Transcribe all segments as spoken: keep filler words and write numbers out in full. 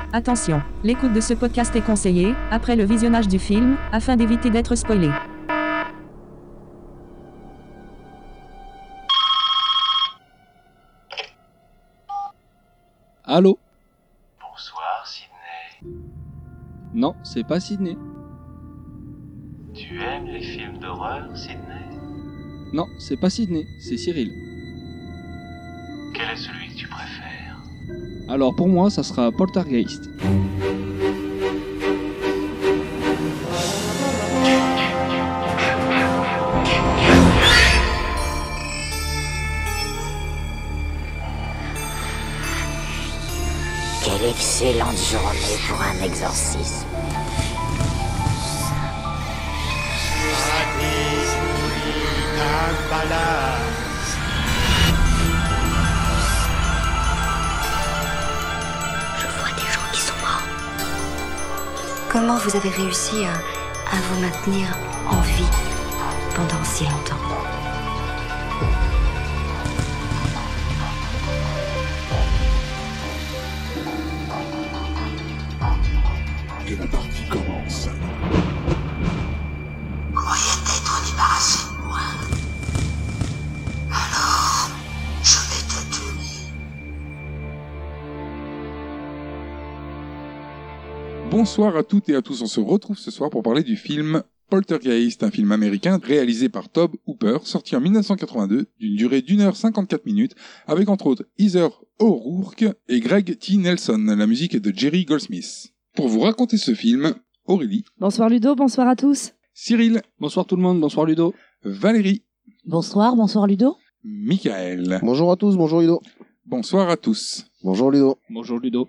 Attention, l'écoute de ce podcast est conseillée, après le visionnage du film, afin d'éviter d'être spoilé. Allô ? Bonsoir, Sydney. Non, c'est pas Sydney. Tu aimes les films d'horreur, Sydney ? Non, c'est pas Sydney, c'est Cyril. Quel est celui que tu préfères ? Alors pour moi, ça sera Poltergeist. Quelle excellente journée pour un exorcisme. Je vois des gens qui sont morts. Comment vous avez réussi à, à vous maintenir en vie pendant si longtemps ? Et la partie commence. Croyez t'être débarrassé de moi. Alors, je vais te tuer. Bonsoir à toutes et à tous, on se retrouve ce soir pour parler du film Poltergeist, un film américain réalisé par Tobe Hooper, sorti en dix-neuf cent quatre-vingt-deux, d'une durée d'une heure cinquante-quatre minutes, avec entre autres Heather O'Rourke et Greg T. Nelson. La musique est de Jerry Goldsmith. Pour vous raconter ce film, Aurélie. Bonsoir Ludo, bonsoir à tous. Cyril. Bonsoir tout le monde, bonsoir Ludo. Valérie. Bonsoir, bonsoir Ludo. Michael. Bonjour à tous, bonjour Ludo. Bonsoir à tous. Bonjour Ludo. Bonjour Ludo.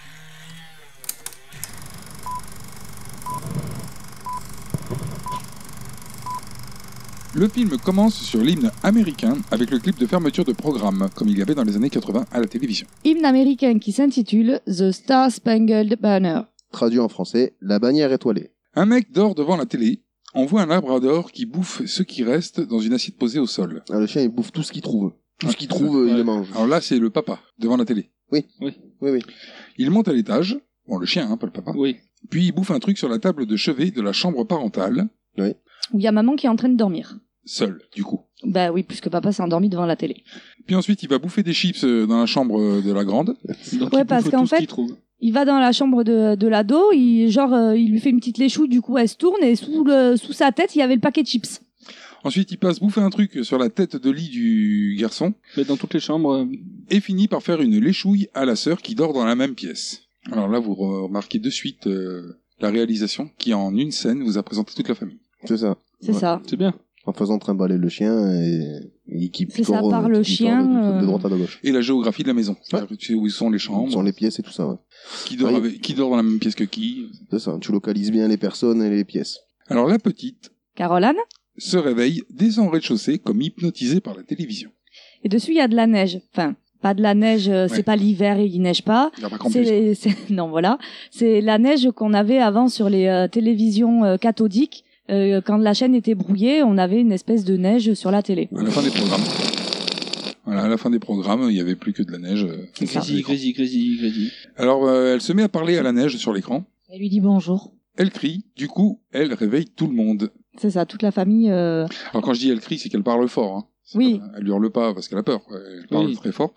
Le film commence sur l'hymne américain avec le clip de fermeture de programme, comme il y avait dans les années quatre-vingts à la télévision. Hymne américain qui s'intitule The Star Spangled Banner. Traduit en français, la bannière étoilée. Un mec dort devant la télé. On voit un labrador qui bouffe ce qui reste dans une assiette posée au sol. Ah, le chien, il bouffe tout ce qu'il trouve. Tout ce qu'il trouve, ouais. il le mange. Alors là, c'est le papa, devant la télé. Oui. Oui. Oui, oui. Il monte à l'étage. Bon, le chien, hein, pas le papa. Oui. Puis il bouffe un truc sur la table de chevet de la chambre parentale. Oui. Où il y a maman qui est en train de dormir. Seul, du coup. Bah oui, puisque papa s'est endormi devant la télé. Puis ensuite, il va bouffer des chips dans la chambre de la grande. Donc, Ouais, il parce bouffe qu'en tout ce fait, qu'il trouve. il va dans la chambre de, de l'ado, il, genre, euh, il lui fait une petite léchouille, du coup elle se tourne, et sous, le, sous sa tête, il y avait le paquet de chips. Ensuite, il passe bouffer un truc sur la tête de lit du garçon. Mais dans toutes les chambres... euh, Et finit par faire une léchouille à la sœur qui dort dans la même pièce. Alors là, vous remarquez de suite euh, la réalisation qui, en une scène, vous a présenté toute la famille. C'est ça. C'est Ouais. ça. C'est bien. En faisant trimballer le chien et, et qui C'est ça, par le chien, de, de euh, droite à gauche. Et la géographie de la maison. C'est-à-dire que tu sais où sont les chambres, Sur les pièces et tout ça, ouais. qui, dort Oui. avec- qui dort dans la même pièce que qui. C'est ça, tu localises bien les personnes et les pièces. Alors la petite Caroline. se réveille dès son rez-de-chaussée comme hypnotisée par la télévision. Et dessus, il y a de la neige. Enfin, pas de la neige, euh, Ouais. c'est pas l'hiver et il neige pas. Il y a pas grand plus. C'est, c'est- non, voilà. C'est la neige qu'on avait avant sur les euh, télévisions euh, cathodiques. Euh, quand la chaîne était brouillée, on avait une espèce de neige sur la télé. À la fin des programmes. Voilà, à la fin des programmes, il y avait plus que de la neige. euh, sur Grésil, l'écran. grésil, grésil, grésil. Alors, euh, elle se met à parler à la neige sur l'écran. Elle lui dit bonjour. Elle crie. Du coup, elle réveille tout le monde. C'est ça, toute la famille. euh, Alors quand je dis elle crie, c'est qu'elle parle fort. Hein. C'est Oui. pas- elle hurle pas parce qu'elle a peur. quoi. Elle parle Oui. très fort.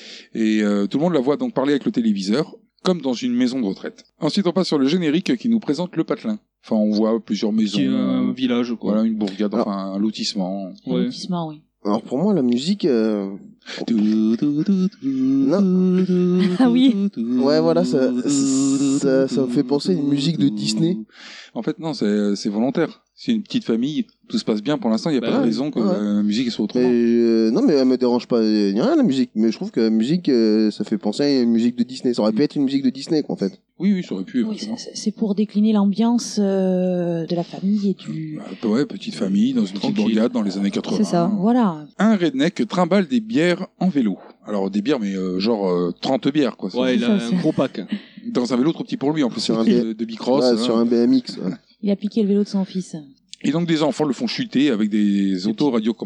Et euh, tout le monde la voit donc parler avec le téléviseur, comme dans une maison de retraite. Ensuite, on passe sur le générique qui nous présente le patelin. Enfin, on voit plusieurs maisons. Qui est un euh, village, quoi. Voilà, une bourgade, Alors- enfin un lotissement. Un Ouais. lotissement, oui. Alors pour moi, la musique... euh, Ah oui. Ouais, voilà, ça, ça, ça me fait penser à une musique de Disney. En fait, non, c'est c'est volontaire. C'est une petite famille, tout se passe bien pour l'instant, il n'y a Bah pas de ouais. raison que Ouais. la musique soit Mais, autrement. euh, non, mais elle me dérange pas ni rien, la musique. Mais je trouve que la musique, euh, ça fait penser à une musique de Disney. Ça aurait pu être une musique de Disney, quoi, en fait. Oui, oui, ça aurait pu. Oui, effectivement. c'est- c'est pour décliner l'ambiance euh, de la famille et du... Bah, ouais, petite famille, dans une petite Tranquille. bourgade dans les années quatre-vingts. C'est ça. Voilà. Un redneck trimballe des bières en vélo. Alors des bières, mais euh, genre euh, trente bières, quoi. Ouais, il Ça, a c'est- un gros pack. Dans un vélo trop petit pour lui, en plus. Sur un de, de bicross. Ouais, hein. sur un B M X. Ouais. Il a piqué le vélo de son fils. Et donc des enfants le font chuter avec des autos radiocommandées.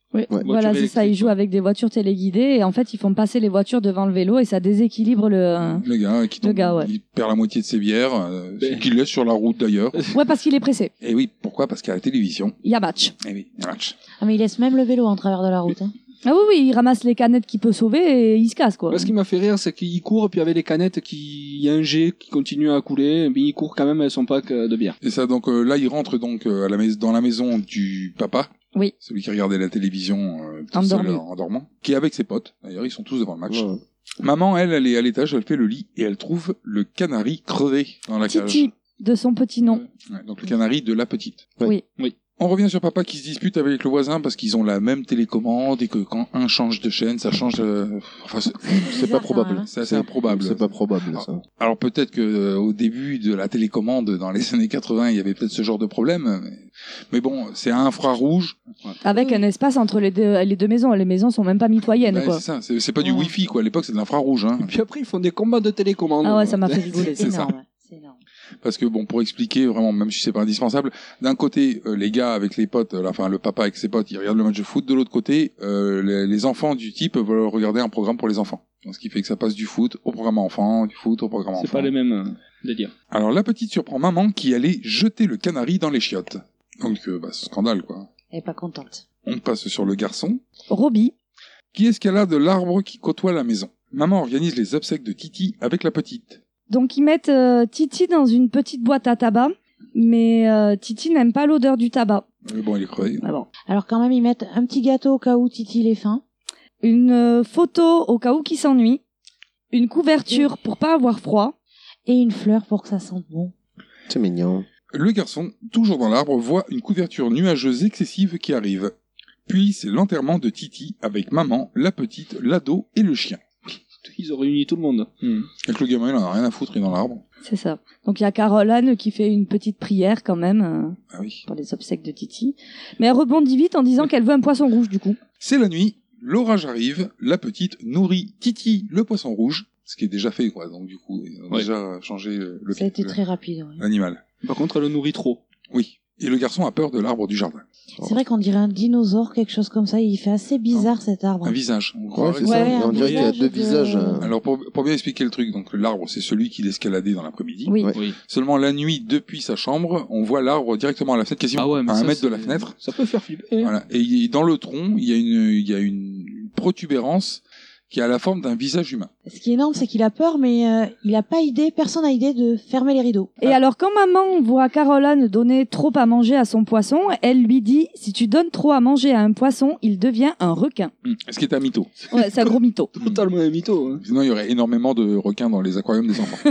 Oui, Ouais. voilà, c'est ça. Ils jouent avec des voitures téléguidées et en fait, ils font passer les voitures devant le vélo et ça déséquilibre le. Le gars qui tombe, Le gars, ouais. il perd la moitié de ses bières, euh, Ben. qu'il laisse sur la route d'ailleurs. Ouais, parce qu'il est pressé. Et oui, pourquoi? Parce qu'à la télévision, Il y a match. eh oui, il y a un match. Ah, mais il laisse même le vélo en travers de la route. Hein. Ah oui, oui, il ramasse les canettes qu'il peut sauver et il se casse, quoi. Moi, ce qui m'a fait rire, c'est qu'il court, puis avec les canettes, qui... il y a un jet qui continue à couler, mais il court quand même avec son pack euh, de bière. Et ça, donc euh, là, il rentre donc euh, à la mais- dans la maison du papa. Oui. Celui qui regardait la télévision euh, tout Endormi. seul, en dormant. Qui est avec ses potes. D'ailleurs, ils sont tous devant le match. Ouais. Maman, elle, elle est à l'étage, elle fait le lit et elle trouve le canari crevé dans la cage. Titi, de son petit nom. Ouais, donc le canari de la petite. Oui. Oui. On revient sur papa qui se dispute avec le voisin parce qu'ils ont la même télécommande et que quand un change de chaîne, ça change de... Enfin, c'est, C'est pas probable. c'est assez improbable. C'est pas probable, ça. Alors peut-être que euh, au début de la télécommande, dans les années quatre-vingts, il y avait peut-être ce genre de problème. Mais, mais bon, c'est un infrarouge. Avec un espace entre les deux, les deux maisons. Les maisons sont même pas mitoyennes, Ouais, quoi. c'est ça, c'est, c'est pas du Ouais. wifi, quoi. À l'époque, c'est de l'infrarouge, hein. Et puis après, ils font des combats de télécommande. Ah ouais, ça m'a fait rigoler. C'est ça. énorme. ouais. C'est énorme. Parce que bon, pour expliquer vraiment, même si c'est pas indispensable, d'un côté, euh, les gars avec les potes, euh, enfin le papa avec ses potes, ils regardent le match de foot. De l'autre côté, euh, les, les enfants du type veulent regarder un programme pour les enfants. Donc, ce qui fait que ça passe du foot au programme enfant, du foot au programme enfant. C'est pas les mêmes euh, délires. Alors la petite surprend maman qui allait jeter le canari dans les chiottes. Donc euh, bah, scandale, quoi. Elle est pas contente. On passe sur le garçon Robbie. qui escalade l'arbre qui côtoie la maison. Maman organise les obsèques de Titi avec la petite. Donc ils mettent euh, Titi dans une petite boîte à tabac, mais euh, Titi n'aime pas l'odeur du tabac. Euh, bon, elle est crevée. Ah bon. Alors quand même, ils mettent un petit gâteau au cas où Titi il est faim. Une euh, photo au cas où qu'il s'ennuie, une couverture pour pas avoir froid. Et une fleur pour que ça sente bon. C'est mignon. Le garçon, toujours dans l'arbre, voit une couverture nuageuse excessive qui arrive. Puis c'est l'enterrement de Titi avec maman, la petite, l'ado et le chien. Ils ont réuni tout le monde. Hmm. Et que le gamin, il en a rien à foutre, il est dans l'arbre. C'est ça. Donc il y a Caroline qui fait une petite prière quand même euh, Ah oui. pour les obsèques de Titi, mais elle rebondit vite en disant qu'elle veut un poisson rouge du coup. C'est la nuit, l'orage arrive, la petite nourrit Titi, le poisson rouge, ce qui est déjà fait, quoi. Donc du coup, ils ont Ouais. déjà changé le, le- Ça a été le- très rapide. ouais. l'animal. Par contre, elle le nourrit trop. Oui. Et le garçon a peur de l'arbre du jardin. C'est vrai qu'on dirait un dinosaure, quelque chose comme ça. Il fait assez bizarre cet arbre. Un visage. On Ouais, croirait c'est que ça. Ouais, Et on un dirait qu'il y a visage deux de- visages. euh, Alors pour, pour bien expliquer le truc, donc l'arbre c'est celui qui l'escaladait dans l'après-midi. Oui. Ouais. Oui. Seulement la nuit, depuis sa chambre, on voit l'arbre directement à la fenêtre, quasiment Ah ouais, mais à un ça, mètre de c'est- la fenêtre. Ça peut faire flipper. Voilà. Et il- dans le tronc, il y a une, il y a une protubérance qui a la forme d'un visage humain. Ce qui est énorme, c'est qu'il a peur, mais euh, il a pas idée, personne n'a idée de fermer les rideaux. Et alors quand maman voit Caroline donner trop à manger à son poisson, elle lui dit si tu donnes trop à manger à un poisson, il devient un requin. Ce qui est un mytho. Ouais, c'est un gros mytho. Totalement un mytho. Hein. Sinon, il y aurait énormément de requins dans les aquariums des enfants.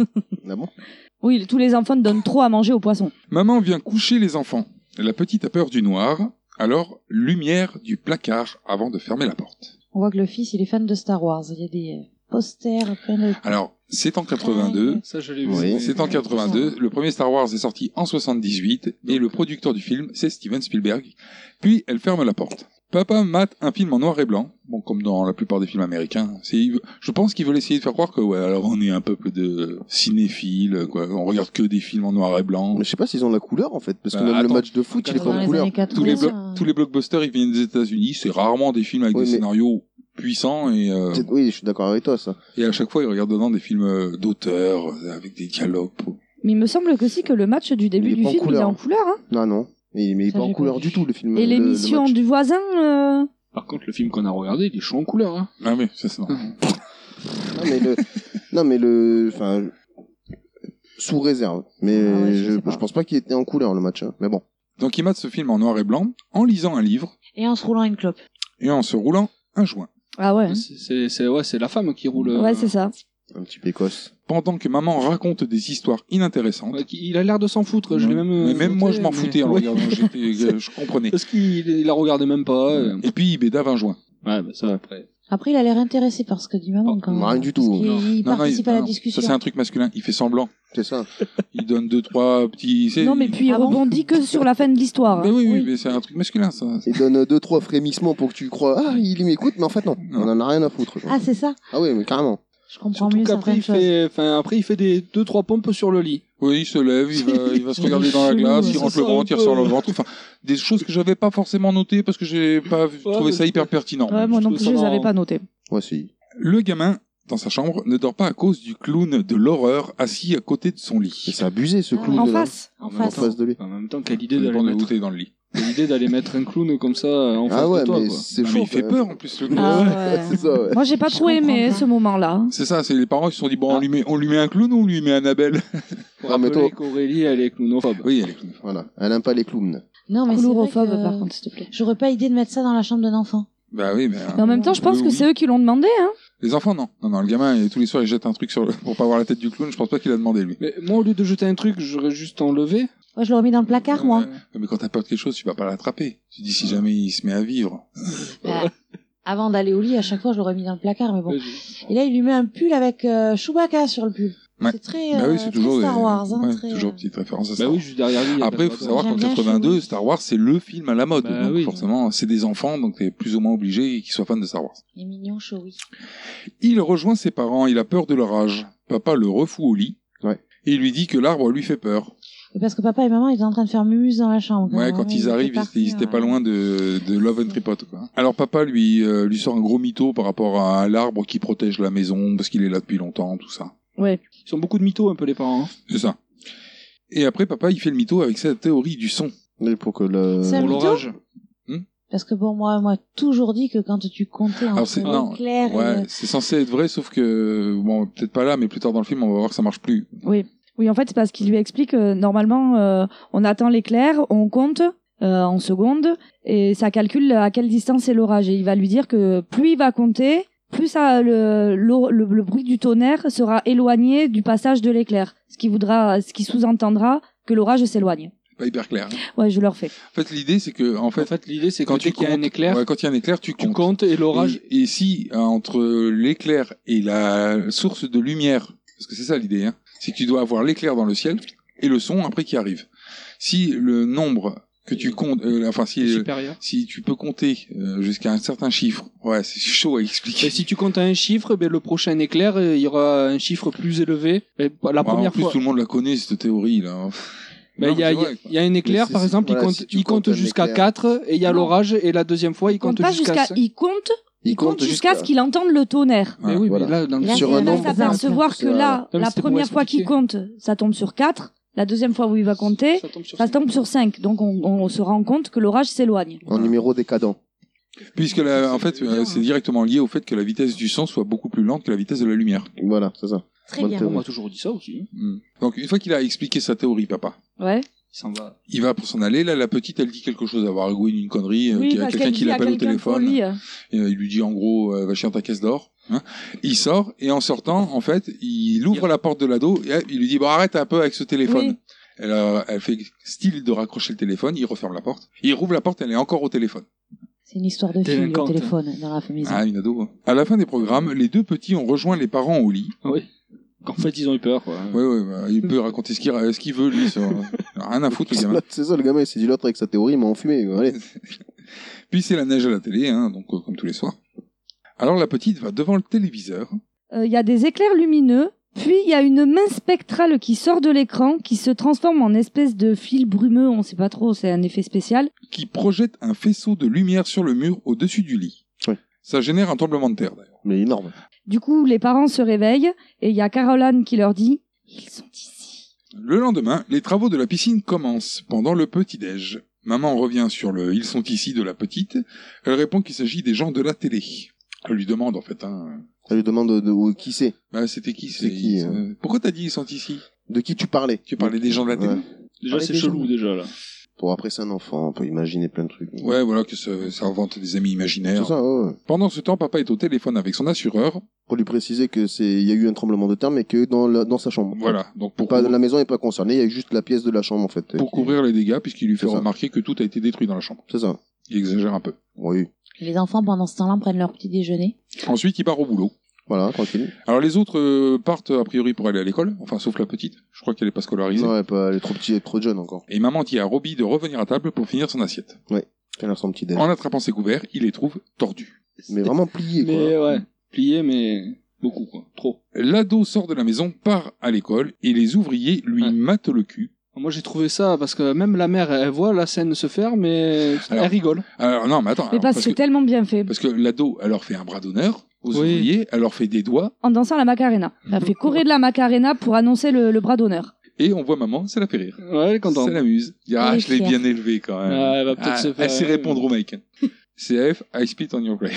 Ah bon? Oui, tous les enfants donnent trop à manger aux poissons. Maman vient coucher les enfants. La petite a peur du noir. Alors, lumière du placard avant de fermer la porte. On voit que le fils, il est fan de Star Wars. Il y a des euh, posters plein de... Alors, c'est en quatre-vingt-deux. Ça, je l'ai vu. Oui. C'est en quatre-vingt-deux. Le premier Star Wars est sorti en soixante-dix-huit. Et le producteur du film, c'est Steven Spielberg. Puis, elle ferme la porte. Papa mate un film en noir et blanc. Bon, comme dans la plupart des films américains. C'est, je pense qu'ils veulent essayer de faire croire que, ouais, alors on est un peuple de cinéphiles, quoi. On regarde que des films en noir et blanc. Mais je sais pas s'ils ont la couleur en fait, parce que Bah, même attends. le match de foot, il est Dans pas en les couleur. années quatre-vingts, Tous les, blo- euh, tous les blockbusters, ils viennent des États-Unis. C'est rarement des films avec Oui, des mais- scénarios puissants et, euh, C'est- Oui, je suis d'accord avec toi, ça. et à chaque fois, ils regardent dedans des films euh, d'auteurs, euh, avec des dialogues. Mais il me semble que si que le match du début Il est du pas en film il est couleur. en couleur. Hein. Non, non. Mais, mais il est Ça, pas en j'ai couleur pas du vu. tout, le film. Et le- le l'émission match. du voisin. euh, Par contre, le film qu'on a regardé, il est chaud en couleur. Hein. Ah oui, ça c'est normal. Non, mais le. Non, mais le. Enfin. Sous réserve. Mais Ah ouais, je je, sais pas. je pense pas qu'il était en couleur, le match. hein. Mais bon. Donc, ils matent ce film en noir et blanc, en lisant un livre, Et en se roulant une clope. et en se roulant un joint. Ah ouais. C'est, c'est, c'est, ouais, c'est la femme qui roule. euh, Ouais, c'est ça. Un petit pécosse. Pendant que maman raconte des histoires inintéressantes. Ouais, qui- il a l'air de s'en foutre. Je l'ai même. Mais euh, même moi, je m'en mais- foutais en le Ouais. regardant. J'étais- je comprenais. Parce qu'il il la regardait même pas. euh. Et puis, il bédave un joint. Ouais, bah ça après. Après, il a l'air intéressé par ce que dit maman, Oh, quand même. rien du tout. Parce qu'il- Non. Il, Non, non, participe il- à la non, discussion. Ça, c'est un truc masculin. Il fait semblant. C'est ça. Il donne deux, trois petits. c'est- Non, mais puis il Ah bon rebondit que sur la fin de l'histoire. Mais oui, oui, Oui. mais c'est un truc masculin, ça. Il donne deux, trois frémissements pour que tu crois, ah, il m'écoute, mais en fait, non. On en a rien à foutre. quoi. Ah, c'est ça. Ah oui, mais carrément. Je comprends Surtout mieux qu'après, certaines il choses. fait, enfin, après, il fait des deux, trois pompes sur le lit. Oui, il se lève, il va, il va se regarder dans la Chelou, glace, ouais. il rentre C'est le ça, ventre, il un ressort peu. le ventre. Enfin, des choses que j'avais pas forcément notées parce que j'ai pas trouvé mais ça je hyper trouve- pertinent. Ouais, moi je non trouve plus, ça je les avais marrant. pas notés. Ouais, si. Le gamin, dans sa chambre, ne dort pas à cause du clown de l'horreur assis à côté de son Mais lit. c'est abusé, ce Ah, clown En de là. face. En En En face. face de lui. En même temps, quelle idée Ça d'aller dépend de où mettre, t'es dans le lit. quelle idée d'aller mettre un clown comme ça en face Ah ouais, de toi, mais quoi. c'est Ah, mais chaud. il fait quand peur même. en plus le clown. Ah ouais. C'est ça, ouais. Moi, j'ai pas Je trop aimé comprends pas. ce moment-là. C'est ça, c'est les parents qui se sont dit bon, Ah. on, lui met, on lui met un clown ou on lui met Annabelle. Faut Ah, mais rappeler toi- qu'Aurélie, elle est clownophobe. Oui, elle est clown. Voilà. Elle aime pas les clowns. Non, mais c'est vrai Couleurophobe, que par contre, s'il te plaît. j'aurais pas idée de mettre ça dans la chambre d'un enfant. Bah oui, mais. Mais en même temps, je pense Oui, que oui. c'est eux qui l'ont demandé, hein. Les enfants, non. Non, non, le gamin, et tous les soirs, il jette un truc sur le... pour pas voir la tête du clown. Je pense pas qu'il a demandé, lui. Mais moi, au lieu de jeter un truc, j'aurais juste enlevé. Moi, je l'aurais mis dans le placard, moi. Euh, Mais quand t'as peur de quelque chose, tu vas pas l'attraper. Tu dis si jamais il se met à vivre. Bah, avant d'aller au lit, à chaque fois, je l'aurais mis dans le placard, mais bon. Ouais, j'ai- Et là, il lui met un pull avec euh, Chewbacca sur le pull. Ouais. C'est très, Bah euh, oui, c'est très toujours Star des... Wars. Hein, ouais, très, toujours euh, petite référence à Bah Star oui, Wars. juste derrière lui. il y a Après, il pas faut de- savoir qu'en J'aime bien quatre-vingt-deux, Chewie. Star Wars, c'est le film à la mode. Bah donc oui. forcément, c'est des enfants, donc t'es plus ou moins obligé qu'ils soient fans de Star Wars. Il est mignon, Chewie. Il rejoint ses parents, il a peur de leur âge. Papa le refoue au lit. Ouais. Et il lui dit que l'arbre lui fait peur. Et parce que papa et maman, ils étaient en train de faire mumuse dans la chambre. Ouais, même, quand hein, ils étaient arrivent, ils étaient, partis, ils étaient pas euh, loin de, de Love and Tripod, quoi. Alors papa lui, euh, lui sort un gros mytho par rapport à l'arbre qui protège la maison parce qu'il est là depuis longtemps, tout ça. Ouais. Ils sont beaucoup de mythos, un peu, les parents. hein. C'est ça. Et après, papa, il fait le mytho avec sa théorie du son. Mais pour que le... C'est un Pour mytho l'orage. Parce que bon, moi, moi, toujours dit que quand tu comptais Alors, entre c'est- non, l'éclair et Ouais, le- c'est censé être vrai, sauf que, bon, peut-être pas là, mais plus tard dans le film, on va voir que ça marche plus. Oui. Oui, en fait, c'est parce qu'il lui explique que normalement, euh, on attend l'éclair, on compte euh, en secondes, et ça calcule à quelle distance est l'orage. Et il va lui dire que plus il va compter, plus ça, le, le, le, le bruit du tonnerre sera éloigné du passage de l'éclair. Ce qui voudra, ce qui sous-entendra que l'orage s'éloigne. Pas hyper clair. hein. Ouais, je le refais. En fait, l'idée, c'est que, en En fait, fait, l'idée, c'est que quand dès tu qu'il y a un comptes- éclair, ouais, quand il y a un éclair, tu tu comptes. comptes et l'orage. Et, et si, euh, entre l'éclair et la source de lumière, parce que c'est ça l'idée, hein, c'est que tu dois avoir l'éclair dans le ciel et le son après qui arrive. Si le nombre que tu comptes, euh, enfin, si, euh, supérieur. si tu peux compter euh, jusqu'à un certain chiffre, ouais, c'est chaud à expliquer. Et si tu comptes à un chiffre, ben, le prochain éclair, euh, il y aura un chiffre plus élevé. Et la Ouais, première en plus, fois. tout le monde la connaît, cette théorie, là. Ben, il y a, il y a- il y a un éclair, Mais c'est- par exemple, voilà, il compte, si tu il compte comptes un jusqu'à éclair. quatre, et il y a Non. l'orage, et la deuxième fois, il Il compte compte pas jusqu'à jusqu'à, cinq. il compte, il compte jusqu'à ce qu'il entende le tonnerre. Mais oui, voilà. mais là, dans le Là, Sur c'est- un Il va nombre- s'apercevoir que là, Non, mais la c'était pour première fois qu'il expliquer. compte, ça tombe sur quatre. La deuxième fois où il va compter, ça tombe sur ça cinq. tombe sur cinq. Donc on, on se rend compte que l'orage s'éloigne. En numéro décadent. Puisque, la, en fait, euh, c'est directement lié au fait que la vitesse du son soit beaucoup plus lente que la vitesse de la lumière. Voilà, c'est ça. Très Bonne bien. théorie. On m'a toujours dit ça aussi. Hmm. Donc, une fois qu'il a expliqué sa théorie, papa, Ouais. Il s'en va. il va pour s'en aller. Là, la petite, elle dit quelque chose, avoir Halloween, une connerie, euh, Oui, qu'il y a parce quelqu'un qu'elle qui dit à l'appelle au quelqu'un pour téléphone. lui, euh, Et, euh, il lui dit en gros, euh, va chier dans ta caisse d'or. Hein. Il sort, et en sortant, en fait, il ouvre la porte de l'ado, et euh, il lui dit, bon, arrête un peu avec ce téléphone. Oui. Elle, euh, elle fait style de raccrocher le téléphone, il referme la porte. Il rouvre la porte, elle est encore au téléphone. C'est une histoire de fille, le Délinquante. téléphone, dans la maison. Ah, une ado. hein. À la fin des programmes, les deux petits ont rejoint les parents au lit. Oui. En fait, ils ont eu peur, quoi. Ouais, ouais, bah, il peut raconter ce qu'il ce qu'il veut, lui. Ça, rien à foutre, le gamin. C'est ça, le gamin, il s'est dit l'autre avec sa théorie, il m'a enfumé. Allez. Puis c'est la neige à la télé, hein, donc euh, comme tous les soirs. Alors la petite va devant le téléviseur. euh, il y a des éclairs lumineux, puis il y a une main spectrale qui sort de l'écran, qui se transforme en espèce de fil brumeux, on sait pas trop, c'est un effet spécial. Qui projette un faisceau de lumière sur le mur au-dessus du lit. Ouais. Ça génère un tremblement de terre, d'ailleurs. Mais énorme. Du coup, les parents se réveillent, et il y a Caroline qui leur dit « Ils sont ici Le lendemain, les travaux de la piscine commencent pendant le petit-déj. Maman revient sur le « ils sont ici » de la petite. Elle répond qu'il s'agit des gens de la télé. Elle lui demande, en fait, hein, Elle lui demande de, de- qui c'est. bah, c'était qui C'est qui, ils- euh Pourquoi t'as dit ils sont ici? De qui tu parlais. Tu parlais des gens de la télé? Ouais. Déjà, Avec c'est des chelou, gens. déjà, là. Bon, après, c'est un enfant, on peut imaginer plein de trucs. Ouais, voilà, que ça, ça invente des amis imaginaires. C'est ça, ouais, ouais. Pendant ce temps, papa est au téléphone avec son assureur. Pour lui préciser que c'est, il y a eu un tremblement de terre, mais que dans la, dans sa chambre. Voilà, donc pour, Pas, cou- la maison n'est pas concernée, il y a juste la pièce de la chambre, en fait. pour qui- couvrir les dégâts, puisqu'il lui fait C'est ça. remarquer que tout a été détruit dans la chambre. C'est ça. Il exagère un peu. Oui. Les enfants, pendant ce temps-là, prennent leur petit déjeuner. Ensuite, il part au boulot. Voilà, tranquille. Alors les autres euh, partent a priori pour aller à l'école, enfin sauf la petite. Je crois qu'elle est pas scolarisée. Ouais, pas, elle est trop petite, trop jeune encore. Et maman dit à Robbie de revenir à table pour finir son assiette. Elle a son petit déj. En attrapant ses couverts, il les trouve tordus. Mais vraiment plié, quoi. Mais, ouais. Plié, mais, Beaucoup, quoi. Trop. L'ado sort de la maison, part à l'école, et les ouvriers lui Ouais. matent le cul. Moi, j'ai trouvé ça, parce que même la mère, elle voit la scène se faire, mais Alors, elle rigole. Alors non, mais attends. Mais alors, parce que c'est que, tellement bien fait. parce que l'ado, elle leur fait un bras d'honneur aux Oui. ouvriers, elle leur fait des doigts, En dansant la Macarena. Elle a fait courir de la Macarena pour annoncer le, le bras d'honneur. et on voit maman, ça la fait rire. Ouais, elle est contente. Ça l'amuse. Il dit, ah, Elle est je l'ai fière. bien élevé quand même. Ouais, elle va peut-être Ah, se faire- Elle sait répondre au mec. C F, I spit on your plate.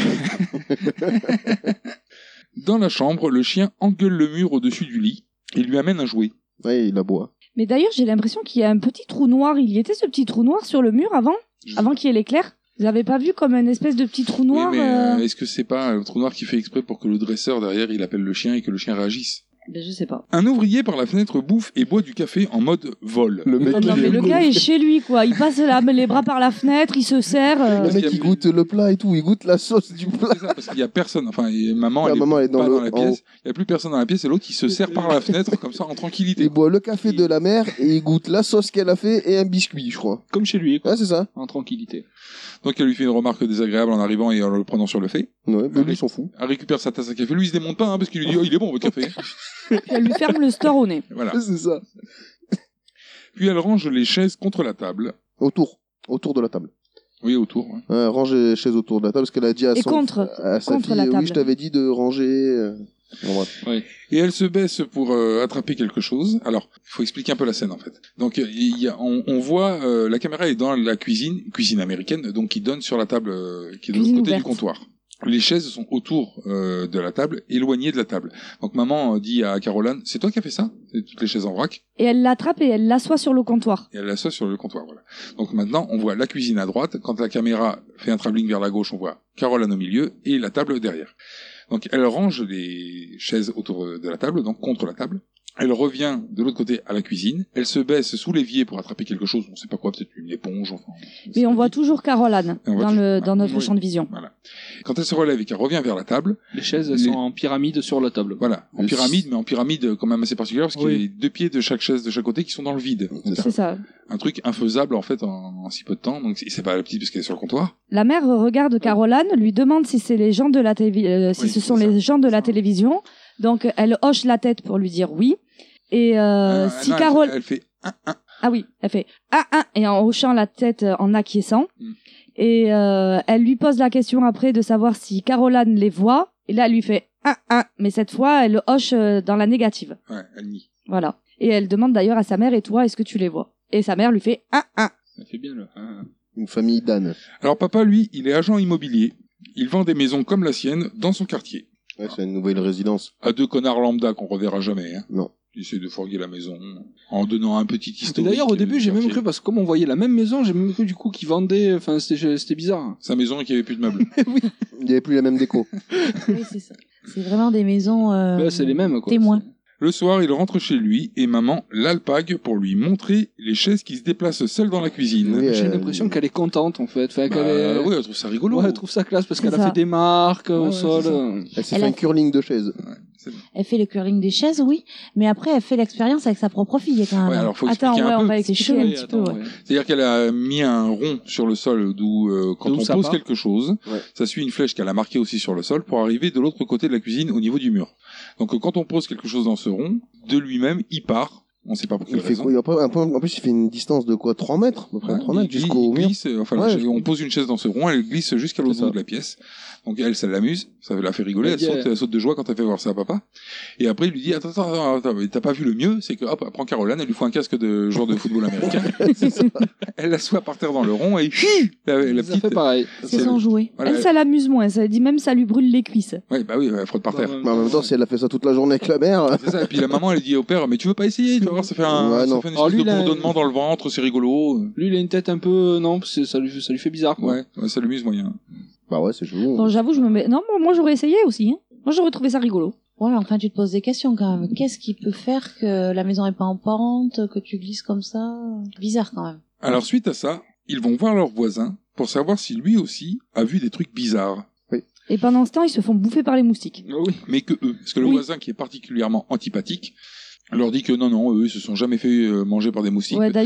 Dans la chambre, le chien engueule le mur au-dessus du lit et lui amène un jouet. Ouais, il aboie. Mais d'ailleurs, j'ai l'impression qu'il y a un petit trou noir. Il y était ce petit trou noir sur le mur avant, avant qu'il y ait l'éclair. Vous avez pas vu comme une espèce de petit trou noir Oui, mais euh, euh, est-ce que c'est pas un trou noir qui fait exprès pour que le dresseur derrière il appelle le chien et que le chien réagisse? ben, je sais pas. Un ouvrier par la fenêtre bouffe et boit du café en mode vol. Le mec, Non, non, il mais est le beau. gars est chez lui, quoi. Il passe la- les bras par la fenêtre, il se serre. euh, Le Parce mec, qu'il y a il plus- goûte le plat et tout, il goûte la sauce du plat. C'est ça, parce qu'il y a personne. Enfin, et maman, La elle est, maman est dans pas le- dans la en pièce. Il y a plus personne dans la pièce et l'autre il se serre par la fenêtre comme ça en tranquillité. Il boit le café de la mère et il goûte la sauce qu'elle a fait et un biscuit, je crois. Comme chez lui, quoi. Ouais, c'est ça. En tranquillité. Donc elle lui fait une remarque désagréable en arrivant et en le prenant sur le fait. Ouais, mais lui, il s'en fout. Elle récupère sa tasse à café. Lui, il se démonte pas hein, parce qu'il lui dit oh, il est bon votre café. puis elle lui ferme le store au nez. Voilà. Ouais, c'est ça. Puis elle range les chaises contre la table. Autour. Autour de la table. Oui, autour. Ouais. Ouais, range les chaises autour de la table parce qu'elle a dit à Et son contre- à sa contre fille, la oui, table. je t'avais dit de ranger. euh, Bon, bref. Et elle se baisse pour euh, attraper quelque chose. Alors, il faut expliquer un peu la scène en fait. Donc, il y a, on, on voit euh, la caméra est dans la cuisine, cuisine américaine, donc qui donne sur la table, euh, qui est de l'autre Cuisine côté ouverte. du comptoir. Les chaises sont autour euh, de la table, éloignées de la table. Donc, maman euh, dit à Caroline, c'est toi qui as fait ça? C'est toutes les chaises en vrac. Et elle l'attrape et elle l'assoit sur le comptoir. Et elle l'assoit sur le comptoir, voilà. Donc maintenant, on voit la cuisine à droite. Quand la caméra fait un travelling vers la gauche, on voit Caroline au milieu et la table derrière. Donc elle range les chaises autour de la table, donc contre la table. Elle revient de l'autre côté à la cuisine. Elle se baisse sous l'évier pour attraper quelque chose. On sait pas quoi, peut-être une éponge. Enfin, Mais on voit toujours Caroline On voit dans, toujours- le, dans notre oui. champ de vision. Voilà. Quand elle se relève et qu'elle revient vers la table, Les chaises, elles Les- sont en pyramide sur la table. voilà, en Le- pyramide, mais en pyramide quand même assez particulière parce qu'il y a Oui. les deux pieds de chaque chaise de chaque côté qui sont dans le vide. C'est ça. Un truc infaisable en fait en, en si peu de temps. Donc c'est c'est pas la petite parce qu'elle est sur le comptoir. La mère regarde Caroline, lui demande si c'est les gens de la télévi- euh, si Oui, ce c'est sont ça. les gens de la Ça. télévision. Donc elle hoche la tête pour lui dire oui. Et euh, Euh, si non, elle- Carole, elle fait un, un. ah oui, elle fait ah ah et en hochant la tête euh, en acquiesçant. Mm. Et euh, elle lui pose la question après de savoir si Caroline les voit. Et là, elle lui fait ah ah, mais cette fois, elle hoche euh, dans la négative. Ouais, elle nie. Voilà. Et elle demande d'ailleurs à sa mère, et toi, est-ce que tu les vois? Et sa mère lui fait ah ah. Ça fait bien, là. Hein. Une famille d'ânes. Alors papa, lui, il est agent immobilier. Il vend des maisons comme la sienne dans son quartier. Ouais, c'est une nouvelle résidence. À deux connards lambda qu'on reverra jamais. Hein. Non. Il essaie de fourguer la maison en donnant un petit Et historique. D'ailleurs, au début, du j'ai même quartier. cru, parce que comme on voyait la même maison, j'ai même cru du coup qu'ils vendaient. Enfin, c'était c'était bizarre. Sa maison et qu'il n'y avait plus de meubles. Il n'y avait plus la même déco. Oui, c'est ça. C'est vraiment des maisons euh, Là, c'est les mêmes, quoi. témoins. Le soir, il rentre chez lui et maman l'alpague pour lui montrer les chaises qui se déplacent seules dans la cuisine. Oui, J'ai euh, l'impression qu'elle est contente, en fait. Enfin, Bah, qu'elle est... oui, elle trouve ça rigolo. Ouais, elle trouve ça classe parce C'est qu'elle a ça. fait des marques Ouais, au ouais, sol. c'est ça. Elle s'est Elle fait a- un curling de chaises. C'est bon. Elle fait le curling des chaises, oui, mais après elle fait l'expérience avec sa propre fille quand même. Ouais, alors faut Attends, expliquer ouais, un on peu. va C'est expliquer chaud, un Oui, petit attends, peu. ouais. ouais. C'est-à-dire qu'elle a mis un rond sur le sol d'où euh, quand D'où on ça pose part. quelque chose, Ouais. ça suit une flèche qu'elle a marquée aussi sur le sol pour arriver de l'autre côté de la cuisine au niveau du mur. Donc euh, quand on pose quelque chose dans ce rond, de lui-même, il part. On sait pas pour quelle Il fait raison. quoi après, un peu- En plus, il fait une distance de quoi trois mètres à peu près Ouais, trois il mètres glisse- jusqu'au il mur. glisse, euh, enfin, Ouais, la- je- on pose une chaise dans ce rond, elle glisse jusqu'à l'autre C'est ça. bout de la pièce. Donc elle, ça l'amuse, ça la fait rigoler, elle Elle dit, saute, elle saute de joie quand elle fait voir ça à papa. Et après, il lui dit, attends, attends, attends, attends, mais t'as pas vu le mieux? C'est que, hop, elle prend Caroline, elle lui fout un casque de joueur de football américain. Elle l'assoit par terre dans le rond et la, la Ça petite. fait pareil. C'est son jouet. Voilà, Elle, ça l'amuse moins. Ça dit même ça lui brûle les cuisses. ouais, bah oui, elle frotte par terre. Mais en même temps, si elle a fait ça toute la journée avec la mère. C'est ça. Et puis la maman, elle dit au père, mais tu veux pas essayer? Tu vas voir, ça fait un, Ouais, ça non. fait une Alors, espèce lui, de il a- bourdonnement dans le ventre, c'est rigolo. Lui, il a une tête un peu. Non, c'est- ça lui, ça lui fait bizarre, quoi. Ouais, ouais, ça l'amuse moyen. Bah ouais, c'est chelou. Bon, j'avoue, je me mets. Non, moi, moi, j'aurais essayé aussi. Hein. Moi, j'aurais trouvé ça rigolo. Ouais, mais enfin tu te poses des questions quand même. Qu'est-ce qui peut faire que la maison est pas en pente, que tu glisses comme ça? Bizarre quand même. Alors suite à ça, ils vont voir leur voisin pour savoir si lui aussi a vu des trucs bizarres. Et pendant ce temps, ils se font bouffer par les moustiques. Ah oui. Mais que eux. Parce que le Oui. voisin qui est particulièrement antipathique leur dit que non, non, eux, ils se sont jamais fait euh, manger par des moustiques. Ouais, d'ailleurs,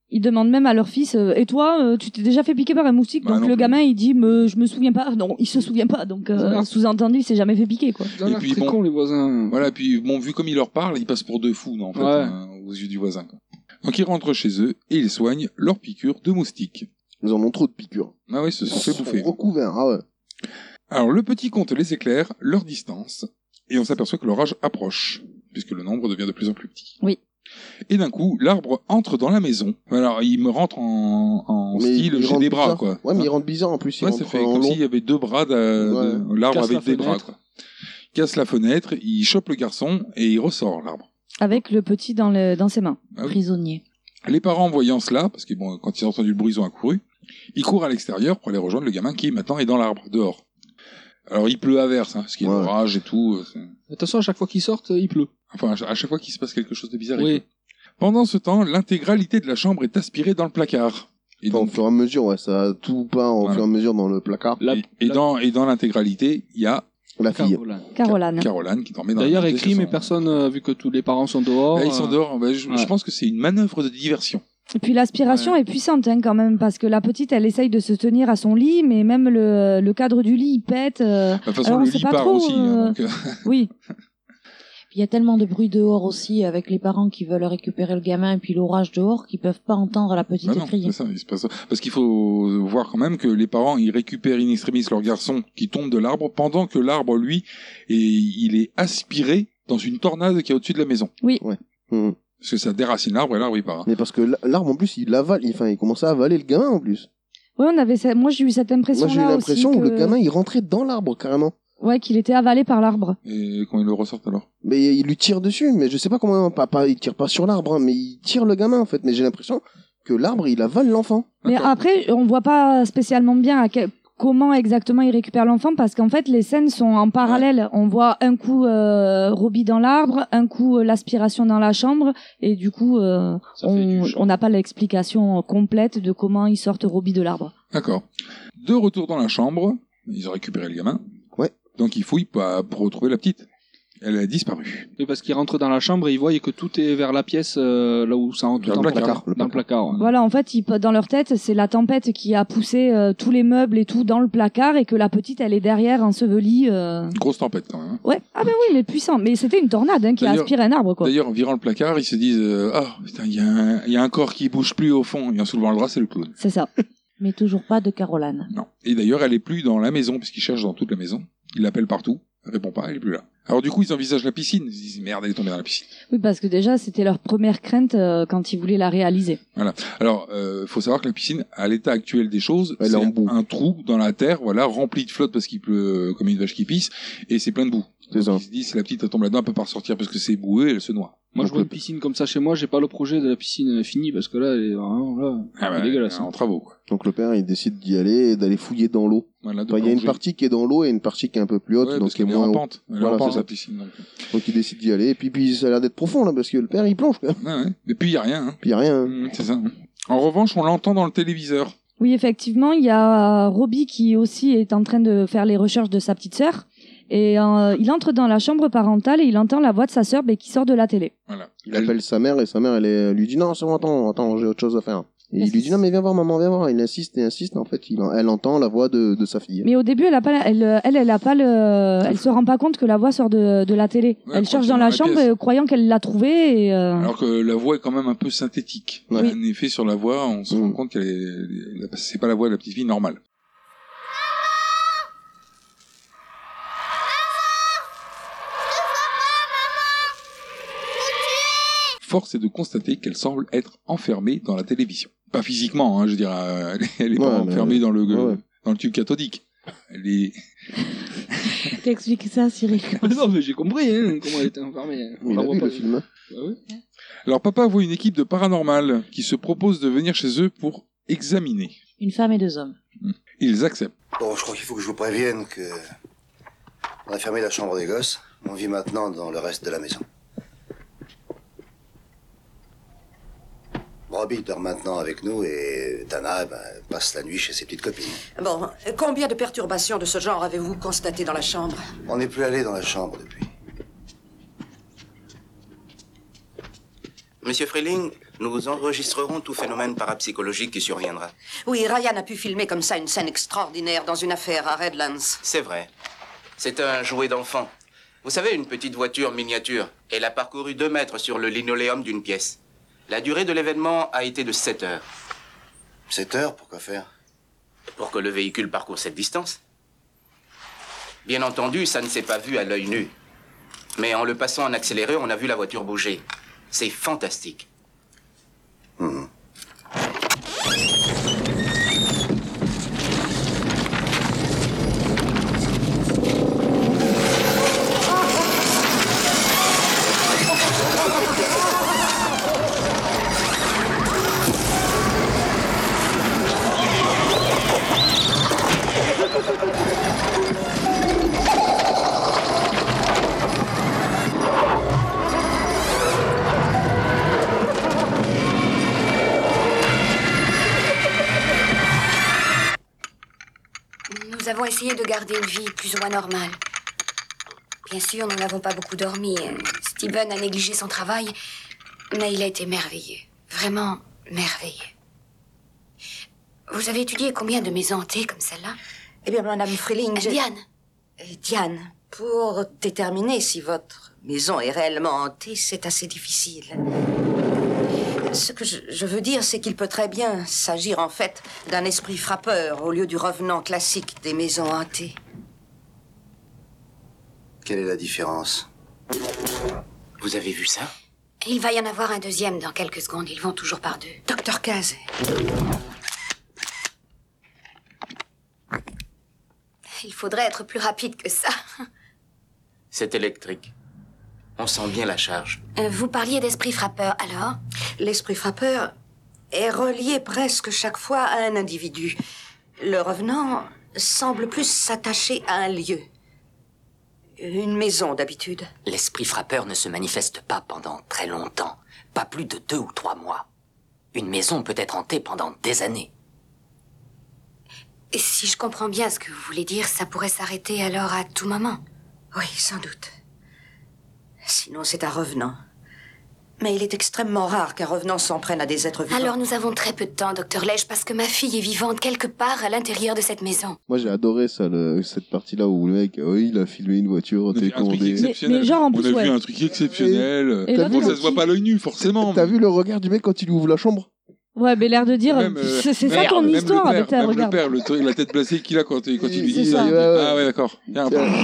Ils demandent même à leur fils euh, et toi euh, tu t'es déjà fait piquer par un moustique? Bah, Donc non le plus. gamin il dit me, je me souviens pas. Non, il se souvient pas. Donc euh, Ça va. sous-entendu il s'est jamais fait piquer quoi. Ils ont Et l'air puis, très bon. cons, les voisins. Voilà, puis bon, vu comme il leur parle, ils passent pour deux fous, non, en fait, Ouais. hein, aux yeux du voisin. Quoi. Donc ils rentrent chez eux et ils soignent leur piqûre de moustiques. Ils en ont trop de piqûres. Ah oui, ils se sont fait Ils bouffer. sont recouverts, ah ouais. Alors le petit comte les éclaire, leur distance, et on s'aperçoit que l'orage approche, puisque le nombre devient de plus en plus petit. Oui. Et d'un coup, l'arbre entre dans la maison. Alors il me rentre en, en Mais style il j'ai rentre des bras, bizarre. quoi. Ouais, mais il rentre bizarre en plus. Il Ouais, rentre ça fait en comme long. s'il y avait deux bras, de, Ouais. de- l'arbre Casse avec la des bras. fenêtre. Quoi. Casse la fenêtre, il chope le garçon et il ressort l'arbre. Avec le petit dans le dans ses mains. Ah oui. Prisonnier. Les parents voyant cela, parce que bon, quand ils ont entendu le bruit, ils ont accouru, ils courent à l'extérieur pour aller rejoindre le gamin qui maintenant est dans l'arbre, dehors. Alors il pleut à verse, hein, parce qu'il y a Ouais. l'orage et tout. euh, c'est- De toute façon, à chaque fois qu'ils sortent, il pleut. Enfin, à ch- à chaque fois qu'il se passe quelque chose de bizarre. il Oui. pleut. Pendant ce temps, l'intégralité de la chambre est aspirée dans le placard. Et, Enfin, donc, au fur et à mesure, ouais, ça tout peint au Voilà. fur et à mesure dans le placard. La- et, et la- dans, et dans l'intégralité, il y a La fille. Caroline. Caroline. Caroline qui dormait dans D'ailleurs, la elle crie, mais personne, euh, vu que tous les parents sont dehors. Là, ils sont euh, dehors. Bah, je, ouais. je pense que c'est une manœuvre de diversion. Et puis l'aspiration Ouais. est puissante hein, quand même parce que la petite elle essaye de se tenir à son lit mais même le, le cadre du lit il pète. euh, De toute façon, Alors, on le sait lit pas part trop, aussi. hein, euh, donc, euh, Oui. Il y a tellement de bruit dehors aussi avec les parents qui veulent récupérer le gamin et puis l'orage dehors qu'ils peuvent pas entendre la petite bah non, crier. c'est ça, il se passe ça. Parce qu'il faut voir quand même que les parents, ils récupèrent in extremis leur garçon qui tombe de l'arbre pendant que l'arbre, lui, est, il est aspiré dans une tornade qui est au-dessus de la maison. Mmh. Parce que ça déracine l'arbre et l'arbre, il part. hein. Mais parce que l- l'arbre en plus, il avale, il- enfin, il commençait à avaler le gamin en plus. Ouais, on avait ça- moi j'ai eu cette impression Moi, j'ai eu là l'impression aussi où que... le gamin, il rentrait dans l'arbre carrément. Ouais, qu'il était avalé par l'arbre. Et quand ils le ressortent alors Mais il lui tire dessus, mais je sais pas comment, pas, pas, il tire pas sur l'arbre, hein, mais il tire le gamin en fait. Mais j'ai l'impression que l'arbre, il avale l'enfant. Mais D'accord. après, on voit pas spécialement bien à quel- comment exactement il récupère l'enfant parce qu'en fait les scènes sont en parallèle. On voit un coup euh, Robbie dans l'arbre, un coup euh, l'aspiration dans la chambre et du coup euh, Ça fait on du champ. on n'a pas l'explication complète de comment ils sortent Robbie de l'arbre. D'accord. De retour dans la chambre, ils ont récupéré le gamin. Ouais. Donc ils fouillent pour, pour retrouver la petite. Elle a disparu. Oui, parce qu'ils rentrent dans la chambre et ils voient que tout est vers la pièce, euh, là où ça rentre Dans tout le en placard, placard. Dans le placard. ouais. Voilà, en fait, ils, dans leur tête, c'est la tempête qui a poussé euh, tous les meubles et tout dans le placard et que la petite, elle est derrière ensevelie. euh. Grosse tempête quand même. hein. Ouais, ah ben oui, mais puissant. Mais c'était une tornade hein, qui a D'ailleurs- aspiré un arbre, quoi. D'ailleurs, en virant le placard, ils se disent euh, ah putain, il y, a un- il y a un corps qui bouge plus au fond. Et en soulevant le bras, c'est le clown. C'est ça. Mais toujours pas de Caroline. Non. Et d'ailleurs, elle est plus dans la maison puisqu'ils cherchent dans toute la maison. Ils l'appellent partout. Elle répond pas, elle est plus là. Alors du coup, ils envisagent la piscine. Ils se disent merde, elle est tombée dans la piscine. Oui, parce que déjà, c'était leur première crainte euh, quand ils voulaient la réaliser. Alors, euh, faut savoir que la piscine, à l'état actuel des choses, Elle est c'est en boue. un trou dans la terre, voilà, rempli de flotte parce qu'il pleut euh, comme une vache qui pisse, et c'est plein de boue. C'est ça. Donc, ils se disent, si la petite elle tombe là-dedans, elle peut pas ressortir parce que c'est boueux, elle se noie. Moi, je Donc, vois le- une piscine comme ça chez moi, j'ai pas le projet de la piscine finie parce que là, elle est vraiment là. Ah c'est bah, dégueulasse. en travaux, quoi. Donc le père, il décide d'y aller et d'aller fouiller dans l'eau. Voilà, de Enfin, il y a une plonger. partie qui est dans l'eau et une partie qui est un peu plus haute, Ouais, donc parce qui est qu'elle est moins en haut. pente. Elle est Voilà, en pente, c'est ça. la piscine. Donc, Donc il décide d'y aller et puis, puis ça a l'air d'être profond là parce que le père, il plonge. Quoi. ouais, ouais. Et puis, il y a rien, hein. Puis il y a rien. hein. Mmh, c'est ça. En revanche, on l'entend dans le téléviseur. Oui, effectivement, il y a Robbie qui aussi est en train de faire les recherches de sa petite sœur. Et euh, il entre dans la chambre parentale et il entend la voix de sa sœur mais qui sort de la télé. Voilà. Il appelle sa mère et sa mère, elle, est- elle lui dit non, c'est bon, attends, attends, j'ai autre chose à faire. Et Parce il lui que dit non, mais viens voir maman, viens voir. Il insiste et insiste. En fait, il en- elle entend la voix de, de sa fille. Mais au début, elle a pas, la- elle, elle, elle a pas le, elle se rend pas compte que la voix sort de, de la télé. Ouais, elle cherche croit dans qu'il est la dans la chambre, pièce. euh, croyant qu'elle l'a trouvé. Et, euh, Alors que la voix est quand même un peu synthétique. Ouais. Il y a un effet sur la voix, on se Mmh. rend compte qu'elle est, c'est pas la voix de la petite fille normale. Force est de constater qu'elle semble être enfermée dans la télévision. Pas physiquement, hein, je veux dire, euh, elle est, elle est pas Ouais, mais- enfermée dans le, ouais. dans le tube cathodique. Elle est, T'expliques ça, Cyril. non, mais j'ai compris hein, comment elle était enfermée. On Il la a voit vu pas. le film. hein. Bah oui. Alors papa voit une équipe de paranormal qui se propose de venir chez eux pour examiner. Une femme et deux hommes. Ils acceptent. Bon, je crois qu'il faut que je vous prévienne que... On a fermé la chambre des gosses. On vit maintenant dans le reste de la maison. Robbie dort maintenant avec nous et Dana ben, passe la nuit chez ses petites copines. Bon, combien de perturbations de ce genre avez-vous constatées dans la chambre? On n'est plus allé dans la chambre depuis. Monsieur Freeling, nous enregistrerons tout phénomène parapsychologique qui surviendra. Oui, Ryan a pu filmer comme ça une scène extraordinaire dans une affaire à Redlands. C'est vrai. C'est un jouet d'enfant. Vous savez, une petite voiture miniature. Elle a parcouru deux mètres sur le linoléum d'une pièce. La durée de l'événement a été de sept heures. sept heures, pourquoi faire? Pour que le véhicule parcourt cette distance. Bien entendu, ça ne s'est pas vu à l'œil nu. Mais en le passant en accéléré, on a vu la voiture bouger. C'est fantastique. Mmh. Nous avons essayé de garder une vie plus ou moins normale. Bien sûr, nous n'avons pas beaucoup dormi. Steven a négligé son travail, mais il a été merveilleux. Vraiment merveilleux. Vous avez étudié combien de maisons hantées comme celle-là? Eh bien, Madame Freeling, j'ai... Diane. Euh, Diane, pour déterminer si votre maison est réellement hantée, c'est assez difficile. Ce que je, je veux dire, c'est qu'il peut très bien s'agir en fait d'un esprit frappeur au lieu du revenant classique des maisons hantées. Quelle est la différence? Vous avez vu ça? Il va y en avoir un deuxième dans quelques secondes. Ils vont toujours par deux. Docteur Cazet. Il faudrait être plus rapide que ça. C'est électrique. On sent bien la charge. Euh, Vous parliez d'esprit frappeur, alors? L'esprit frappeur est relié presque chaque fois à un individu. Le revenant semble plus s'attacher à un lieu. Une maison, d'habitude. L'esprit frappeur ne se manifeste pas pendant très longtemps. Pas plus de deux ou trois mois. Une maison peut être hantée pendant des années. Et si je comprends bien ce que vous voulez dire, ça pourrait s'arrêter alors à tout moment? Oui, sans doute. Sinon, c'est un revenant. Mais il est extrêmement rare qu'un revenant s'en prenne à des êtres vivants. Alors nous avons très peu de temps, docteur Lège, parce que ma fille est vivante quelque part à l'intérieur de cette maison. Moi j'ai adoré ça, le- cette partie-là où le mec, oui, il a filmé une voiture télécommandée. Exceptionnel. mais genre, en on plus, a ouais. vu un truc exceptionnel. Et l'autre, Bon, ça il- se voit pas à l'œil nu, forcément. T'as vu le regard du mec quand il ouvre la chambre? Ouais, mais l'air de dire, Même, euh, c'est c'est ça même- ton même histoire le père, avec ta même regarde. le père, le truc, la tête placée qu'il a quand, quand il lui C'est dit ça. ça. Ouais, ouais. Ah ouais, d'accord. Il y a un point.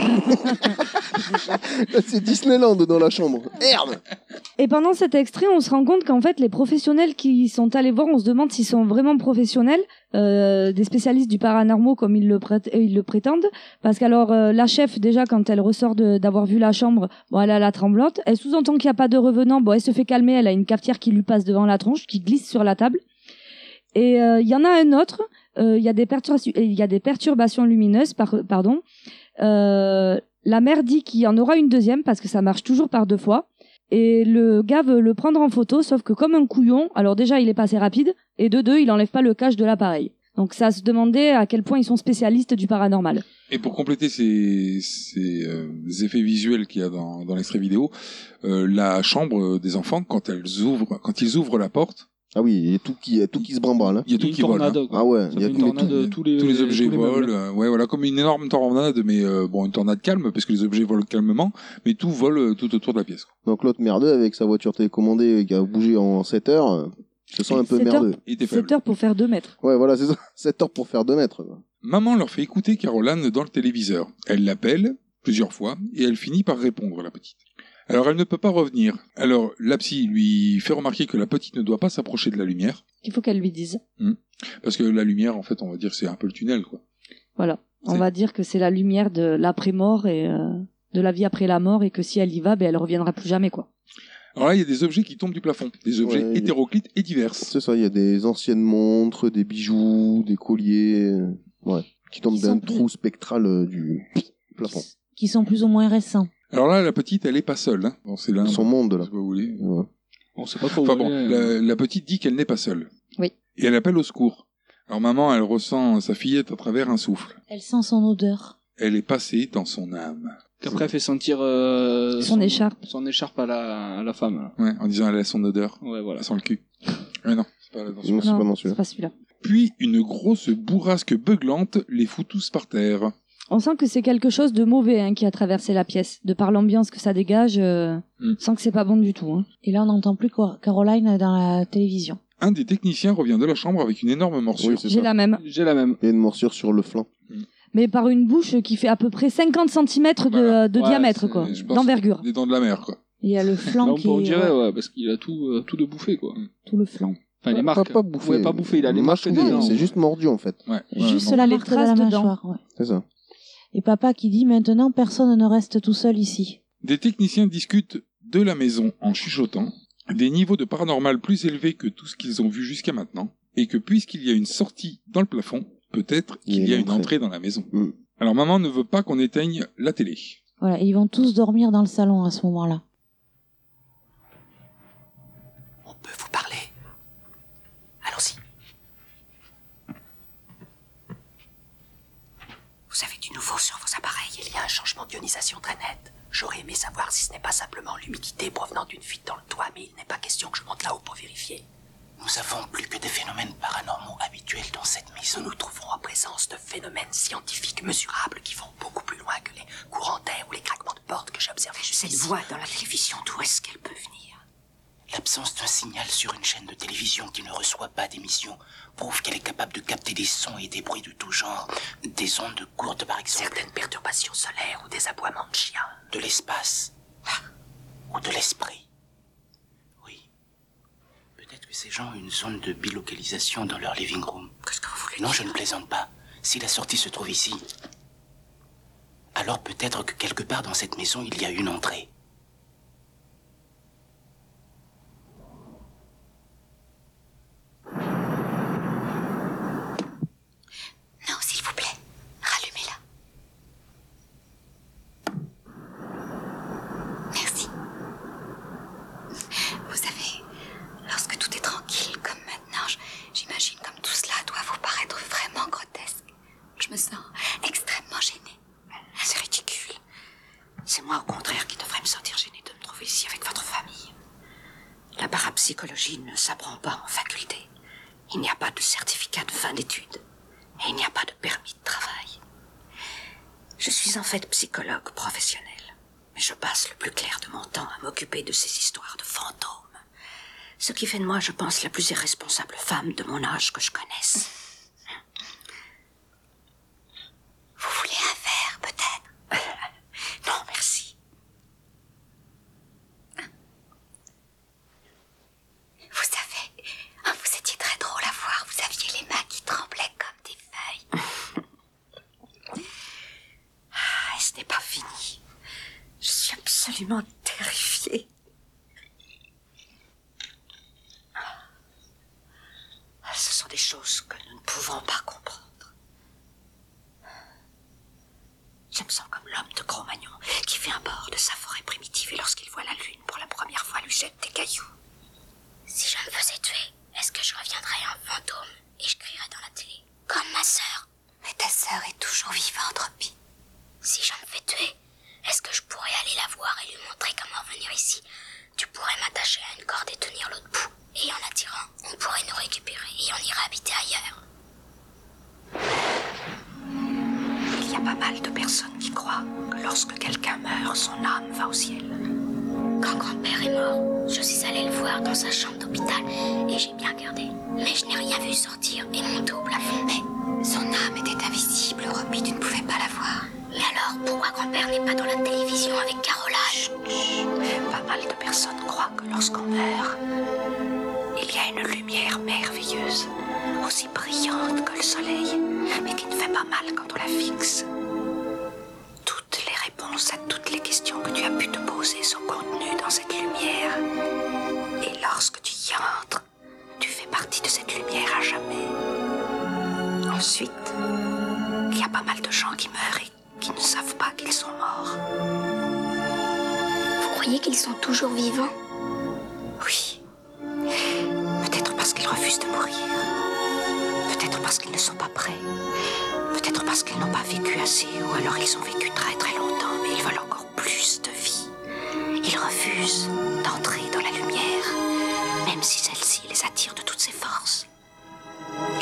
C'est Disneyland dans la chambre. Merde. Et pendant cet extrait, on se rend compte qu'en fait, les professionnels qui sont allés voir, on se demande s'ils sont vraiment professionnels, euh, des spécialistes du paranormal comme ils le, prét- ils le prétendent. Parce qu'alors, euh, la chef, déjà, quand elle ressort de- d'avoir vu la chambre, bon, elle a la tremblote. Elle sous-entend qu'il n'y a pas de revenant. Bon, elle se fait calmer. Elle a une cafetière qui lui passe devant la tronche, qui glisse sur la table. Et il euh, y en a un autre. Il y a des perturbations, il y a des perturbations lumineuses, par, pardon. Euh, la mère dit qu'il y en aura une deuxième parce que ça marche toujours par deux fois. Et le gars veut le prendre en photo, sauf que comme un couillon, alors déjà il est passé rapide, et de deux, il enlève pas le cache de l'appareil. Donc ça se demandait à quel point ils sont spécialistes du paranormal. Et pour compléter ces, ces euh, effets visuels qu'il y a dans, dans l'extrait vidéo, euh, la chambre des enfants, quand elles ouvrent, quand ils ouvrent la porte, ah oui, il y a tout qui, tout qui se bramballe. Hein. il y a tout Une qui vole. tornade, Hein. quoi. Ah ouais, Ça il y a fait une tout, tornade, tout- tous les, Tous les objets tous les meubles. volent, euh, ouais voilà, comme une énorme tornade, mais euh, bon une tornade calme parce que les objets volent calmement, mais tout vole euh, tout autour de la pièce. Quoi. Donc l'autre merdeux avec sa voiture télécommandée qui a bougé en sept heures, euh, se sent un peu sept heures, merdeux. Il était faible. sept heures pour faire deux mètres. Ouais, voilà, c'est ça. sept heures pour faire deux mètres. Quoi. Maman leur fait écouter Caroline dans le téléviseur. Elle l'appelle plusieurs fois et elle finit par répondre, la petite. Alors elle ne peut pas revenir. Alors la psy lui fait remarquer que la petite ne doit pas s'approcher de la lumière. Il faut qu'elle lui dise. Hmm. Parce que la lumière, en fait, on va dire c'est un peu le tunnel, quoi. Voilà. On C'est- va dire que c'est la lumière de l'après-mort et euh, de la vie après la mort et que si elle y va, ben elle reviendra plus jamais, quoi. Alors là, il y a des objets qui tombent du plafond, des objets Ouais, hétéroclites et divers. C'est ça, il y a des anciennes montres, des bijoux, des colliers, euh, ouais, qui tombent Qui d'un sont trou spectral euh, du plafond. Qui sont plus ou moins récents. Alors là, la petite, elle est pas seule. Hein. Bon, c'est là. Son monde, là. Si vous voulez. Ouais. On sait pas trop Enfin où bon, elle est. la, la petite dit qu'elle n'est pas seule. Oui. Et elle appelle au secours. Alors maman, elle ressent sa fillette à travers un souffle. Elle sent son odeur. Elle est passée dans son âme. Qu'après, elle fait sentir euh, Son écharpe. son écharpe à la, à la femme. Là. Ouais, en disant elle a son odeur. Ouais, voilà. Elle sent le cul. Mais non, c'est pas, dans Non, c'est pas dans celui-là. C'est pas celui-là. Puis une grosse bourrasque beuglante les fout tous par terre. On sent que c'est quelque chose de mauvais hein, qui a traversé la pièce. De par l'ambiance que ça dégage, euh, Mm. on sent que c'est pas bon du tout. Hein. Et là, on n'entend plus Cor- Caroline dans la télévision. Un des techniciens revient de la chambre avec une énorme morsure. Oui, c'est J'ai ça. la même. J'ai la même. Il y a une morsure sur le flanc. Mais par une bouche qui fait à peu près cinquante centimètres de, Voilà. de Ouais, diamètre, c'est- quoi. Je pense D'envergure. Des dents de la mer, quoi. Il y a le Là, flanc on, qui peut- on est... dirait, ouais, ouais, parce qu'il a tout, euh, tout de bouffé, quoi. tout le flanc. Enfin, les Pas- marques. Pas, pas bouffé. Ouais, pas bouffé, il a les marques Mâche- des dents. C'est juste mordu, en fait. Ouais. Juste ouais, la Les lettre de traces la de dents. mâchoire. Ouais. C'est ça. Et papa qui dit maintenant personne ne reste tout seul ici. Des techniciens discutent de la maison en chuchotant, des niveaux de paranormal plus élevés que tout ce qu'ils ont vu jusqu'à maintenant, et que puisqu'il y a une sortie dans le plafond, peut-être qu'il y a une entrée dans la maison. Mm. Alors maman ne veut pas qu'on éteigne la télé. Voilà, et ils vont tous dormir dans le salon à ce moment-là. On peut vous parler. Allons-y. Vous avez du nouveau sur vos appareils. Il y a un changement d'ionisation très net. J'aurais aimé savoir si ce n'est pas simplement l'humidité provenant d'une fuite dans le toit, mais il n'est pas question que je monte là-haut pour vérifier. Nous avons plus que des phénomènes paranormaux habituels dans cette maison. Nous nous trouverons en présence de phénomènes scientifiques mesurables qui vont beaucoup plus loin que les courants d'air ou les craquements de portes que j'ai observés Cette jusqu'ici. voix dans la télévision, d'où est-ce qu'elle peut venir? L'absence d'un signal sur une chaîne de télévision qui ne reçoit pas d'émission prouve qu'elle est capable de capter des sons et des bruits de tout genre. Des ondes courtes, par exemple. Certaines perturbations solaires ou des aboiements de chiens. De l'espace. Ou de l'esprit. Oui. Peut-être que ces gens ont une zone de bilocalisation dans leur living room. Qu'est-ce que vous voulez Non, dire? je ne plaisante pas. Si la sortie se trouve ici, alors peut-être que quelque part dans cette maison, il y a une entrée. Non, s'il vous plaît, rallumez-la. Merci. Vous savez, lorsque tout est tranquille comme maintenant, je- j'imagine comme tout cela doit vous paraître vraiment grotesque. Je me sens extrêmement gênée. C'est ridicule. C'est moi, au contraire, qui devrais me sentir gênée de me trouver ici avec votre famille. La parapsychologie ne s'apprend pas en faculté. Il n'y a pas de certificat de fin d'études. Et il n'y a pas de permis de travail. Je suis en fait psychologue professionnel. Mais je passe le plus clair de mon temps à m'occuper de ces histoires de fantômes. Ce qui fait de moi, je pense, la plus irresponsable femme de mon âge que je connaisse. Vous voulez un verre, peut-être? Non, merci. Vous savez, oh, vous étiez très drôle à voir. Vous aviez les mains qui tremblaient comme des feuilles. Ah, et ce n'est pas fini. Je suis absolument terrifiée. Ah, ce sont des choses que nous ne pouvons pas comprendre. Je me sens comme l'homme de Cro-Magnon qui fait un bord de sa forêt primitive et lorsqu'il voit la lune pour la première fois lui jette des cailloux. Si je me faisais tuer, est-ce que je reviendrais en fantôme et je crierais dans la télé? Comme ma sœur. Mais ta sœur est toujours vivante, Robbie. Si je me fais tuer, est-ce que je pourrais aller la voir et lui montrer comment venir ici? Tu pourrais m'attacher à une corde et tenir l'autre bout. Et en attirant, on pourrait nous récupérer et on irait habiter ailleurs. Il y a pas mal de personnes qui croient que lorsque quelqu'un meurt, son âme va au ciel. Quand grand-père est mort, je suis allée le voir dans sa chambre d'hôpital et j'ai bien regardé. Mais je n'ai rien vu sortir et mon double a fait. Mais son âme était invisible, Robbie, tu ne pouvais pas la voir. Mais alors, pourquoi grand-père n'est pas dans la télévision avec Caroline? Pas mal de personnes croient que lorsqu'on meurt, il y a une lumière merveilleuse, aussi brillante que le soleil, mais qui ne fait pas mal quand on la fixe. Toutes les réponses à toutes les questions que tu as pu te poser sont contenues dans cette lumière. Et lorsque tu y entres, tu fais partie de cette lumière à jamais. Ensuite, il y a pas mal de gens qui meurent et qui ne savent pas qu'ils sont morts. Vous croyez qu'ils sont toujours vivants? Oui. Peut-être parce qu'ils refusent de mourir. Peut-être parce qu'ils ne sont pas prêts. Peut-être parce qu'ils n'ont pas vécu assez ou alors ils ont vécu très très longtemps mais ils veulent encore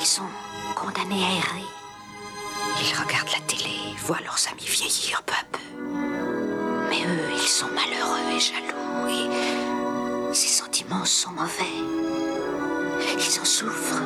sont condamnés à errer. Ils regardent la télé, voient leurs amis vieillir peu à peu. Mais eux, ils sont malheureux et jaloux, et ces sentiments sont mauvais. Ils en souffrent.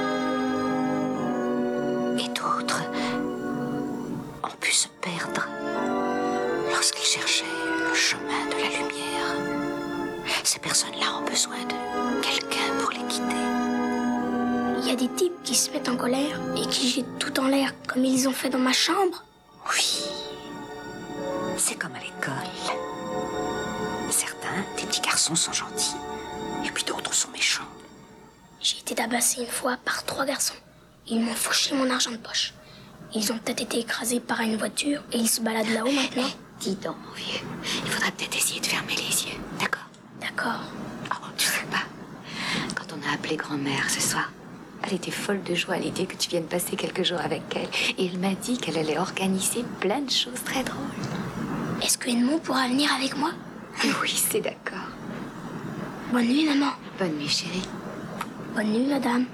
Et d'autres ont pu se perdre lorsqu'ils cherchaient le chemin de la lumière. Ces personnes-là ont besoin de quelqu'un pour les guider. Il y a des types qui se mettent en colère et qui jettent tout en l'air, comme ils ont fait dans ma chambre. Oui, c'est comme à l'école. Certains, des petits garçons, sont gentils, et puis d'autres sont méchants. J'ai été tabassé une fois par trois garçons. Ils m'ont fauché mon argent de poche. Ils ont peut-être été écrasés par une voiture et ils se baladent là-haut maintenant. Dis donc, mon vieux, il faudra peut-être essayer de fermer les yeux, d'accord? D'accord. Oh, tu sais pas, quand on a appelé grand-mère ce soir, elle était folle de joie à l'idée que tu viennes passer quelques jours avec elle. Et elle m'a dit qu'elle allait organiser plein de choses très drôles. Est-ce que Edmond pourra venir avec moi? Oui, c'est d'accord. Bonne nuit, maman. Bonne nuit, chérie. Bonne nuit, madame.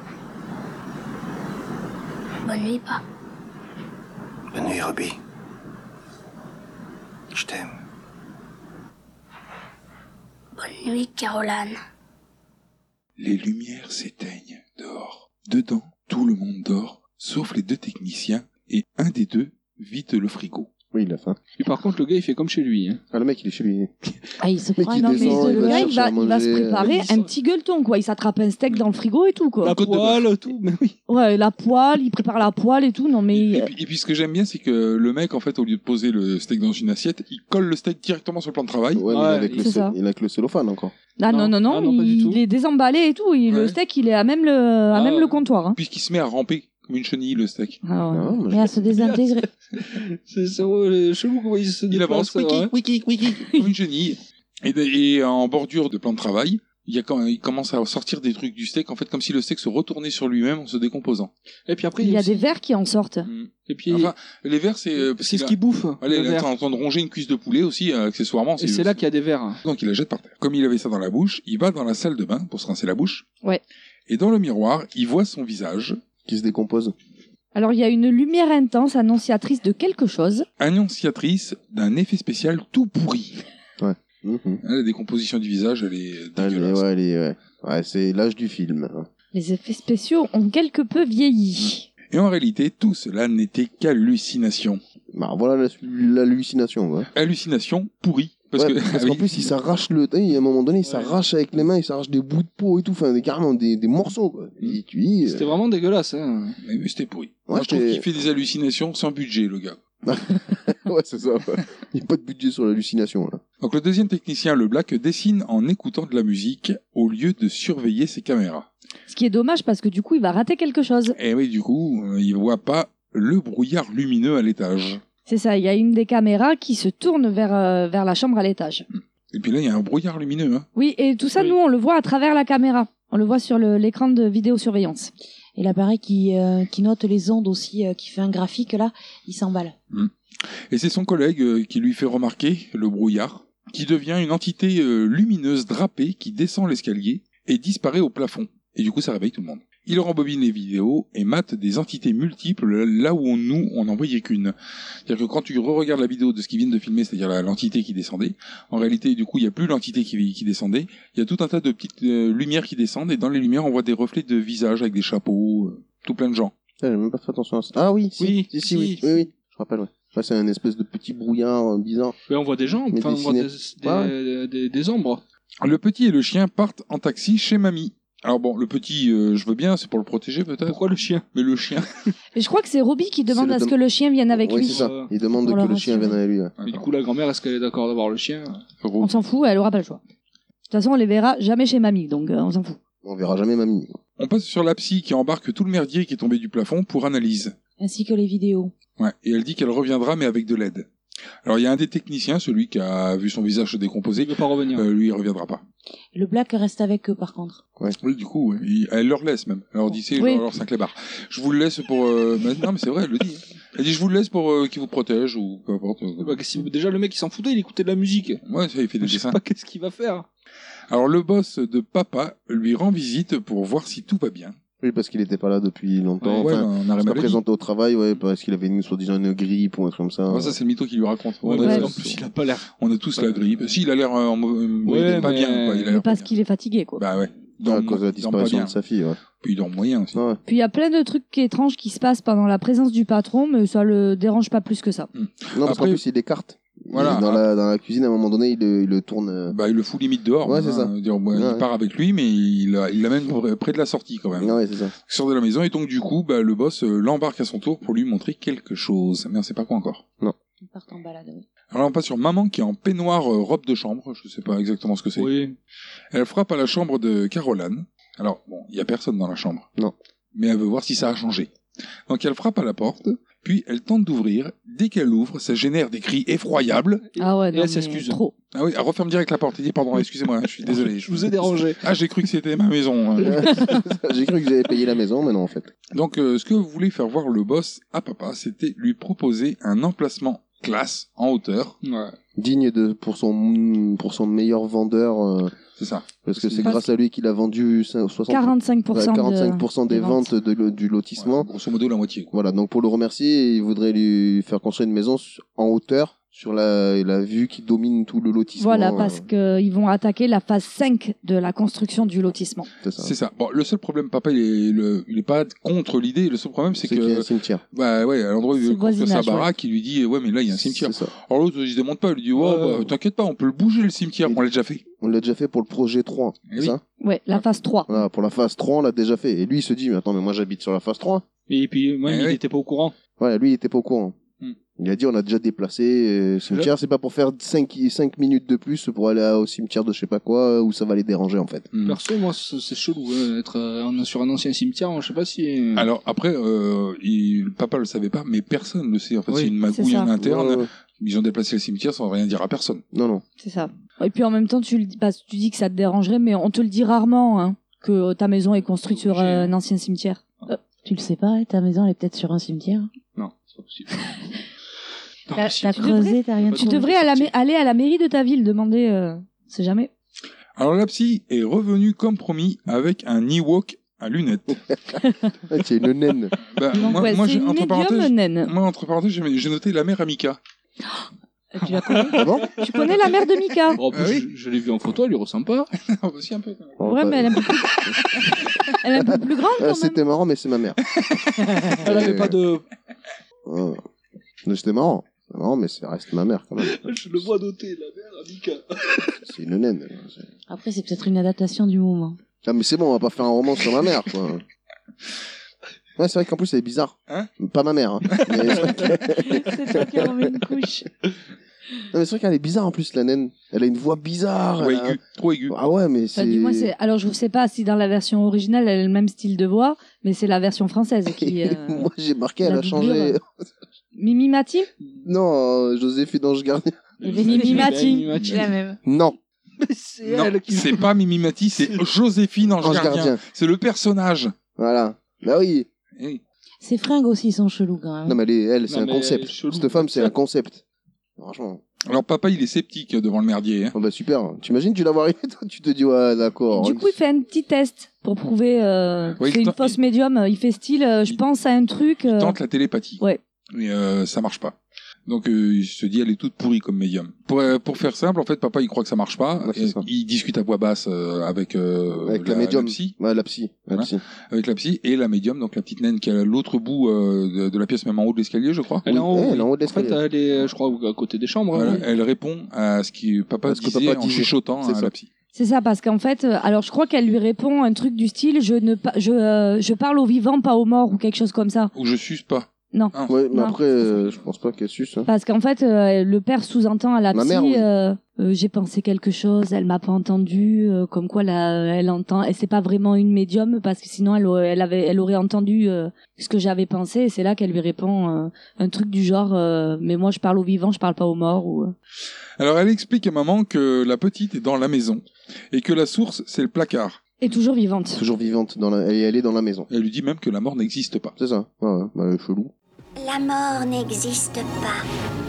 Bonne nuit, pas. Bonne nuit, Robbie. Je t'aime. Bonne nuit, Caroline. Les lumières s'éteignent dehors. Dedans, tout le monde dort, sauf les deux techniciens, et un des deux vide le frigo. Oui, il a faim. Et par contre, le gars, il fait comme chez lui. Hein. Ah, le mec, il est chez lui. Ah, il se Le mec, prend il non, mais descend, le il va gars, il chercher va, à il va se manger. préparer Il un sort. petit gueuleton, quoi. Il s'attrape un steak dans le frigo et tout, quoi. La poêle, tout, mais oui. Ouais, la poêle, il prépare la poêle et tout. Non, mais. Et puis, et puis ce que j'aime bien, c'est que le mec, en fait, au lieu de poser le steak dans une assiette, il colle le steak directement sur le plan de travail. Ouais, mais Ouais, avec, le c'est cell- ça. il a que le cellophane encore. Ah non, non, non, Ah non, pas du il, tout. il est désemballé et tout. Il- Le Ouais. steak, il est à même le, à Ah même ouais. le comptoir. Hein. Puisqu'il se met à ramper comme une chenille, le steak. Ah ouais. Non, mais Et à se désintégrer. C'est c'est ouais, chelou comment il se Il déplace. avance, wiki, ouais. wiki, wiki, comme une chenille. Et, de- et en bordure de plan de travail, il, y a quand, il commence à sortir des trucs du steak, en fait, comme si le steak se retournait sur lui-même en se décomposant. Et puis après, Il y a aussi- des vers qui en sortent. Et puis, Enfin, les vers, c'est... euh, parce c'est qu'il ce a- qu'il bouffe. Allez, le il est verre. en train de ronger une cuisse de poulet aussi, euh, accessoirement. Et c'est là qu'il y a des verres. Donc il la jette par terre. Comme il avait ça dans la bouche, il va dans la salle de bain pour se rincer la bouche. Ouais. Et dans le miroir, il voit son visage, Qui se décompose. Alors, il y a une lumière intense annonciatrice de quelque chose. annonciatrice d'un effet spécial tout pourri. Ouais. Mhm. La décomposition du visage, elle est Elle est- dégueulasse. ouais, elle est- ouais. Ouais, c'est l'âge du film. hein. Les effets spéciaux ont quelque peu vieilli. Et en réalité, tout cela n'était qu'hallucination. Bah, voilà la- l'hallucination. Ouais. Hallucination pourrie. Parce Ouais, que parce qu'en oui. plus, il s'arrache le. Il y a un moment donné, il s'arrache avec les mains, il s'arrache des bouts de peau et tout, enfin, des, carrément des, des morceaux, quoi. Et tu dis. C'était vraiment dégueulasse. Hein. Mais, mais c'était pourri. Ouais, Moi, je trouve c'était- qu'il fait des hallucinations sans budget, le gars. ouais, c'est ça. Ouais. Il n'y a pas de budget sur l'hallucination, là. Donc le deuxième technicien, le Black, dessine en écoutant de la musique au lieu de surveiller ses caméras. Ce qui est dommage parce que du coup, il va rater quelque chose. Et oui, du coup, euh, il voit pas le brouillard lumineux à l'étage. C'est ça, il y a une des caméras qui se tourne vers, euh, vers la chambre à l'étage. Et puis là, il y a un brouillard lumineux. Hein. Oui, et tout ça, Oui. nous, on le voit à travers la caméra. On le voit sur le- l'écran de vidéosurveillance. Et l'appareil qui, euh, qui note les ondes aussi, euh, qui fait un graphique là, il s'emballe. Et c'est son collègue euh, qui lui fait remarquer le brouillard, qui devient une entité euh, lumineuse drapée qui descend l'escalier et disparaît au plafond. Et du coup, ça réveille tout le monde. Il rembobine les vidéos et mate des entités multiples là où on, nous, on n'en voyait qu'une. C'est-à-dire que quand tu re-regardes la vidéo de ce qu'ils viennent de filmer, c'est-à-dire la- l'entité qui descendait, en réalité, du coup, il n'y a plus l'entité qui, qui descendait, il y a tout un tas de petites euh, lumières qui descendent, et dans les lumières, on voit des reflets de visages avec des chapeaux, euh, tout plein de gens. Ah, j'ai même pas fait attention à ça. Ah oui, si, Oui, si, si, si. oui, oui, oui, je rappelle, ouais. Ouais, c'est un espèce de petit brouillard euh, bizarre. Mais on voit des gens, Mais enfin, on voit des, dessiné. des, Ouais. des, des ombres. Le petit et le chien partent en taxi chez mamie. Alors bon, le petit, euh, je veux bien, c'est pour le protéger peut-être. Pourquoi le chien? Mais le chien... Et je crois que c'est Robbie qui demande le à ce dem- que le chien vienne avec oui, lui. c'est ça. Il demande Pour que le le chien rassurer. vienne avec lui. Ouais. Et du coup, la grand-mère, est-ce qu'elle est d'accord d'avoir le chien? On s'en fout, elle aura pas le choix. De toute façon, on les verra jamais chez mamie, donc euh, on s'en fout. On verra jamais mamie. On passe sur la psy qui embarque tout le merdier qui est tombé du plafond pour analyse. Ainsi que les vidéos. Ouais, et elle dit qu'elle reviendra mais avec de l'aide. Alors il y a un des techniciens, celui qui a vu son visage se décomposer, Il veut pas revenir. euh, lui il reviendra pas. Le Black reste avec eux par contre. Oui, du coup, ouais, il- elle leur laisse même. Elle leur dit, c'est Oui. leur cinq les barres. Je vous le laisse pour... Euh... mais non mais c'est vrai, elle le dit. Elle dit, je vous le laisse pour euh, qu'il vous protège ou peu importe. Bah, qu'est-ce qu'il- déjà, le mec, il s'en foutait, il écoutait de la musique. Ouais, ça, il fait des Je sais dessins. pas qu'est-ce qu'il va faire. Alors le boss de papa lui rend visite pour voir si tout va bien. Oui, parce qu'il était pas là depuis longtemps. Ouais, enfin, ouais, un arrêt il s'est maladie. présenté au travail, ouais, parce qu'il avait une, soi-disant une grippe ou un truc comme ça. Ouais, ça, c'est le mytho qui lui raconte. Ouais, On a- mais en plus, il a pas l'air. On a tous la grippe. Si, il a l'air euh, en mauvais- Ouais, il est pas mais- bien, quoi. Il a Mais l'air parce qu'il est fatigué, quoi. Bah ouais. à Dort- cause de la dort pas disparition bien. de sa fille, ouais. Puis il dort moyen aussi. Ouais. Puis il y a plein de trucs étranges qui se passent pendant la présence du patron, mais ça le dérange pas plus que ça. Non, parce qu'en Après- plus, il écarte. Voilà. Il- Dans la, dans la cuisine, à un moment donné, il le, il le tourne. euh, Bah, il le fout limite dehors. Ouais, hein. c'est ça. Dire, ouais, Ouais, il ouais. part avec lui, mais il a- il l'amène près- près de la sortie quand même. Ouais, c'est ça. Sort de la maison et donc du coup, bah, le boss euh, l'embarque à son tour pour lui montrer quelque chose. Mais on sait pas quoi encore. Non. Ils partent en balade, oui. Alors on passe sur maman qui est en peignoir euh, robe de chambre. Je sais pas exactement ce que c'est. Oui. Elle frappe à la chambre de Caroline. Alors bon, il y a personne dans la chambre. Non. Mais elle veut voir si ça a changé. Donc elle frappe à la porte, puis elle tente d'ouvrir. Dès qu'elle ouvre, ça génère des cris effroyables. Ah ouais, Et non, elle mais s'excuse. trop. Ah oui, elle referme direct la porte. Elle dit pardon, excusez-moi, je suis désolé. Je vous ai dérangé. Ah, j'ai cru que c'était ma maison. J'ai cru que j'avais payé la maison, mais non, en fait. Donc, euh, ce que vous voulez faire voir le boss à papa, c'était lui proposer un emplacement classe en hauteur. Ouais. Digne de, pour son, pour son meilleur vendeur. euh, C'est ça. Parce que c'est Parce- grâce à lui qu'il a vendu cin- soixante quarante-cinq pour cent, ouais, quarante-cinq pour cent de- des des ventes de le- du lotissement. Ouais, grosso modo, la moitié. Quoi. Voilà, donc pour le remercier, il voudrait lui faire construire une maison su- en hauteur sur la, la vue qui domine tout le lotissement. Voilà, euh, parce qu'ils vont attaquer la phase cinq de la construction du lotissement. C'est ça. C'est ça. Bon, le seul problème, papa, il est, le, il est pas contre l'idée. Le seul problème, c'est C'est qu'il y a un que, cimetière. bah ouais, à l'endroit où il C'est veut le construire sa voisinage, ouais. baraque, il lui dit, ouais, mais là, il y a un cimetière. C'est ça. Alors l'autre, il se démonte pas. Il lui dit, ouais, Ouais. bah, t'inquiète pas, on peut le bouger, le cimetière. On l'a déjà fait. On l'a déjà fait pour le projet trois, Eh c'est oui. ça Ouais, la phase trois. Voilà, pour la phase trois, on l'a déjà fait. Et lui, il se dit, mais attends, mais moi j'habite sur la phase trois. Et puis, moi, Eh il oui. était pas au courant. Voilà, lui, il était pas au courant. Hmm. Il a dit, on a déjà déplacé euh, cimetière, c'est pas pour faire cinq minutes de plus pour aller à- au cimetière de je sais pas quoi, où ça va les déranger, en fait. Hmm. Perso, moi, c'est c'est chelou, hein, être euh, en- sur un ancien cimetière, je sais pas si... Alors après, euh, il, papa le savait pas, mais personne le sait. En fait, Oui. c'est une magouille C'est ça. en interne. Ouais, ouais. Ils ont déplacé le cimetière sans rien dire à personne. Non, non. C'est ça. Et puis en même temps, tu, le dis, parce que tu dis que ça te dérangerait, mais on te le dit rarement, hein, que ta maison est construite sur J'ai- euh, un ancien cimetière. Euh, Tu le sais pas, hein, ta maison elle est peut-être sur un cimetière. Non, c'est pas possible. Non, T'as si. t'as creusé, t'as rien Pas tu trouvé. devrais aller à, la, aller à la mairie de ta ville, demander, euh, c'est jamais. Alors la psy est revenue comme promis avec un Ewok à lunettes. Ah, c'est une naine. Bah, Donc moi, ouais, moi, c'est j'ai- une entre médium parenthèses, naine. moi, entre parenthèses, j'ai j'ai noté la mère Amika. Euh, Tu la connais Ah bon Tu connais la mère de Mika Oh, en plus, Ah oui. je, je l'ai vu en photo, elle lui ressemble pas. Ah, aussi un peu. quand même. Oh, Ouais, bah, mais elle est un peu plus, elle est un peu plus grande ah, quand même. c'était marrant, mais c'est ma mère. Elle avait pas de... Oh. Mais c'était marrant. C'est marrant, mais ça reste ma mère, quand même. Je le vois noter, la mère Amika. C'est une naine. C'est- Après, c'est peut-être une adaptation du moment. Ah, mais c'est bon, on va pas faire un roman sur ma mère, quoi. Ouais, c'est vrai qu'en plus, elle est bizarre. Hein Pas ma mère, hein. Mais- C'est toi qui remets une couche. Non, mais c'est vrai qu'elle est bizarre, en plus, la naine. Elle a une voix bizarre. Ouais, elle a- aigu, trop aigu. Ah ouais, mais Bah, c'est... du moins, c'est... Alors, je ne sais pas si dans la version originale, elle a le même style de voix, mais c'est la version française qui. euh, Moi, j'ai marqué, la elle a changé. doublure. Mimi Mati Non, euh, Joséphine Ange Gardien. Il y avait Mimi Mati. Mimi Mati. La même. Non. Mais c'est Non, elle qui... c'est pas Mimi Mati, c'est Joséphine Ange Ange Gardien. Gardien. C'est le personnage. Voilà. Bah oui. Eh oui. Ces fringues aussi sont cheloues quand même. Non, mais elle, est- elle c'est Non, un mais concept. elle est chelou. Cette femme, c'est un concept. Franchement. Alors papa, il est sceptique devant le merdier. Hein. Oh, bah super. T'imagines, tu la vois arriver, toi, tu te dis, ouais, d'accord. Du coup, il fait un petit test pour prouver. Euh, Oui, c'est il une tente- fausse médium. Il fait style, euh, je il- pense à un truc. euh, Tente la télépathie. Ouais. Mais euh, ça marche pas. Donc euh, il se dit elle est toute pourrie comme médium. Pour, euh, pour faire simple, en fait, papa il croit que ça marche pas. Ouais, c'est Et ça. il discute à voix basse euh, avec, euh, Avec la médium. psy, Ouais, la psy. La Voilà. psy. avec la psy et la médium, donc la petite naine qui est à l'autre bout euh, de, de la pièce, même en haut de l'escalier, je crois. Elle est en Oui, haut. elle est en haut de En fait, l'escalier. elle est, je crois, à côté des chambres. Voilà, hein. elle répond à ce que papa À ce que disait papa en disait. chuchotant C'est à ça. la psy. C'est ça, parce qu'en fait, euh, alors je crois qu'elle lui répond un truc du style, je ne, pa- je, euh, je parle aux vivants, pas aux morts ou quelque chose comme ça. Ou je suce pas. Non. Ah. Ouais, mais Non, après, euh, je pense pas qu'elle suce. Hein. Parce qu'en fait, euh, le père sous-entend à la Ma psy, mère, oui. euh, euh, j'ai pensé quelque chose, elle m'a pas entendu, euh, comme quoi là, elle entend, et c'est pas vraiment une médium parce que sinon elle, aurait- elle avait, elle aurait entendu euh, ce que j'avais pensé, et c'est là qu'elle lui répond euh, un truc du genre, euh, mais moi je parle aux vivants, je parle pas aux morts. Ou... euh. Alors elle explique à maman que la petite est dans la maison et que la source c'est le placard. Et toujours vivante. Toujours vivante. Dans la... Et elle est dans la maison. Elle lui dit même que la mort n'existe pas. C'est ça. Ouais, ouais. Bah, chelou. La mort n'existe pas.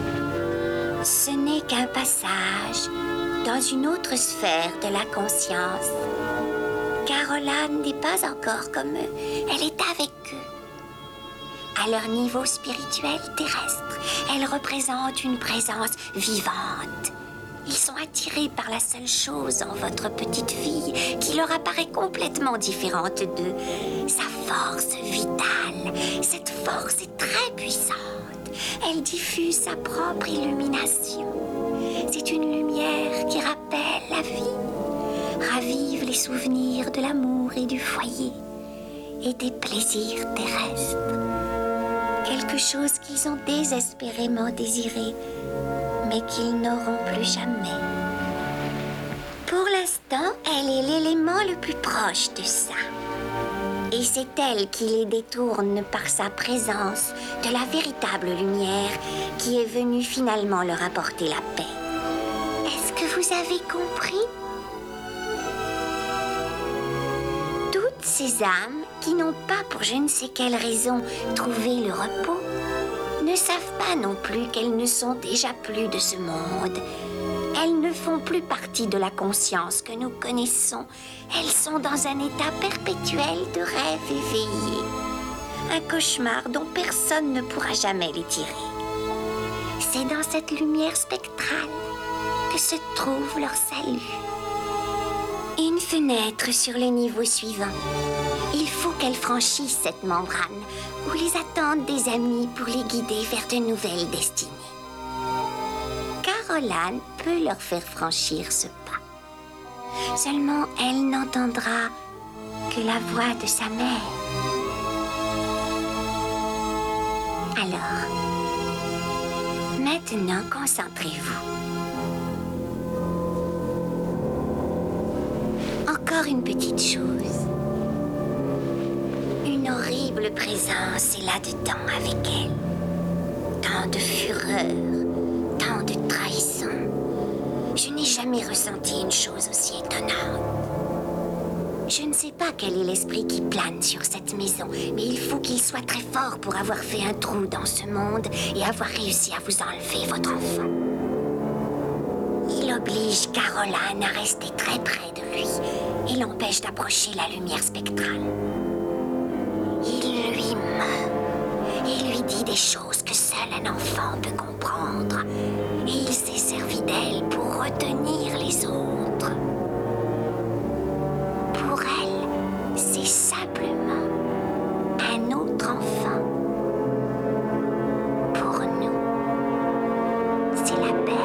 Ce n'est qu'un passage dans une autre sphère de la conscience. Caroline n'est pas encore comme eux. Elle est avec eux. À leur niveau spirituel terrestre, elle représente une présence vivante. Ils sont attirés par la seule chose en votre petite fille qui leur apparaît complètement différente d'eux. Sa force vitale. Cette force est très puissante. Elle diffuse sa propre illumination. C'est une lumière qui rappelle la vie, ravive les souvenirs de l'amour et du foyer et des plaisirs terrestres. Quelque chose qu'ils ont désespérément désiré, mais qu'ils n'auront plus jamais. Pour l'instant, elle est l'élément le plus proche de ça. Et c'est elle qui les détourne par sa présence de la véritable lumière qui est venue finalement leur apporter la paix. Est-ce que vous avez compris? Toutes ces âmes qui n'ont pas pour je ne sais quelle raison trouvé le repos ne savent pas non plus qu'elles ne sont déjà plus de ce monde. Elles ne font plus partie de la conscience que nous connaissons. Elles sont dans un état perpétuel de rêve éveillé. Un cauchemar dont personne ne pourra jamais les tirer. C'est dans cette lumière spectrale que se trouve leur salut. Une fenêtre sur le niveau suivant. Il faut qu'elles franchissent cette membrane où les attendent des amis pour les guider vers de nouvelles destinées. Caroline peut leur faire franchir ce pas. Seulement, elle n'entendra que la voix de sa mère. Alors, maintenant, concentrez-vous. Encore une petite chose. Une horrible présence est là-dedans avec elle. Tant de fureur, tant de trahison. Je n'ai jamais ressenti une chose aussi étonnante. Je ne sais pas quel est l'esprit qui plane sur cette maison, mais il faut qu'il soit très fort pour avoir fait un trou dans ce monde et avoir réussi à vous enlever votre enfant. Il oblige Caroline à rester très près de lui et l'empêche d'approcher la lumière spectrale. Il lui ment et lui dit des choses que seul un enfant peut comprendre. Et il s'est servi d'elle pour retenir les autres. Pour elle, c'est simplement un autre enfant. Pour nous, c'est la paix.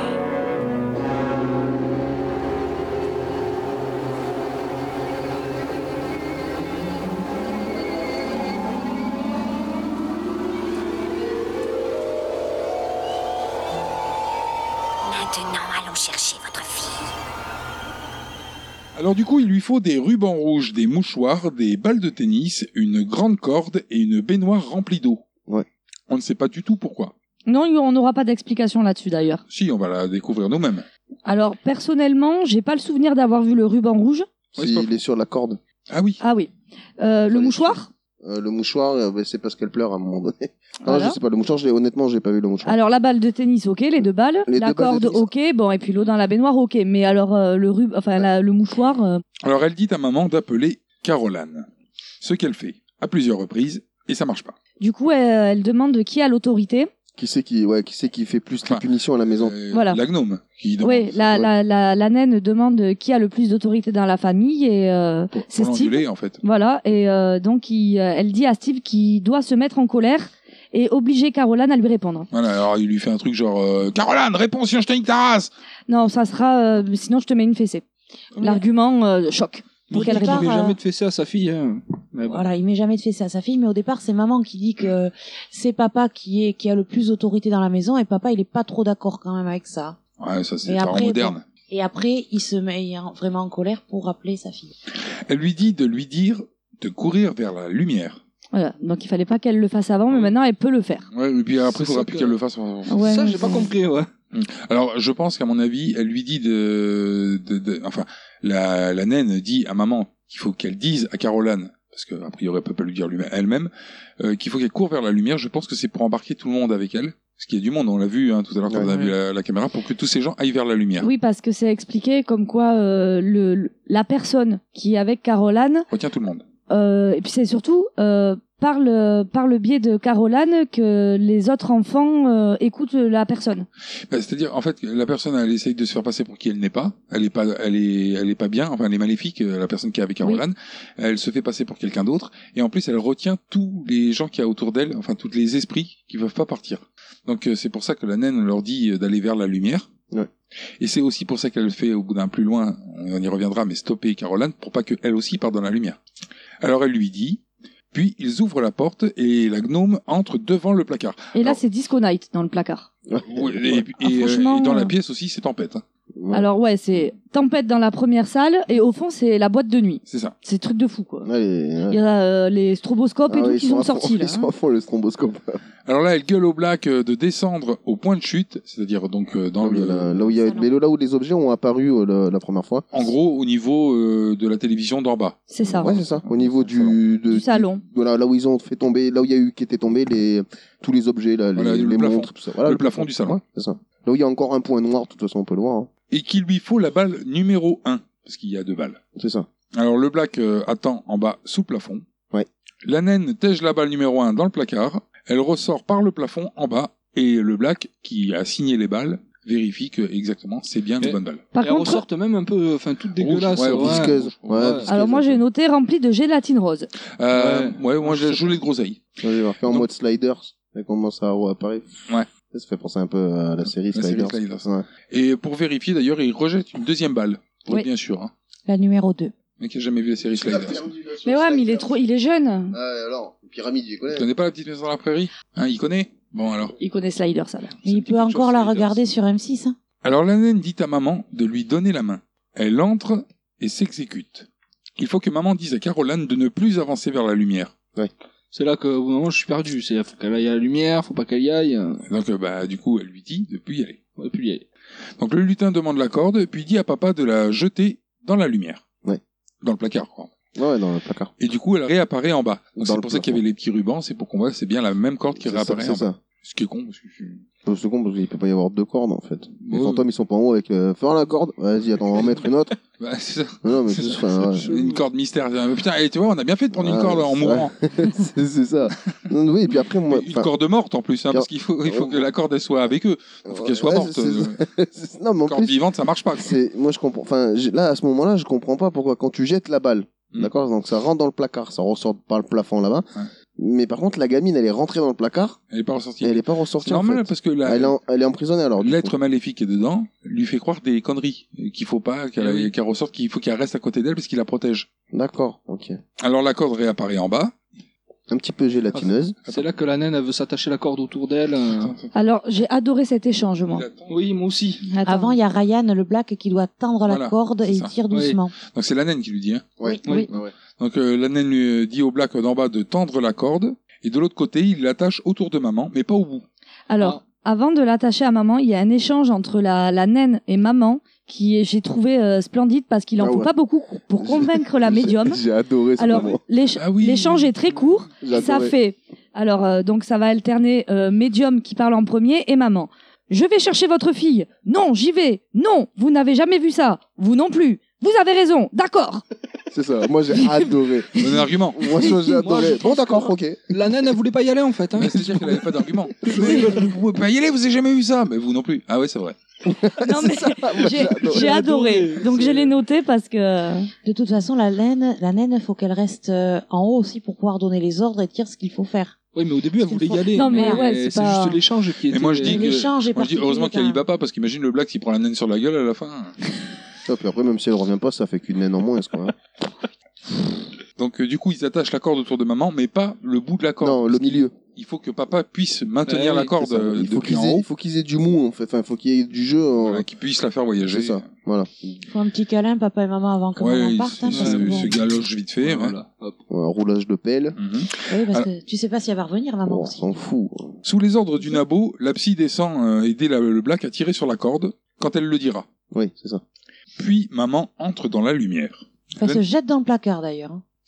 Maintenant, allons chercher votre fille. Alors du coup, il lui faut des rubans rouges, des mouchoirs, des balles de tennis, une grande corde et une baignoire remplie d'eau. Ouais. On ne sait pas du tout pourquoi. Non, on n'aura pas d'explication là-dessus d'ailleurs. Si, on va la découvrir nous-mêmes. Alors, personnellement, j'ai pas le souvenir d'avoir vu le ruban rouge. Si, ouais, il est sur la corde. Ah oui. Ah oui. Euh, le mouchoir euh, Le mouchoir, euh, bah, c'est parce qu'elle pleure à un moment donné. Non, Voilà. je sais pas, le mouchoir, je l'ai, honnêtement, j'ai pas vu le mouchoir. Alors, la balle de tennis, ok, les deux balles. Les la deux balles corde, de tennis. ok. Bon, et puis l'eau dans la baignoire, ok. Mais alors, euh, le rub... enfin, la- le mouchoir... euh, Alors elle dit à maman d'appeler Caroline. Ce qu'elle fait à plusieurs reprises et ça marche pas. Du coup, elle, elle demande qui a l'autorité. Qui c'est qui, ouais, qui c'est qui fait plus les punitions à la maison Voilà. La gnome qui demande. Oui, la, la, la, la naine demande qui a le plus d'autorité dans la famille et euh, c'est Pour Steve. l'engueuler, en fait. Voilà, et euh, donc il, euh, elle dit à Steve qu'il doit se mettre en colère et obliger Caroline à lui répondre. Voilà, alors il lui fait un truc genre euh, Caroline, réponds sinon je te nique ta race. Non, ça sera euh, sinon je te mets une fessée. L'argument euh, choc. Pour qu'elle Il réponde. met jamais de fessée à sa fille. Hein. Mais bon. Voilà, il met jamais de fessée à sa fille, mais au départ, c'est maman qui dit que c'est papa qui est qui a le plus d'autorité dans la maison, et papa, il est pas trop d'accord quand même avec ça. Ouais, ça c'est Et les parents après, modernes. bon, et après, il se met en- vraiment en colère pour rappeler sa fille. Elle lui dit de lui dire de courir vers la lumière. Voilà, donc il fallait pas qu'elle le fasse avant, mais maintenant elle peut le faire. Ouais, et puis après, il C'est faudra ça plus que- qu'elle le fasse. Ouais, ça, mais j'ai pas c'est- compris, ouais. Alors, je pense qu'à mon avis, elle lui dit de, de, de enfin, la, la naine dit à maman qu'il faut qu'elle dise à Caroline, parce qu'a priori elle peut pas lui dire lui- elle-même, euh, qu'il faut qu'elle court vers la lumière. Je pense que c'est pour embarquer tout le monde avec elle. Parce qu'il y a du monde, on l'a vu hein, tout à l'heure quand Ouais, on a ouais. vu la, la caméra, pour que tous ces gens aillent vers la lumière. Oui, parce que c'est expliqué comme quoi euh, le, le- la personne qui est avec Caroline, Retiens tout le monde. euh, et puis c'est surtout euh, par, le, par le biais de Caroline que les autres enfants euh, écoutent la personne. Bah, c'est-à-dire, en fait, la personne, elle essaye de se faire passer pour qui elle n'est pas. Elle est pas, elle est, elle est pas bien. Enfin, elle est maléfique. euh, La personne qui est avec Caroline, elle se fait passer pour quelqu'un d'autre. Et en plus, elle retient tous les gens qu'il y a autour d'elle, enfin, tous les esprits qui peuvent pas partir. Donc, euh, c'est pour ça que la naine leur dit euh, d'aller vers la lumière. Ouais. Et c'est aussi pour ça qu'elle fait, au bout d'un plus loin, on y reviendra, mais stopper Caroline pour pas qu'elle aussi parte dans la lumière. Alors, elle lui dit. Puis, ils ouvrent la porte et la gnome entre devant le placard. Et là, c'est Disco Night dans le placard. Oui, et, et, Ah, euh, franchement, et dans la euh, pièce aussi, c'est tempête. Hein. Alors ouais, c'est tempête dans la première salle et au fond c'est la boîte de nuit. C'est ça. C'est truc de fou quoi. Ouais, les- Il y a euh, les stroboscopes et Ah tout ouais, qui ils sont à fond- sortis là. Ils sont à fond le stromboscope. Alors là, elle gueule au Black euh, de descendre au point de chute, c'est-à-dire donc euh, dans Là où il y a le, la- là où il y a, mais là où les objets ont apparu euh, la, la première fois. en gros, au niveau euh, de la télévision d'en bas. C'est ça. Ouais, c'est ça. Au niveau du, de, Du salon. Voilà, là où ils ont fait tomber, là où il y a eu qui étaient tombés les tous les objets là, les, Voilà, le les plafond. montres, tout ça. Voilà, Le plafond du salon. Ouais, c'est ça. Là où il y a encore un point noir, de toute façon on peut le voir. Hein. Et qu'il lui faut la balle numéro un, parce qu'il y a deux balles. C'est ça. Alors le Black euh, attend en bas sous plafond. Ouais. La naine tège la balle numéro un dans le placard. Elle ressort par le plafond en bas. Et le Black, qui a signé les balles, vérifie que exactement c'est bien les Et- bonnes balles. Par Elles contre- ressortent même un peu, enfin, toutes dégueulasses. ouais, visqueuses. Ouais, visqueuses. Alors moi j'ai noté rempli de gélatine rose. Euh, ouais, moi j'ai joué les groseilles. J'ai marqué en mode sliders. Ça commence à apparaître. Ouais. Ça fait penser un peu à la série La série Sliders. Sliders. Ouais. Et pour vérifier d'ailleurs, il rejette une deuxième balle. Pour Oui. être bien sûr. Hein. La numéro deux. Mais qui a jamais vu la série Sliders. Mais ouais, mais il est trop, il est jeune. Ah, alors, pyramide, il connaît. Tu connais pas la petite maison dans la prairie? Hein, il connaît? Bon alors. Il connaît Slider ça là. Mais il peut encore la regarder sur M six. Hein. Alors la naine dit à maman de lui donner la main. Elle entre et s'exécute. Il faut que maman dise à Caroline de ne plus avancer vers la lumière. Ouais. C'est là que, au bout d'un moment, je suis perdu. C'est, faut qu'elle aille à la lumière, faut pas qu'elle y aille. Donc euh, bah du coup elle lui dit de plus y aller. On va plus y aller. Donc le lutin demande la corde puis dit à papa de la jeter dans la lumière. Ouais. Dans le placard quoi. Ouais, dans le placard. Et du coup elle réapparaît en bas. Donc Dans c'est le pour ça qu'il y avait les petits rubans, c'est pour qu'on voit que c'est bien la même corde qui C'est ça, réapparaît c'est en ça. bas. Ce qui est con parce que je... C'est con parce qu'il peut pas y avoir deux cordes en fait. Les Ouais. fantômes ils sont pas en haut avec euh, faire la corde. Vas-y, attends, on va en mettre une autre. Bah, c'est ça. Non, mais C'est c'est ça. enfin, ouais. Une corde mystère. Mais putain, et tu vois, on a bien fait de prendre une Ouais, corde en c'est- mourant. c'est c'est ça. Non, oui, et puis après moi. Une enfin, corde morte en plus, hein, parce qu'il faut, il faut que la corde elle soit avec eux. Il faut qu'elle soit ouais, morte. c'est- Euh, c'est- c'est- non, mais en Corde plus, vivante, ça marche pas. quoi. c'est moi je comprends. Enfin, j'ai- là à ce moment-là, je comprends pas pourquoi quand tu jettes la balle, Mm. d'accord, donc ça rentre dans le placard, ça ressort par le plafond là-bas. Ouais. Mais par contre, la gamine, elle est rentrée dans le placard Elle est pas ressortie. et elle est pas ressortie. C'est en normal fait. parce que la- elle, est en- elle est emprisonnée alors. du l'être coup. maléfique qui est dedans lui fait croire des conneries et qu'il faut pas qu'elle, Ah oui. qu'elle ressorte, qu'il faut qu'elle reste à côté d'elle parce qu'il la protège. D'accord, ok. Alors la corde réapparaît en bas. Un petit peu gélatineuse. C'est là que la naine, elle veut s'attacher la corde autour d'elle. euh. Alors j'ai adoré cet échange moi. Oui, moi aussi. Attends. Avant, il y a Ryan, le Black, qui doit tendre la Voilà, corde c'est et il ça. tire Oui. doucement. Donc c'est la naine qui lui dit. Hein. Ouais. Oui. Ouais, ouais. Donc euh, la naine lui dit au Black d'en bas de tendre la corde et de l'autre côté il l'attache autour de maman, mais pas au bout. Alors, Ah. avant de l'attacher à maman, il y a un échange entre la, la naine et maman qui est- j'ai trouvé euh, splendide parce qu'il en Ah faut ouais. pas beaucoup pour convaincre la médium. J'ai adoré ce Alors, moment. l'éch- Ah oui. l'échange est très court. J'ai Ça adoré. fait, alors, euh, donc ça va alterner euh, médium qui parle en premier et maman. Je vais chercher votre fille. Non, j'y vais. Non, vous n'avez jamais vu ça. Vous non plus. Vous avez raison. D'accord. C'est ça. Moi, j'ai adoré. Bon argument. Moi, ça, j'ai Moi, adoré. je Bon, pense d'accord, que- ok. La naine, elle voulait pas y aller, en fait. Hein. Mais C'est-à-dire qu'elle avait pas d'argument. Vous pouvez pas y aller, vous avez jamais vu ça. Mais vous non plus. Ah ouais, c'est vrai. Non, mais j'ai j'ai adoré. Donc je l'ai noté parce que. De toute façon, la laine, la naine, faut qu'elle reste euh, en haut aussi pour pouvoir donner les ordres et dire ce qu'il faut faire. Oui, mais au début, elle voulait y aller. Non, mais ouais, c'est c'est pas- juste l'échange qui était. Et moi je dis que, L'échange est moi, je dis heureusement particulier, qu'elle y va pas parce qu'imagine le Black s'il prend la naine sur la gueule à la fin. Et puis après, même si elle revient pas, ça fait qu'une naine en moins, quoi. Donc euh, du coup ils attachent la corde autour de maman, mais pas le bout de la corde. Non, le milieu. Il faut que papa puisse maintenir Eh oui, la corde C'est ça. euh, Il faut depuis qu'ils en aient, haut, il faut qu'ils aient du mou, en fait. Enfin, il faut qu'il y ait du jeu. en- voilà, qu'il puisse la faire voyager. C'est ça. Voilà. Il faut un petit câlin, papa et maman, avant que Ouais, maman il, parte. Hein, il parce se, que bon. se galoche vite fait. ouais. Voilà. Hop. Ouais, un roulage de pelle. Mhm. Oui, parce Alors- que tu sais pas si elle va revenir, maman Oh, on aussi. s'en fout. Sous les ordres du nabo, la psy descend euh, aider la- le Black à tirer sur la corde quand elle le dira. Oui, c'est ça. Puis maman entre dans la lumière. Elle se jette dans le placard, d'ailleurs. hein.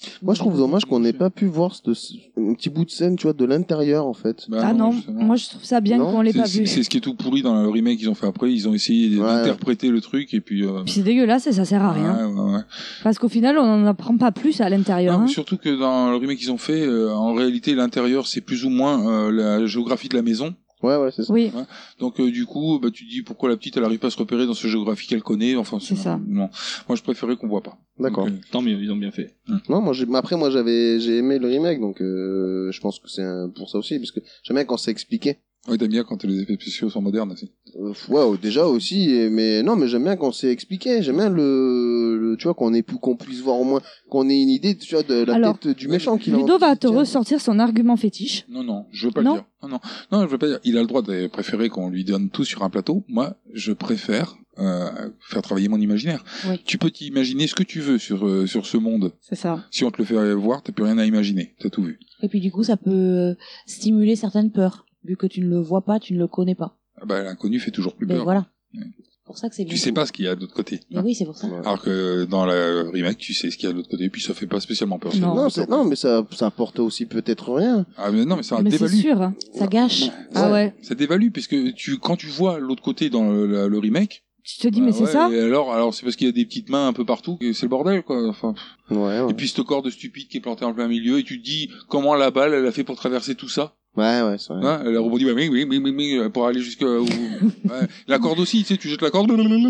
Moi, je trouve dommage qu'on n'ait pas pu voir ce, ce- un petit bout de scène, tu vois, de l'intérieur, en fait. Bah Ah non, justement. moi je trouve ça bien Non, qu'on l'ait C'est- pas c'est- vu. C'est ce qui est tout pourri dans le remake qu'ils ont fait après. Ils ont essayé d'interpréter le truc et puis. euh, Puis c'est dégueulasse et ça sert à rien. ouais, ouais, ouais. Parce qu'au final, on n'en apprend pas plus à l'intérieur. Non, mais hein. surtout que dans le remake qu'ils ont fait, euh, en réalité, l'intérieur, c'est plus ou moins euh, la géographie de la maison. Ouais, ouais, c'est ça. Oui. Ouais. Donc euh, du coup, bah, tu te dis pourquoi la petite, elle arrive pas à se repérer dans ce géographie qu'elle connaît. Enfin, C'est ça. Non, moi je préférais qu'on voit pas. D'accord. Donc, euh, Tant mieux, ils ont bien fait. Non, moi, j'ai, mais après, moi, j'avais, j'ai aimé le remake, donc, euh, je pense que c'est un- pour ça aussi, parce que j'aime bien quand c'est expliqué. Ouais, t'aimes bien quand les effets spéciaux sont modernes aussi. Euh, ouais, déjà aussi, et- mais non, mais j'aime bien quand c'est expliqué. J'aime bien le, le- tu vois, qu'on ait pu, qu'on puisse voir au moins, qu'on ait une idée, tu vois, de la Alors, tête du méchant qui l'a. Ludo va te ressortir son argument fétiche. Non, non, je veux pas Non. le dire. Non, non, non, je veux pas dire. Il a le droit de préférer qu'on lui donne tout sur un plateau. Moi, je préfère euh, faire travailler mon imaginaire. Oui. Tu peux t'imaginer ce que tu veux sur euh, sur ce monde. C'est ça. Si on te le fait voir, t'as plus rien à imaginer. T'as tout vu. Et puis du coup, ça peut euh, stimuler certaines peurs, vu que tu ne le vois pas, tu ne le connais pas. Ah bah, l'inconnu fait toujours plus Ben peur. voilà. Ouais. C'est pour ça que c'est bien. Tu sais pas ce qu'il y a de l'autre côté. Mais oui, c'est pour ça. Alors que dans la remake, tu sais ce qu'il y a de l'autre côté, puis ça fait pas spécialement peur. Non, Ça- c'est- non, mais ça, ça apporte aussi peut-être rien. Ah mais non, mais ça Mais c'est dévalue. sûr. hein. Ça gâche. Ah ouais. Ça dévalue puisque tu quand tu vois l'autre côté dans le, la- le remake. Tu te dis, mais bah c'est ouais, ça Et alors, alors c'est parce qu'il y a des petites mains un peu partout que c'est le bordel quoi. Enfin. Ouais, ouais. Et puis ce corps de stupide qui est planté en plein milieu et tu te dis comment la balle elle a fait pour traverser tout ça. Ouais, ouais, c'est vrai. Hein, elle a rebondi bah, oui, oui, oui, oui, oui, pour aller jusqu'à où... ouais. La corde aussi, tu sais, tu jettes la corde.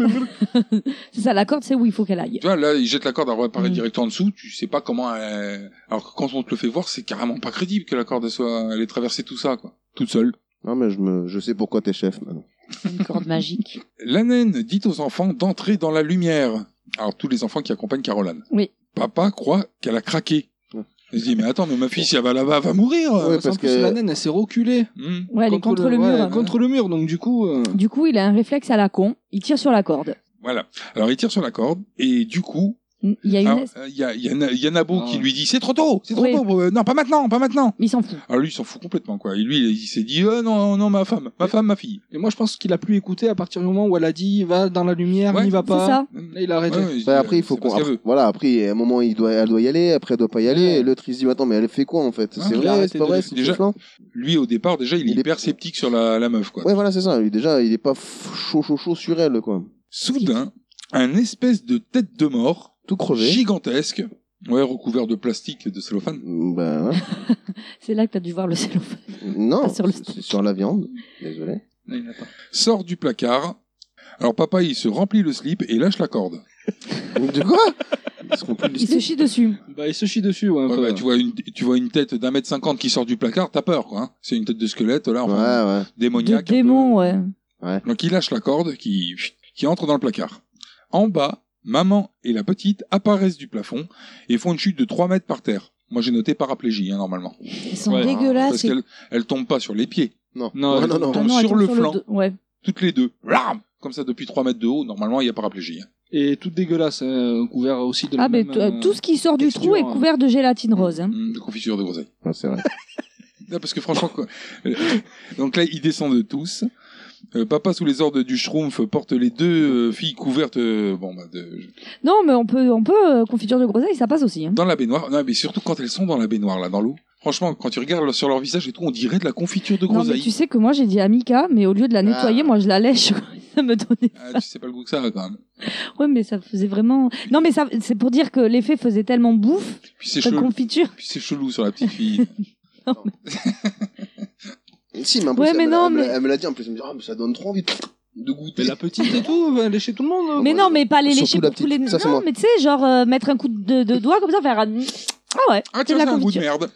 C'est ça, la corde, c'est où il faut qu'elle aille. Tu vois, là, il jette la corde, elle apparaît Mm. direct en dessous, tu sais pas comment elle... Alors que quand on te le fait voir, c'est carrément pas crédible que la corde elle soit... elle ait traversé tout ça, quoi. Toute seule. Non, mais je me, je sais pourquoi t'es chef, maintenant. Une corde magique. La naine dit aux enfants d'entrer dans la lumière. Alors, tous les enfants qui accompagnent Caroline. Oui. Papa croit qu'elle a craqué. Il se dit, mais attends, mais ma fille, si elle va là-bas, elle va mourir. Ouais, En parce plus, que- la naine, elle s'est reculée. Hmm. Ouais, elle est contre le, ouais, mur. contre le mur, donc du coup... euh, Du coup, il a un réflexe à la con. Il tire sur la corde. Voilà. Alors, il tire sur la corde, et du coup, Il y a une. alors, euh, il y a, il y a, Na- il y a Nabo Ah. qui lui dit, c'est trop tôt, c'est trop Oui. tôt, euh, non, pas maintenant, pas maintenant. Il s'en fout. Alors lui, il s'en fout complètement, quoi. Et lui, il s'est dit, euh, non, non, ma femme, ma femme, ma fille. Et moi, je pense qu'il a plus écouté à partir du moment où elle a dit va dans la lumière, Ouais, n'y va C'est pas. ça. Là, il a arrêté. Ouais, ouais, il se Bah, dit, après, il faut c'est qu'on, parce qu'elle après- veut. voilà, après, à un moment, il doit, elle doit y aller, après, elle doit pas y aller, et l'autre, il se dit, attends, mais elle fait quoi, en fait? Ah, C'est il a vrai, arrêté c'est pas de- vrai, c'est déjà- flan. Lui, au départ, déjà, il est Il est- hyper sceptique sur la, la meuf, quoi. Ouais, voilà, c'est ça. Lui, déjà, il est pas f- chaud, chaud, chaud sur elle, quoi. Soudain, un espèce de tête de mort, Tout crevé. gigantesque, ouais, recouvert de plastique, de cellophane. Ben, ouais. C'est là que t'as dû voir le cellophane. Non, Pas sur le- c'est sur la viande. Désolé. Sort du placard. Alors papa, il se remplit le slip et lâche la corde. De quoi? Ils se remplit le Il se slip. chie dessus. Bah, il se chie dessus, ouais, un Ouais, peu. bah, tu vois une, tu vois une tête d'un mètre cinquante qui sort du placard, t'as peur, quoi. Hein. C'est une tête de squelette, là, enfin, Ouais, ouais. De démoniaque. un peu. démon, ouais. Donc il lâche la corde, qui, qui entre dans le placard. En bas, maman et la petite apparaissent du plafond et font une chute de trois mètres par terre. Moi j'ai noté paraplégie, hein, normalement. Ils sont Ouais. dégueulasses. Parce et- qu'elles elles tombent pas sur les pieds. Non. Non, non, non, non. Ah tombent non, elle sur tombe le sur flanc. dos. Ouais. Toutes les deux. Blam Comme ça, depuis trois mètres de haut, normalement, il y a paraplégie. hein. Et tout dégueulasse, hein, couvert aussi de la Ah, mais même, t- euh, tout ce qui sort du texture, trou est hein. couvert de gélatine rose. Hein. Hum, de confiture de groseille. Ouais, c'est vrai. Non, parce que franchement, quoi. Euh, Donc là, ils descendent tous. Euh, papa, sous les ordres du Schtroumpf, porte les deux euh, filles couvertes euh, bon, bah, de... Non, mais on peut, on peut euh, confiture de groseille, ça passe aussi. Hein. dans la baignoire. Non, mais surtout quand elles sont dans la baignoire, là, dans l'eau. Franchement, quand tu regardes sur leur visage et tout, on dirait de la confiture de Non, mais groseille. tu sais que moi j'ai dit à Mika, mais au lieu de la nettoyer, Ah. moi je la lèche. Ça me donnait. Ah, tu sais pas le goût que ça a, quand même. Ouais, mais ça faisait vraiment. Non, mais ça, c'est pour dire que l'effet faisait tellement bouffe. Puis c'est La chelou. confiture. Puis c'est chelou sur la petite fille. Si, mais en plus, Ouais, elle, mais me non, l'a- elle me mais- l'a- elle me l'a dit, en plus, elle me dit, ah, mais ça donne trop envie de, de goûter. Mais la petite et tout, va lécher tout le monde. Mais quoi. non, mais pas les Surtout lécher la pour tous les. petite. Ça, c'est non, moi. mais tu sais, genre euh, mettre un coup de, de doigt comme ça, faire. un- Ah ouais, Ah, c'est tiens, de la c'est un goût de confiture. merde.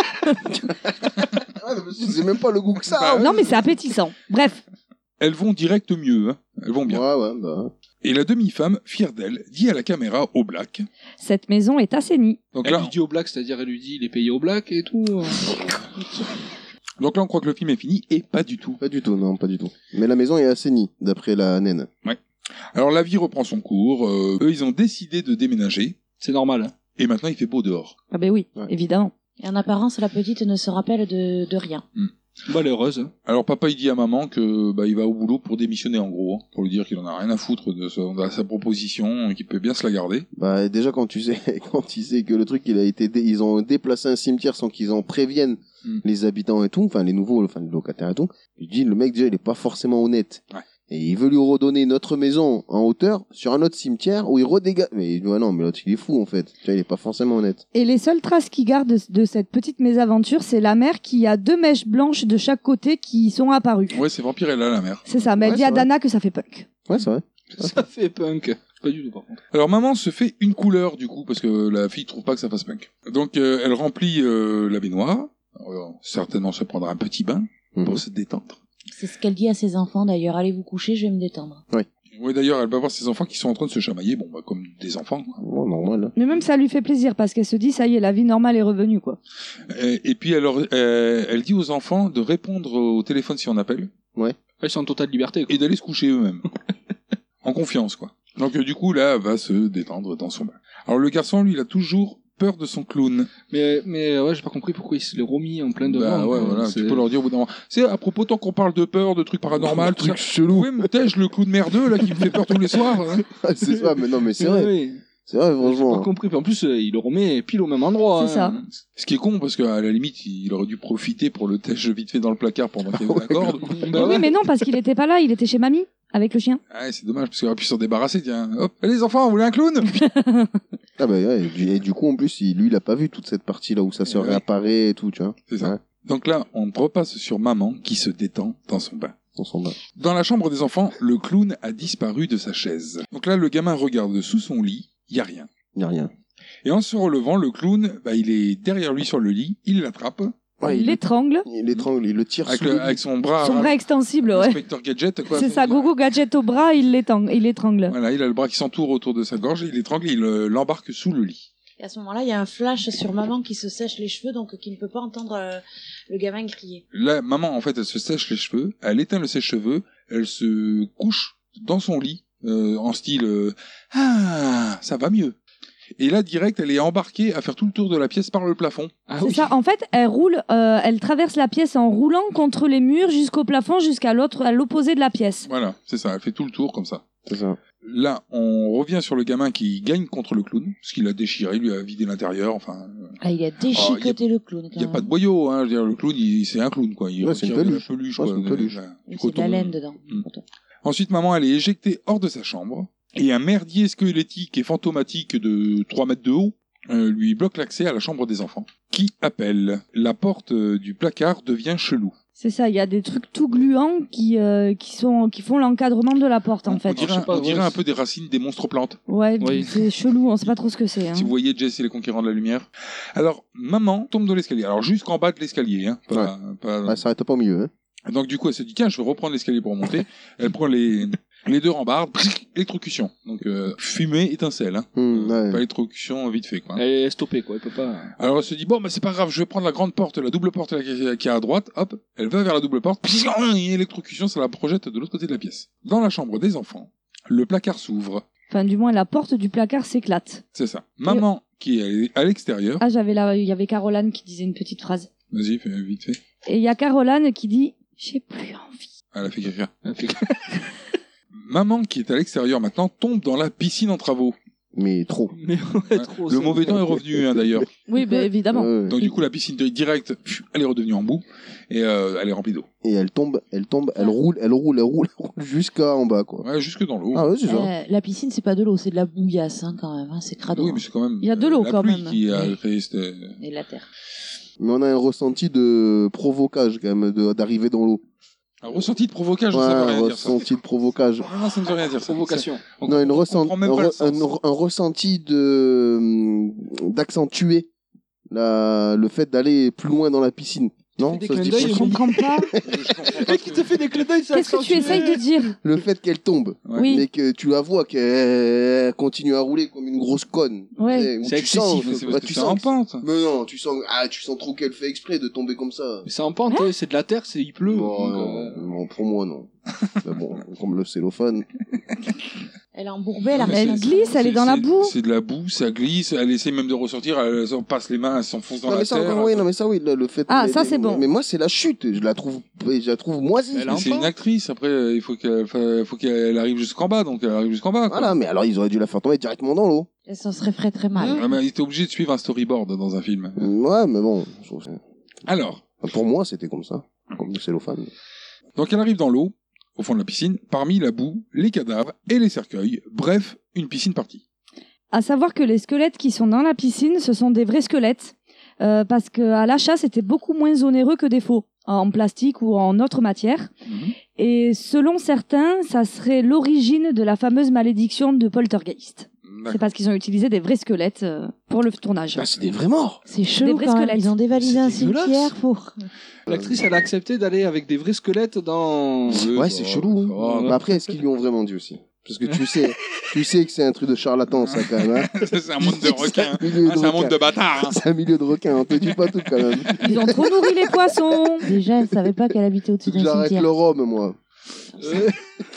Ah, mais c'est même pas le goût que ça. Bah, hein. Non, mais c'est appétissant. Bref. Elles vont direct mieux, hein. Elles vont bien. Ouais, ouais, bah. Et la demi-femme, fière d'elle, dit à la caméra au black. Cette maison est assainie. Donc Elle là, lui dit au black, c'est-à-dire elle lui dit il est payé au black et tout. euh. donc là, on croit que le film est fini, et pas du tout. Pas du tout, non, pas du tout. Mais la maison est assainie, d'après la naine. Alors la vie reprend son cours. euh, eux, ils ont décidé de déménager. C'est normal. hein. Et maintenant, il fait beau dehors. Ah ben oui, Ouais. évidemment. Et en apparence, la petite ne se rappelle de, de rien. Bah, elle est heureuse. Hein. Alors papa il dit à maman que bah il va au boulot pour démissionner en gros, hein, pour lui dire qu'il en a rien à foutre de, son, de sa proposition et qu'il peut bien se la garder. Bah déjà quand tu sais quand tu sais que le truc il a été dé... ils ont déplacé un cimetière sans qu'ils en préviennent mm. les habitants et tout, enfin les nouveaux, enfin les locataires et tout. Il dit le mec déjà il est pas forcément honnête. Ouais. Et il veut lui redonner notre maison en hauteur sur un autre cimetière où il redégage. Mais ouais, non, mais l'autre il est fou en fait. Tu vois, il est pas forcément honnête. Et les seules traces qu'il garde de, de cette petite mésaventure, c'est la mère qui a deux mèches blanches de chaque côté qui sont apparues. Ouais, c'est Vampirella la mère. C'est ça, mais ouais, elle dit à Dana que ça fait punk. Ouais, c'est vrai. Ça fait punk. Pas du tout par contre. Alors maman se fait une couleur du coup parce que la fille trouve pas que ça fasse punk. Donc euh, elle remplit euh, la baignoire. Alors, certainement se prendra un petit bain mmh. pour se détendre. C'est ce qu'elle dit à ses enfants d'ailleurs, allez vous coucher, je vais me détendre. Oui. Oui, d'ailleurs, elle va voir ses enfants qui sont en train de se chamailler, bon, bah, comme des enfants, quoi. Oh, normal. Mais même ça lui fait plaisir parce qu'elle se dit, ça y est, la vie normale est revenue, quoi. Et, et puis, alors, euh, elle dit aux enfants de répondre au téléphone si on appelle. Ouais. Ils sont en totale liberté, quoi. Et d'aller se coucher eux-mêmes. En confiance, quoi. Donc, euh, du coup, là, elle va se détendre dans son bain. Alors, le garçon, lui, il a toujours peur de son clown. Mais, mais ouais, j'ai pas compris pourquoi il se l'est remis en plein dedans. Bah ouais, voilà, c'est... tu peux leur dire au bout d'un moment. C'est à propos, tant qu'on parle de peur, de trucs paranormaux, de trucs chelous. Vous pouvez me tèche le clown merdeux, là, qui me fait peur tous les soirs. Hein. C'est ça, mais non, mais c'est vrai. Oui. C'est vrai, franchement. J'ai pas compris. En plus, il le remet pile au même endroit. C'est hein. ça. Ce qui est con, parce qu'à la limite, il aurait dû profiter pour le tèche vite fait dans le placard pendant qu'il y avait la corde. Bah oui, mais non, parce qu'il était pas là, il était chez mamie, avec le chien. Ah, c'est dommage, parce qu'il aurait pu s'en débarrasser, tiens. Hop, allez les enfants, vous voulez un clown? Ah bah ouais, et du, et du coup, en plus, il, lui, il a pas vu toute cette partie-là où ça se ouais. réapparaît et tout, tu vois. C'est ça. Ouais. Donc là, on repasse sur maman qui se détend dans son bain. Dans son bain. Dans la chambre des enfants, le clown a disparu de sa chaise. Donc là, le gamin regarde sous son lit, il y a rien. Il y a rien. Et en se relevant, le clown, bah, il est derrière lui sur le lit, il l'attrape. Ouais, il, il l'étrangle. Il l'étrangle, il le tire avec, sous le, le avec son bras. Son bras extensible, ouais. Inspecteur Gadget, quoi. C'est ça, Gogo Gadget au bras, il l'étrangle. Il l'étrangle. Voilà, il a le bras qui s'entoure autour de sa gorge, il l'étrangle et il l'embarque sous le lit. Et à ce moment-là, il y a un flash sur maman qui se sèche les cheveux, donc qui ne peut pas entendre euh, le gamin crier. Là, maman, en fait, elle se sèche les cheveux, elle éteint le sèche-cheveux, elle se couche dans son lit, euh, en style euh, « Ah, ça va mieux ». Et là, direct, elle est embarquée à faire tout le tour de la pièce par le plafond. Ah, c'est oui. ça. En fait, elle roule, euh, elle traverse la pièce en roulant contre les murs jusqu'au plafond, jusqu'à l'autre, à l'opposé de la pièce. Voilà, c'est ça. Elle fait tout le tour comme ça. C'est ça. Là, on revient sur le gamin qui gagne contre le clown, parce qu'il a déchiré, lui a vidé l'intérieur, enfin... Ah, il a déchiqueté oh, le clown. Il n'y a pas de boyau, hein. Je veux dire, le clown, il, c'est un clown, quoi. Il ouais, retire c'est une peluche, peluche ouais, quoi. C'est une peluche. Oui, c'est de la laine dedans. Mmh. Ensuite, maman, elle est éjectée hors de sa chambre. Et un merdier squelettique et fantomatique de trois mètres de haut euh, lui bloque l'accès à la chambre des enfants. Qui appelle? La porte euh, du placard devient chelou. C'est ça, il y a des trucs tout gluants qui, euh, qui, sont, qui font l'encadrement de la porte, en on, fait. On dirait, pas, on dirait un peu des racines des monstres plantes. Ouais, oui. C'est chelou, on sait pas trop ce que c'est. Hein. Si vous voyez Jess et les Conquérants de la Lumière. Alors, maman tombe dans l'escalier. Alors, jusqu'en bas de l'escalier. Hein, pas, ouais. pas... Ouais, ça s'arrête pas au milieu. Hein. Donc, du coup, elle se dit, tiens, je vais reprendre l'escalier pour remonter. Elle prend les... Les deux rambardes, électrocution. Donc, euh, fumée, étincelle. Hein. Mmh, ouais. Pas électrocution vite fait, quoi. Elle est stoppée, quoi. Elle peut pas... Alors, elle se dit, bon, bah, c'est pas grave, je vais prendre la grande porte, la double porte là, qui est à droite. Hop, elle va vers la double porte. Électrocution, ça la projette de l'autre côté de la pièce. Dans la chambre des enfants, le placard s'ouvre. Enfin, du moins, la porte du placard s'éclate. C'est ça. Maman, Et... qui est à l'extérieur. Ah, j'avais là, il y avait Caroline qui disait une petite phrase. Vas-y, fais vite fait. Et il y a Caroline qui dit, j'ai plus envie. Elle a fait caca. Elle a fait caca. Maman, qui est à l'extérieur maintenant, tombe dans la piscine en travaux. Mais trop. Mais ouais, trop. Le mauvais temps est revenu, hein, d'ailleurs. Oui, bah, évidemment. Euh, Donc, du coup, la piscine direct, elle est redevenue en boue, et euh, elle est remplie d'eau. Et elle tombe, elle tombe, elle roule, elle roule, elle roule, elle roule jusqu'à en bas, quoi. Ouais, jusque dans l'eau. Ah ouais, c'est ça. Euh, la piscine, c'est pas de l'eau, c'est de la bouillasse, hein, quand même, hein, c'est crado. Oui, mais c'est quand même... Il y a de l'eau, la quand pluie même. qui a oui. créé cette... Et la terre. Mais on a un ressenti de provocage, quand même, de, d'arriver dans l'eau. Un ressenti de provocage, ouais, ça veut rien un dire, ça. ressenti de provocage. Non, ça ne veut rien dire, ça. Provocation. On, non, une on, ressent... on même un, pas re... un, un ressenti de d'accentuer la... le fait d'aller plus loin dans la piscine. Non, ça se dit pas. Je comprends pas. Et qui te fait des clins d'œil, ça. Qu'est-ce que tu essayes de dire? Le fait qu'elle tombe, ouais. Oui. mais que tu la vois qu'elle continue à rouler comme une grosse conne. Ouais. C'est excessif, sens, mais c'est parce bah, que tu c'est sens en pente. Mais non, tu sens, ah, tu sens trop qu'elle fait exprès de tomber comme ça. Mais c'est en pente, hein c'est de la terre, c'est il pleut. Non, donc, non, euh... non, pour moi non. Mais bon, comme le cellophane. Elle est embourbée, elle, a... elle glisse, elle est dans la boue. C'est de la boue, ça glisse, elle essaie même de ressortir, elle passe les mains, elle s'enfonce dans non, la mais ça, terre. encore, oui, non mais ça oui, le, le fait. Ah, mais, ça c'est bon. Mais moi c'est la chute, je la trouve, je la trouve moisie. C'est une actrice, après il faut qu'elle, faut qu'elle arrive jusqu'en bas, donc elle arrive jusqu'en bas. Quoi. Voilà, mais alors ils auraient dû la faire tomber directement dans l'eau. Et ça serait ferait très mal. Ah, mais ils étaient obligés de suivre un storyboard dans un film. Ouais, mais bon. Je trouve... Alors. Pour moi c'était comme ça, comme du cellophane. Donc elle arrive dans l'eau, au fond de la piscine, parmi la boue, les cadavres et les cercueils. Bref, une piscine partie. À savoir que les squelettes qui sont dans la piscine, ce sont des vrais squelettes. Euh, parce qu'à l'achat, c'était beaucoup moins onéreux que des faux, en plastique ou en autre matière. Mm-hmm. Et selon certains, ça serait l'origine de la fameuse malédiction de Poltergeist. D'accord. C'est parce qu'ils ont utilisé des vrais squelettes euh, pour le tournage. Ah, c'est des vrais morts. C'est chelou des vrais quand même. Ils ont dévalisé un cimetière pour... L'actrice, elle a accepté d'aller avec des vrais squelettes dans... Ouais, c'est chelou. Oh, mais après, est-ce qu'ils lui ont vraiment dit aussi? Parce que tu sais, tu sais que c'est un truc de charlatan, ça, quand même. Hein. C'est un monde de requins. C'est un, ah, c'est un monde de bâtards. Hein. C'est un milieu de requins, on te dit pas tout, quand même. Ils ont trop nourri les poissons. Déjà, elle savait pas qu'elle habitait au-dessus d'un cimetière. J'arrête le rhum, moi. Euh...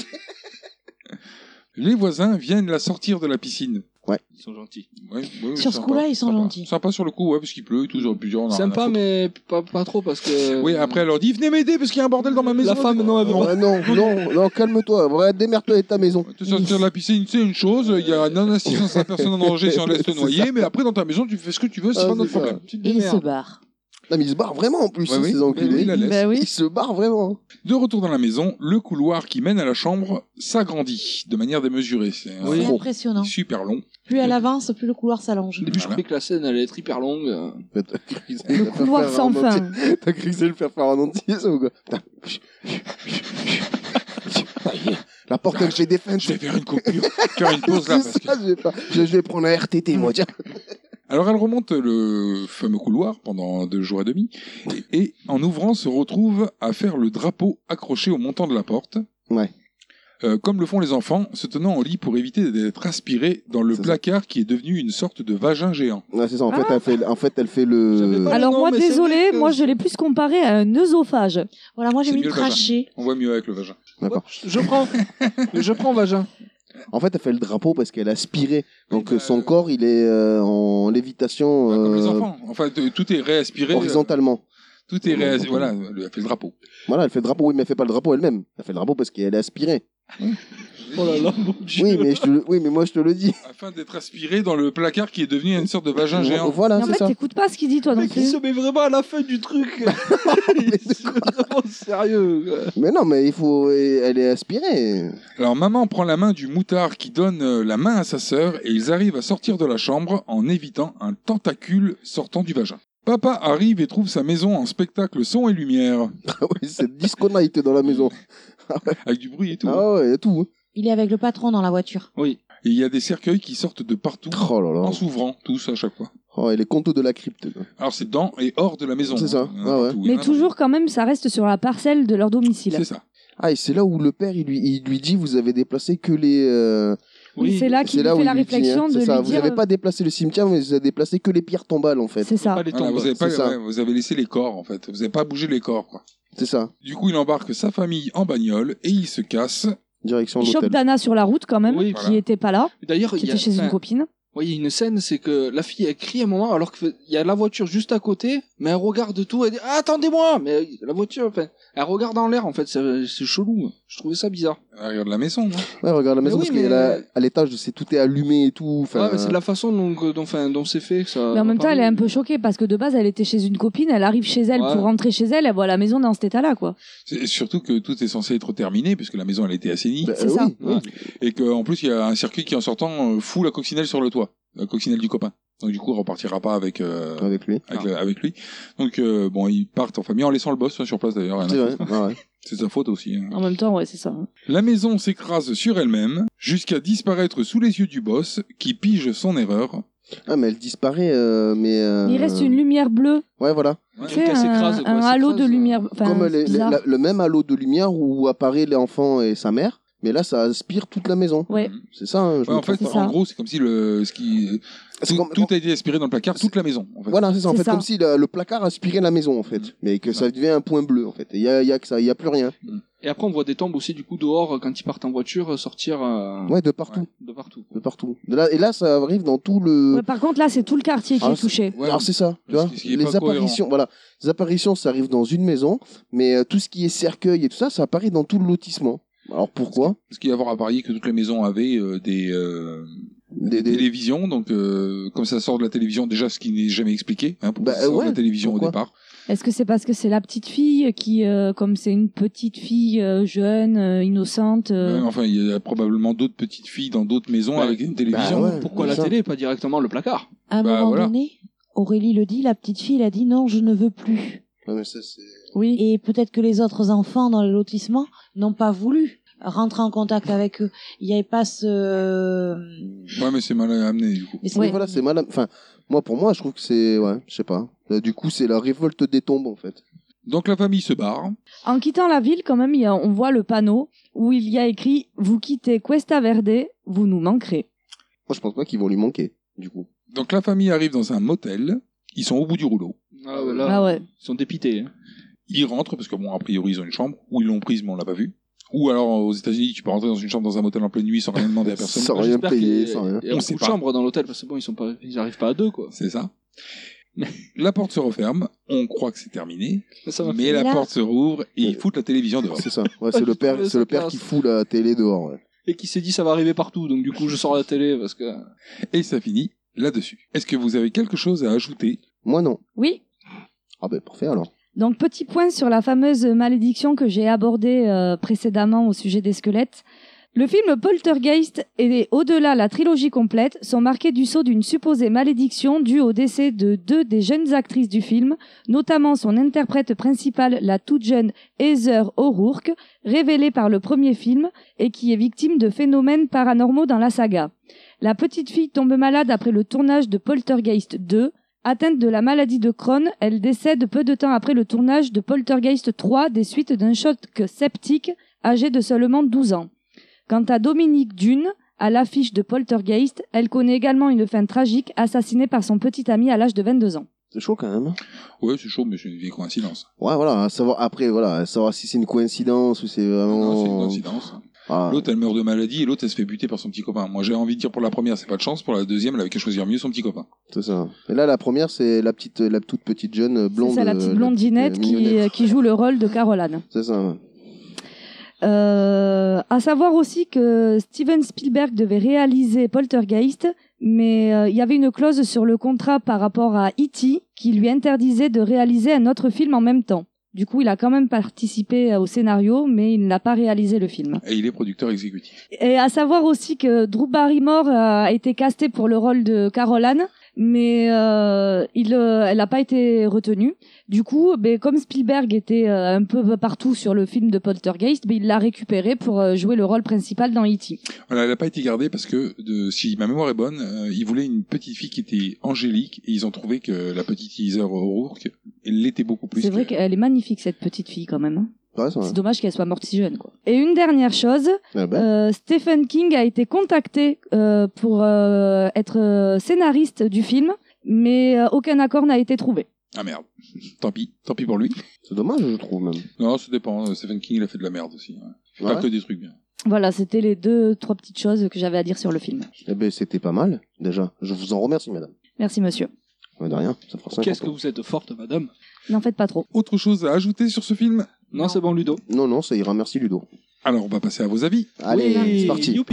Les voisins viennent la sortir de la piscine. Ouais. Ils sont gentils. Ouais, ouais, sur ce coup-là, ils sont sympa. gentils. Sympa sur le coup, ouais, parce qu'il pleut et tout, ils auraient pu dire... Sympa, mais pas, pas trop, parce que... Oui, après, elle leur dit, venez m'aider, parce qu'il y a un bordel dans ma maison. La femme, non, elle... non, non, non, non, calme-toi, ouais, démerde-toi avec ta maison. Te sortir de la piscine, c'est une chose, il y a non-assistance à personne en danger si on laisse te noyer, mais après, dans ta maison, tu fais ce que tu veux, c'est ah, pas notre ça. Problème. Et il se barre. Non, mais ils se barrent vraiment en plus, ouais, oui. ces enculés. Oui, bah oui. Ils se barrent vraiment. De retour dans la maison, le couloir qui mène à la chambre s'agrandit de manière démesurée. C'est oui. impressionnant. Super long. Plus elle avance, plus le couloir s'allonge. Au début, voilà. Je croyais que la scène allait être hyper longue. Le couloir sans fin. T'as cru que c'est le faire faire en entier, ça ou quoi? La porte, elle fait des feintes. Je vais faire une coupure. Faire une pause là. Parce ça, que... je, vais pas... je vais prendre un R T T, moi, tiens. Alors elle remonte le fameux couloir pendant deux jours et demi et, et en ouvrant se retrouve à faire le drapeau accroché au montant de la porte. Ouais. Euh, comme le font les enfants, se tenant au lit pour éviter d'être aspirés dans le c'est placard ça. Qui est devenu une sorte de vagin géant. Ouais, c'est ça. En, ah. fait, elle fait, en fait, elle fait le... Alors nom, moi, désolé, que... moi je l'ai plus comparé à un œsophage. Voilà, moi j'ai c'est mis craché. On voit mieux avec le vagin. D'accord. Ouais, je prends. je prends vagin. En fait, elle fait le drapeau parce qu'elle a aspiré. Donc, euh, son corps, il est euh, en lévitation. Euh... Comme les euh... enfants. Enfin, tout est réaspiré. Horizontalement. Tout est réaspiré. Voilà, elle fait le drapeau. Voilà, elle fait le drapeau. Oui, mais elle fait pas le drapeau elle-même. Elle fait le drapeau parce qu'elle est aspirée. Oh là là, mon Dieu. Oui, mais, je te le... oui, mais moi, je te le dis. Afin d'être aspiré dans le placard qui est devenu une sorte de vagin géant. Voilà, mais en c'est fait, ça. t'écoutes pas ce qu'il dit, toi, non plus. Il se met vraiment à la fin du truc. C'est vraiment sérieux. Mais non, mais il faut... Elle est aspirée. Alors, maman prend la main du moutard qui donne la main à sa sœur et ils arrivent à sortir de la chambre en évitant un tentacule sortant du vagin. Papa arrive et trouve sa maison en spectacle son et lumière. Ah ouais, c'est disco night dans la maison. Avec du bruit et tout. Ah ouais, et tout. Il est avec le patron dans la voiture. Oui. Et il y a des cercueils qui sortent de partout, oh là là. en s'ouvrant, tous à chaque fois. Oh, et les contes de la crypte. Alors c'est dans et hors de la maison. C'est ça. Hein, ah ouais. tout, mais hein, toujours quand même, ça reste sur la parcelle de leur domicile. C'est ça. Ah, et c'est là où le père, il lui, il lui dit, vous avez déplacé que les... Euh... Oui, c'est là qu'il là fait la lui réflexion dit, hein. de ça. lui vous dire... Vous n'avez pas déplacé le cimetière, mais vous avez déplacé que les pierres tombales, en fait. C'est ça. Pas les voilà, vous, avez pas, ça. Ouais, vous avez laissé les corps, en fait. Vous n'avez pas bougé les corps, quoi. C'est ça. Du coup, il embarque sa famille en bagnole et il se casse. Direction il l'hôtel. chope Dana sur la route, quand même, oui, qui voilà. était pas là, D'ailleurs, qui il y a, était chez enfin, une copine. Oui, il y a une scène, c'est que la fille, elle crie à un moment, alors qu'il y a la voiture juste à côté, mais elle regarde tout, elle dit ah, « Attendez-moi !» Mais la voiture, enfin, elle regarde en l'air, en fait, c'est, c'est chelou. Je trouvais ça bizarre. Elle regarde la maison, non? Ouais, regarde la maison, mais parce oui, qu'à mais... à l'étage, c'est, tout est allumé et tout. Ouais, mais c'est de la façon dont, dont, enfin, dont c'est fait. Ça mais en même temps, elle est un peu choquée, parce que de base, elle était chez une copine, elle arrive chez elle ouais. pour rentrer chez elle, elle voit la maison dans cet état-là, quoi. C'est surtout que tout est censé être terminé, puisque la maison, elle a été assainie. Bah, c'est euh, ça. Oui, oui. Et qu'en plus, il y a un circuit qui, en sortant, fout la coccinelle sur le toit. La coccinelle du copain. Donc du coup, on repartira pas avec euh, avec lui. Avec, ah. la, avec lui. Donc euh, bon, ils partent en famille en laissant le boss hein, sur place d'ailleurs. C'est vrai. Ah ouais. C'est sa faute aussi. Hein. En même temps, ouais, c'est ça. Hein. La maison s'écrase sur elle-même jusqu'à disparaître sous les yeux du boss qui pige son erreur. Ah mais elle disparaît, euh, mais. Euh... Il reste une lumière bleue. Ouais, voilà. Ouais, c'est un, quoi, un halo de lumière. Enfin, Comme les, les, la, le même halo de lumière où apparaît l'enfant et sa mère. mais là ça aspire toute la maison. Ouais. C'est ça. Hein, je Ouais, me en fait, trompe en pas. gros, c'est comme si le, ce qui, tout, comme- tout a été aspiré dans le placard, toute la maison. En fait. Voilà, c'est ça. En C'est fait, ça. comme si le, le placard aspirait la maison, en fait, mais que ça devient un point bleu, en fait. Il y a, il y a que ça, il y a plus rien. Et après, on voit des tombes aussi, du coup, dehors, euh, quand ils partent en voiture, euh, sortir euh, Ouais, de partout, de partout. de partout. De là, et là, ça arrive dans tout le. Ouais, par contre, là, c'est tout le quartier qui Ah, est touché. c'est- Alors c'est ça, tu vois. ce qui est Les pas apparitions, cohérent. voilà, les apparitions, ça arrive dans une maison, mais euh, tout ce qui est cercueil et tout ça, ça apparaît dans tout le lotissement. Alors pourquoi? Parce qu'il y a à avoir à parier que toutes les maisons avaient euh, des, euh, des, des- télévisions, donc euh, comme ça sort de la télévision, déjà ce qui n'est jamais expliqué, hein, pourquoi Bah, ça sort ouais, de la télévision pourquoi au départ. Est-ce que c'est parce que c'est la petite fille qui, euh, comme c'est une petite fille euh, jeune, euh, innocente euh, Euh, enfin, il y a probablement d'autres petites filles dans d'autres maisons Ouais. avec une télévision. Bah ouais. Pourquoi c'est la ça. télé et pas directement le placard? À un Bah, moment voilà. donné, Aurélie le dit, la petite fille, elle a dit non, je ne veux plus. Ouais, mais ça, c'est- Oui. Et peut-être que les autres enfants dans le lotissement n'ont pas voulu rentrer en contact avec eux. Il n'y avait pas ce... Ouais, mais c'est mal amené du coup. Mais c'est- Oui, voilà, c'est mal. Enfin, moi, pour moi, je trouve que c'est, ouais, je sais pas. Euh, Du coup, c'est la révolte des tombes, en fait. Donc la famille se barre. En quittant la ville, quand même, il y a- on voit le panneau où il y a écrit « Vous quittez Cuesta Verde, vous nous manquerez Moi, je pense pas qu'ils vont lui manquer, du coup. Donc la famille arrive dans un motel. Ils sont au bout du rouleau. Ah ouais, là, Ah ouais. ils sont dépités. Hein. Ils rentrent parce que bon, a priori ils ont une chambre ou ils l'ont prise mais on l'a pas vue. Ou alors aux États-Unis, tu peux rentrer dans une chambre dans un motel en pleine nuit sans rien demander à personne. Sans rien J'espère payer, qu'il y a- sans rien. Il y a On beaucoup sait de pas. chambres dans l'hôtel, parce que bon, ils sont pas, ils arrivent pas à deux, quoi. C'est ça. La porte se referme. On croit que c'est terminé, Ça m'a mais fait- la Là- porte se rouvre et ils foutent la télévision dehors. C'est ça. Ouais, c'est j'ai le père, trouvé c'est ça le père classe. qui fout la télé dehors. Ouais. Et qui s'est dit ça va arriver partout, donc du coup je sors la télé parce que. Et ça finit là-dessus. Est-ce que vous avez quelque chose à ajouter? Moi, non. ». Oui. Ah ben, parfait alors. Donc, petit point sur la fameuse malédiction que j'ai abordée euh, précédemment au sujet des squelettes. Le film Poltergeist et au-delà la trilogie complète sont marqués du sceau d'une supposée malédiction due au décès de deux des jeunes actrices du film, notamment son interprète principale, la toute jeune Heather O'Rourke, révélée par le premier film et qui est victime de phénomènes paranormaux dans la saga. La petite fille tombe malade après le tournage de Poltergeist deux. Atteinte de la maladie de Crohn, elle décède peu de temps après le tournage de Poltergeist trois des suites d'un choc septique, âgée de seulement douze ans. Quant à Dominique Dune, à l'affiche de Poltergeist, elle connaît également une fin tragique, assassinée par son petit ami à l'âge de vingt-deux ans. C'est chaud quand même. Ouais, c'est chaud, mais c'est une vieille coïncidence. Ouais, voilà. À savoir après, voilà, à savoir si c'est une coïncidence ou c'est vraiment. Non, c'est une coïncidence. Ah. L'autre, elle meurt de maladie et l'autre, elle se fait buter par son petit copain. Moi, j'ai envie de dire pour la première, c'est pas de chance. Pour la deuxième, elle avait qu'à choisir mieux son petit copain. C'est ça. Et là, la première, c'est la petite, la toute petite jeune blonde. C'est ça, la petite euh, blondinette petite, qui, euh, mignonnette. qui joue le rôle de Caroline. C'est ça. Ouais. Euh, à savoir aussi que Steven Spielberg devait réaliser Poltergeist, mais euh, il y avait une clause sur le contrat par rapport à E T qui lui interdisait de réaliser un autre film en même temps. Du coup, il a quand même participé au scénario, mais il n'a pas réalisé le film. Et il est producteur exécutif. Et à savoir aussi que Drew Barrymore a été castée pour le rôle de Caroline, mais euh, il, euh, elle n'a pas été retenue. Du coup, ben, comme Spielberg était euh, un peu partout sur le film de Poltergeist, ben, il l'a récupéré pour euh, jouer le rôle principal dans E T Voilà, elle n'a pas été gardée parce que, de, si ma mémoire est bonne, euh, ils voulaient une petite fille qui était angélique et ils ont trouvé que la petite Heather O'Rourke, elle l'était beaucoup plus. C'est vrai que- qu'elle est magnifique, cette petite fille, quand même. hein. Ouais, ça va. C'est dommage qu'elle soit morte si jeune, quoi. Et une dernière chose, Ah ben. euh, Stephen King a été contacté euh, pour euh, être euh, scénariste du film, mais euh, aucun accord n'a été trouvé. Ah merde. Tant pis. Tant pis pour lui. C'est dommage, je trouve même. Non, ça dépend. Stephen King, il a fait de la merde aussi. hein. Il fait Ouais. pas que des trucs bien. Voilà, c'était les deux, trois petites choses que j'avais à dire sur le film. Eh ben, c'était pas mal, déjà. Je vous en remercie, madame. Merci, monsieur. Ouais, de rien. Ça fera cinquante Qu'est-ce que ans. vous êtes forte, madame. N'en faites pas trop. Autre chose à ajouter sur ce film? Non, c'est bon, Ludo. Non, non, ça ira. Merci, Ludo. Alors, on va passer à vos avis. Allez, Oui, c'est parti. youpi.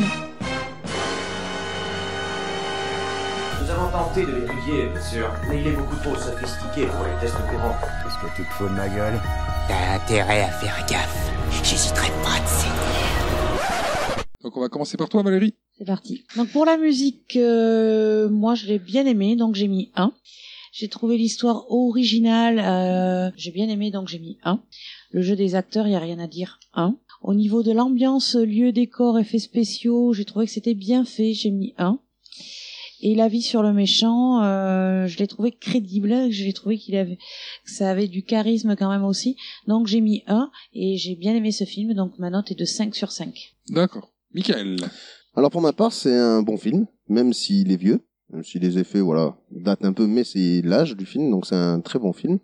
Nous avons tenté de l'étudier, bien sûr, mais il est beaucoup trop sophistiqué pour les tests courants. Qu'est-ce que tu te fous de ma gueule? T'as intérêt à faire gaffe. J'hésiterai pas de saigner. Donc, on va commencer par toi, Valérie. C'est parti. Donc pour la musique, euh, moi je l'ai bien aimé, donc j'ai mis un. J'ai trouvé l'histoire originale, euh, j'ai bien aimé, donc j'ai mis un. Le jeu des acteurs, il y a rien à dire, un. Au niveau de l'ambiance, lieu, décor, effets spéciaux, j'ai trouvé que c'était bien fait, j'ai mis un. Et l'avis sur le méchant, euh, je l'ai trouvé crédible, je l'ai trouvé qu'il avait, que ça avait du charisme quand même aussi. Donc j'ai mis un et j'ai bien aimé ce film, donc ma note est de cinq sur cinq. D'accord. Michael. Alors pour ma part, c'est un bon film, même s'il est vieux, même si les effets, voilà, datent un peu, mais c'est l'âge du film, donc c'est un très bon film.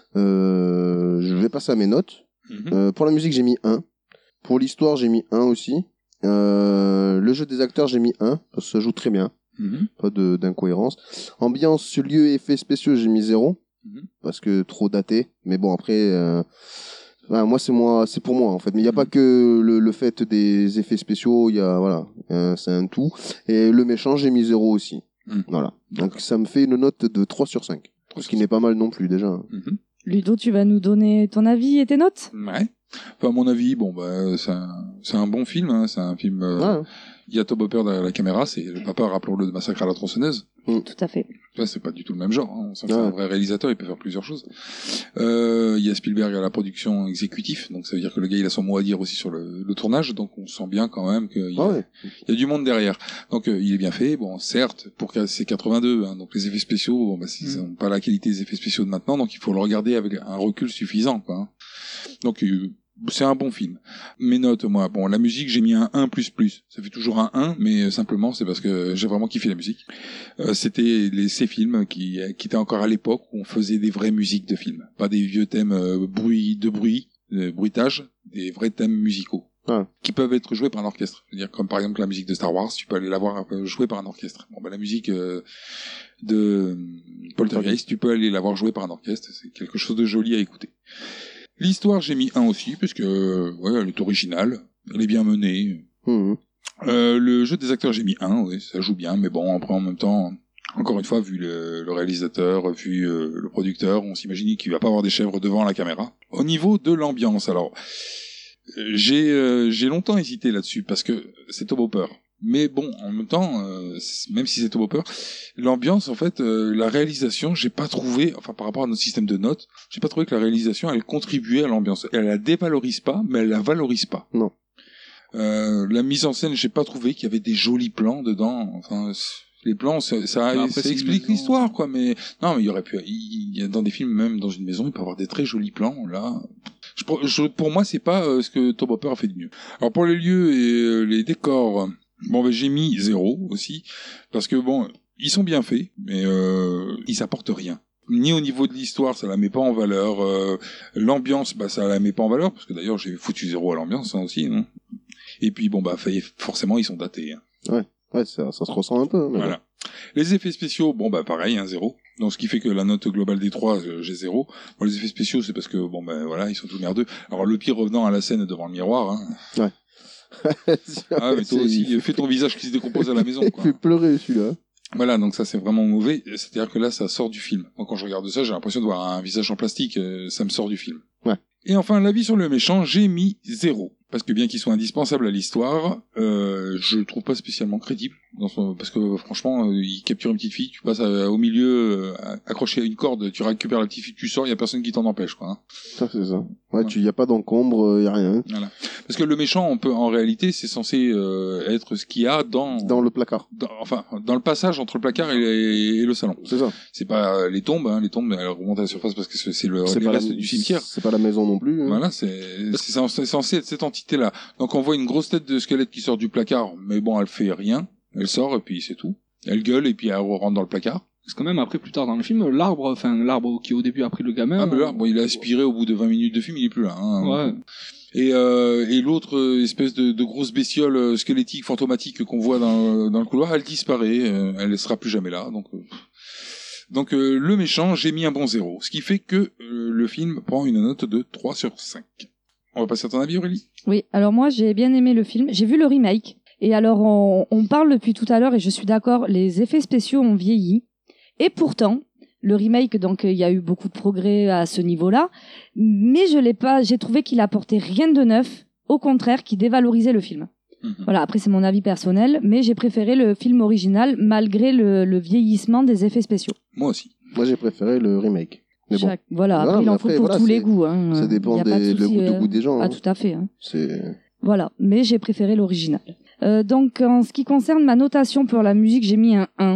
Euh, je vais passer à mes notes. Mm-hmm. Euh, pour la musique, j'ai mis un. Pour l'histoire, j'ai mis un aussi. Euh, le jeu des acteurs, j'ai mis un, parce que ça joue très bien. Mm-hmm. Pas de, d'incohérence. Ambiance, lieu et effets spéciaux, j'ai mis zéro. Mm-hmm. Parce que trop daté. Mais bon, après, euh, enfin, moi, c'est moi, c'est pour moi, en fait. Mais il n'y a pas que le, le fait des effets spéciaux, il y a, voilà, euh, c'est un tout. Et le méchant, j'ai mis zéro aussi. Mm. Voilà. Donc, ça me fait une note de trois sur cinq. Ce qui n'est pas mal non plus, déjà. Mm-hmm. Ludo, tu vas nous donner ton avis et tes notes ? Ouais. Enfin, à mon avis, bon, bah, c'est un, c'est un bon film, hein. C'est un film, euh, ouais. Il y a Tobe Hooper derrière la caméra, c'est le papa, rappelons-le, de Massacre à la tronçonneuse. Mm. Tout à fait. Tu vois, c'est pas du tout le même genre, hein. On sent que ouais. C'est un vrai réalisateur, il peut faire plusieurs choses. Euh, il y a Spielberg à la production exécutive, donc ça veut dire que le gars, il a son mot à dire aussi sur le, le tournage, donc on sent bien quand même qu'il y a, ah ouais. il y a du monde derrière. Donc, euh, il est bien fait, bon, certes, pour que c'est quatre-vingt-deux, hein, donc les effets spéciaux, bon, bah, ils n'ont mm. pas la qualité des effets spéciaux de maintenant, donc il faut le regarder avec un recul suffisant, quoi. Hein. Donc, euh, c'est un bon film. Mes notes, moi, bon, la musique, j'ai mis un un plus plus. Ça fait toujours un un, mais simplement, c'est parce que j'ai vraiment kiffé la musique. Euh, c'était les, ces films qui, qui étaient encore à l'époque où on faisait des vraies musiques de films. Pas des vieux thèmes euh, bruit, de bruit, de bruitage, des vrais thèmes musicaux. Ah. Qui peuvent être joués par un orchestre. C'est-à-dire, comme par exemple la musique de Star Wars, tu peux aller la voir jouée par un orchestre. Bon, ben, la musique euh, de Poltergeist, tu peux aller la voir jouée par un orchestre. C'est quelque chose de joli à écouter. L'histoire, j'ai mis un aussi, parce que, euh, ouais, elle est originale, elle est bien menée. Mmh. Euh, le jeu des acteurs, j'ai mis un, oui, ça joue bien, mais bon, après, en même temps, encore une fois, vu le, le réalisateur, vu euh, le producteur, on s'imagine qu'il va pas avoir des chèvres devant la caméra. Au niveau de l'ambiance, alors, j'ai, euh, j'ai longtemps hésité là-dessus, parce que c'est Tobe Hooper. Mais bon, en même temps, euh, même si c'est Tobe Hooper, l'ambiance, en fait, euh, la réalisation, j'ai pas trouvé, enfin par rapport à notre système de notes, j'ai pas trouvé que la réalisation, elle contribuait à l'ambiance. Elle la dévalorise pas, mais elle la valorise pas. Non. Euh, la mise en scène, j'ai pas trouvé qu'il y avait des jolis plans dedans. Enfin, les plans, ça, ça, bah après, ça explique l'histoire, quoi. Mais non, mais il y aurait pu, il y a dans des films, même dans une maison, il peut y avoir des très jolis plans. Là, je, je, pour moi, c'est pas euh, ce que Tobe Hooper a fait de mieux. Alors pour les lieux et euh, les décors. Bon, ben, j'ai mis zéro aussi, parce que bon, ils sont bien faits, mais euh, ils apportent rien. Ni au niveau de l'histoire, ça la met pas en valeur. Euh, l'ambiance, bah, ça la met pas en valeur, parce que d'ailleurs, j'ai foutu zéro à l'ambiance, hein, aussi, non. Et puis, bon, bah, forcément, ils sont datés. Hein. Ouais, ouais, ça, ça se ressent un peu. Mais voilà. Bon. Les effets spéciaux, bon, bah, pareil, hein, zéro. Donc, ce qui fait que la note globale des trois, euh, j'ai zéro. Bon, les effets spéciaux, c'est parce que, bon, ben, voilà, ils sont tout merdeux. Alors, le pire revenant à la scène devant le miroir, hein. Ouais. Ah, mais toi aussi, fais ton visage qui se décompose à la maison, quoi. Il fait pleurer, celui-là. Voilà, donc ça, c'est vraiment mauvais. C'est-à-dire que là, ça sort du film. Moi, quand je regarde ça, j'ai l'impression de voir un visage en plastique, euh, ça me sort du film. Ouais. Et enfin, l'avis sur le méchant, j'ai mis zéro. Parce que bien qu'il soit indispensable à l'histoire, euh, je le trouve pas spécialement crédible. Dans son... Parce que franchement, euh, il capture une petite fille, tu passes à, au milieu, euh, accroché à une corde, tu récupères la petite fille, tu sors, il y a personne qui t'en empêche, quoi. Hein. Ça, c'est ça. Ouais, ouais. Tu y a pas d'encombre, il y a rien. Voilà. Parce que le méchant, on peut, en réalité, c'est censé euh, être ce qu'il y a dans dans le placard. Dans, enfin, dans le passage entre le placard et, et, et le salon. C'est ça. C'est pas les tombes, hein, les tombes, elles remontent à la surface parce que c'est le c'est les pas restes la... du cimetière. C'est pas la maison non plus. Hein. Voilà, c'est c'est, c'est censé être cette entité-là. Donc on voit une grosse tête de squelette qui sort du placard, mais bon, elle fait rien. Elle sort et puis c'est tout. Elle gueule et puis elle rentre dans le placard. Parce que même après, plus tard dans le film, l'arbre, enfin l'arbre qui au début a pris le gamin. Ah mais l'arbre, il a aspiré au bout de vingt minutes de film, il est plus là. Hein. Ouais. Et, euh, et l'autre espèce de, de grosse bestiole squelettique, fantomatique qu'on voit dans, dans le couloir, elle disparaît. Euh, elle sera plus jamais là. Donc, euh, donc euh, le méchant, j'ai mis un bon zéro. Ce qui fait que euh, le film prend une note de trois sur cinq. On va passer à ton avis, Aurélie ? Oui, alors moi j'ai bien aimé le film. J'ai vu le remake. Et alors on, on parle depuis tout à l'heure et je suis d'accord, les effets spéciaux ont vieilli. Et pourtant, le remake, donc il y a eu beaucoup de progrès à ce niveau-là, mais je l'ai pas, j'ai trouvé qu'il apportait rien de neuf, au contraire, qui dévalorisait le film. Mmh. Voilà, après c'est mon avis personnel, mais j'ai préféré le film original malgré le, le vieillissement des effets spéciaux. Moi aussi. Moi j'ai préféré le remake. Mais bon. Chaque, voilà, après non, il en faut pour voilà, tous les goûts. Hein. Ça dépend des, de, souci, de goût des gens. Ah, hein. tout à fait. Hein. C'est... Voilà, mais j'ai préféré l'original. Euh, donc en ce qui concerne ma notation pour la musique, j'ai mis un un.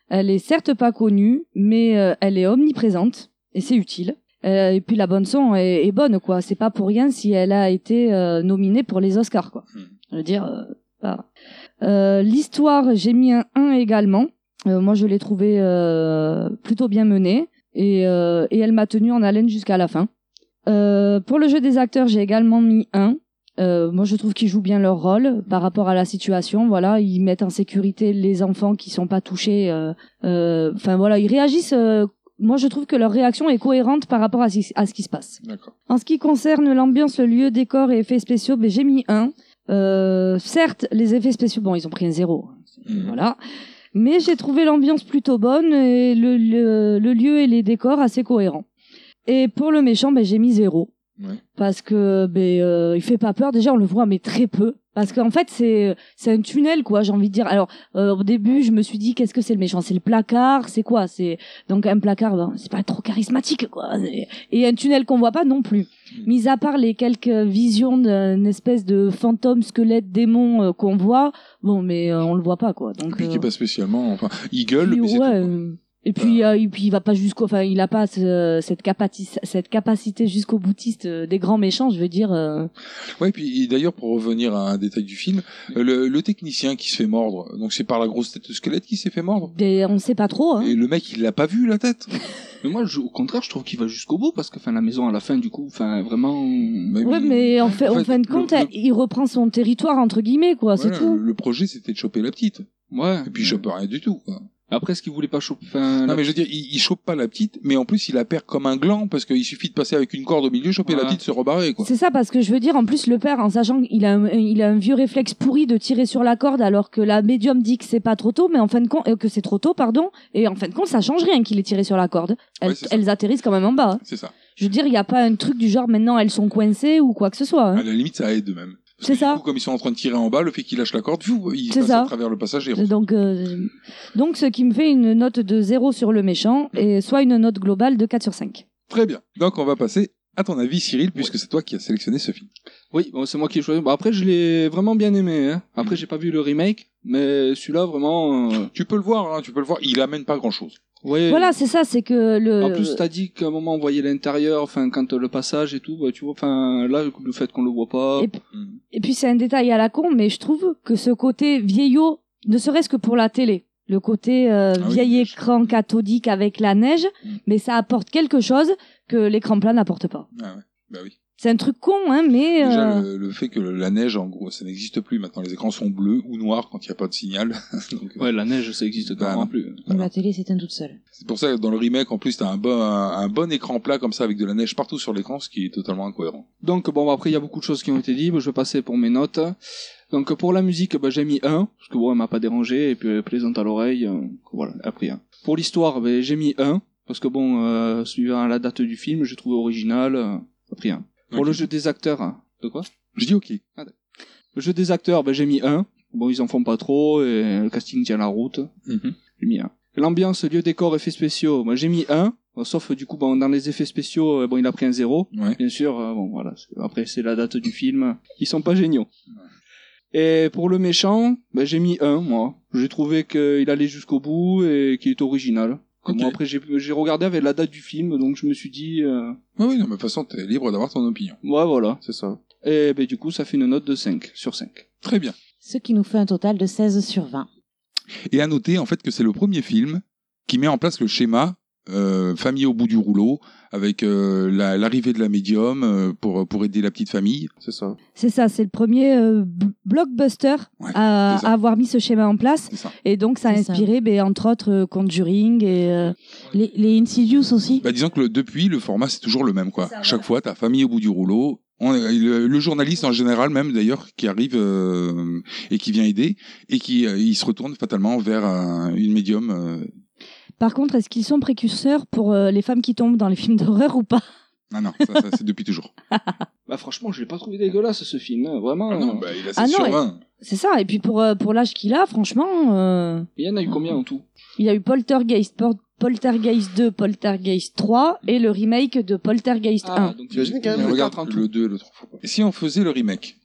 Elle est certes pas connue, mais euh, elle est omniprésente et c'est utile. Euh, et puis la bande son est, est bonne, quoi. C'est pas pour rien si elle a été euh, nominée pour les Oscars, quoi. Je veux dire, euh, bah. euh, l'histoire, j'ai mis un un également. Euh, moi, je l'ai trouvée euh, plutôt bien menée et, euh, et elle m'a tenu en haleine jusqu'à la fin. Euh, pour le jeu des acteurs, j'ai également mis un. Euh, moi, je trouve qu'ils jouent bien leur rôle par rapport à la situation. Voilà, ils mettent en sécurité les enfants qui sont pas touchés. Enfin, euh, euh, voilà, ils réagissent. Euh, moi, je trouve que leur réaction est cohérente par rapport à, si, à ce qui se passe. D'accord. En ce qui concerne l'ambiance, le lieu, décor et effets spéciaux, ben, j'ai mis un. Euh, certes, les effets spéciaux, bon, ils ont pris un zéro. Mmh. Voilà. Mais j'ai trouvé l'ambiance plutôt bonne et le, le, le lieu et les décors assez cohérents. Et pour le méchant, ben, j'ai mis zéro. Ouais. Parce que ben euh, il fait pas peur, déjà on le voit mais très peu, parce qu'en fait c'est c'est un tunnel, quoi, j'ai envie de dire. Alors euh, au début je me suis dit qu'est-ce que c'est le méchant, c'est le placard, c'est quoi, c'est donc un placard, ben, c'est pas trop charismatique, quoi, et un tunnel qu'on voit pas non plus, mmh. mis à part les quelques visions d'une espèce de fantôme, squelette, démon euh, qu'on voit, bon mais euh, on le voit pas, quoi. Donc et puis euh... qui est pas spécialement, enfin il gueule puis, mais c'est ouais, tout, euh... Et puis, euh, et puis il va pas jusqu'au, enfin, il a pas ce, cette capacité, cette capacité jusqu'au boutiste des grands méchants, je veux dire. Euh... Ouais, et puis et d'ailleurs pour revenir à un détail du film, le, le technicien qui se fait mordre, donc c'est par la grosse tête de squelette qui s'est fait mordre. Et on sait pas trop. Hein. Et le mec il l'a pas vu la tête. Mais moi, je, au contraire, je trouve qu'il va jusqu'au bout parce que, enfin, la maison à la fin, du coup, enfin, vraiment. Mais ouais, mais en fait, en, fait, en fin de compte, le, le... il reprend son territoire entre guillemets, quoi. Voilà, c'est tout. Le projet c'était de choper la petite. Ouais. Et puis il chope rien du tout, quoi. Après, est-ce qu'il voulait pas choper, enfin... Non, mais je veux dire, il, il chope pas la petite, mais en plus, il la perd comme un gland, parce qu'il suffit de passer avec une corde au milieu, choper voilà. la petite, se rebarrer, quoi. C'est ça, parce que je veux dire, en plus, le père, en sachant qu'il a un, il a un vieux réflexe pourri de tirer sur la corde, alors que la médium dit que c'est pas trop tôt, mais en fin de compte, euh, que c'est trop tôt, pardon, et en fin de compte, ça change rien qu'il ait tiré sur la corde. Elles, ouais, elles atterrissent quand même en bas. Hein. C'est ça. Je veux dire, il y a pas un truc du genre, maintenant, elles sont coincées ou quoi que ce soit. Hein. À la limite, ça aide même. Parce c'est que, ça. Du coup, comme ils sont en train de tirer en bas, le fait qu'ils lâchent la corde, ils c'est passent ça. à travers le passage. Et donc, euh, donc, ce qui me fait une note de zéro sur le méchant, et soit une note globale de quatre sur cinq. Très bien. Donc, on va passer à ton avis, Cyril, puisque ouais. c'est toi qui as sélectionné ce film. Oui, bon, c'est moi qui ai choisi. Bon, après, je l'ai vraiment bien aimé. Hein. Après, mmh. j'ai pas vu le remake, mais celui-là, vraiment... Euh... Tu peux le voir, hein, tu peux le voir. Il amène pas grand-chose. Ouais. Voilà, c'est ça, c'est que le. En plus, t'as dit qu'à un moment on voyait l'intérieur, enfin quand le passage et tout, bah, tu vois, enfin là le fait qu'on le voit pas. Et, p- et puis c'est un détail à la con, mais je trouve que ce côté vieillot, ne serait-ce que pour la télé, le côté euh, ah vieil oui, écran cathodique avec la neige, mmh. mais ça apporte quelque chose que l'écran plat n'apporte pas. Ah ouais, bah oui. C'est un truc con, hein, mais... Déjà, euh... le, le fait que la neige, en gros, ça n'existe plus. Maintenant, les écrans sont bleus ou noirs quand il n'y a pas de signal. Donc, ouais, la neige, ça existe carrément bah, plus. Bah, la télé s'éteint toute seule. C'est pour ça que dans le remake, en plus, t'as un bon, un, un bon écran plat comme ça, avec de la neige partout sur l'écran, ce qui est totalement incohérent. Donc, bon, après, il y a beaucoup de choses qui ont été dites. Je vais passer pour mes notes. Donc, pour la musique, bah, j'ai mis un, parce que bon, elle m'a pas dérangé, et puis plaisante à l'oreille. Euh, voilà, après un. Pour l'histoire, bah, j'ai mis un, parce que bon, euh, suivant la date du film, j'ai trouvé original. Euh, après un. Pour okay. le jeu des acteurs, de quoi? Je dis ok. Ah, le jeu des acteurs, ben j'ai mis un. Bon, ils en font pas trop et le casting tient la route. Mm-hmm. J'ai mis un. L'ambiance, lieu, décor, effets spéciaux, ben j'ai mis un. Bon, sauf du coup, bon, dans les effets spéciaux, bon, il a pris un zéro. Ouais. Bien sûr, euh, bon voilà. C'est... Après, c'est la date du film. Ils sont pas géniaux. Ouais. Et pour le méchant, ben j'ai mis un, moi. J'ai trouvé qu'il allait jusqu'au bout et qu'il est original. Okay. Bon, après, j'ai, j'ai regardé avec la date du film, donc je me suis dit... Euh... Ah oui, non, mais de toute façon, t'es libre d'avoir ton opinion. Ouais, voilà. C'est ça. Et ben, du coup, ça fait une note de cinq sur cinq. Très bien. Ce qui nous fait un total de seize sur vingt. Et à noter, en fait, que c'est le premier film qui met en place le schéma euh, famille au bout du rouleau, avec euh, la, l'arrivée de la médium euh, pour, pour aider la petite famille. C'est ça. C'est ça, c'est le premier euh, blockbuster ouais, à, à avoir mis ce schéma en place. Et donc, ça a c'est inspiré, ben, entre autres, euh, Conjuring et euh, les, les Insidious aussi. Bah, disons que le, depuis, le format, c'est toujours le même, quoi. Ça, Chaque ouais. fois, t'as famille au bout du rouleau. On, le, le journaliste en général même d'ailleurs qui arrive euh, et qui vient aider et qui euh, il se retourne fatalement vers un, une médium. Euh... Par contre, est-ce qu'ils sont précurseurs pour euh, les femmes qui tombent dans les films d'horreur ou pas? Non, non, ça, ça c'est depuis toujours. Bah franchement, je l'ai pas trouvé dégueulasse ce film, hein, vraiment. Ah non, bah il a sept sur vingt. C'est ça, et puis pour, euh, pour l'âge qu'il a, franchement... Euh... Il y en a eu combien en tout? Il y a eu Poltergeist, Pol- Poltergeist deux, Poltergeist trois et le remake de Poltergeist ah, un. Donc j'imagine quand même regarde le deux et le trois. Et si on faisait le remake,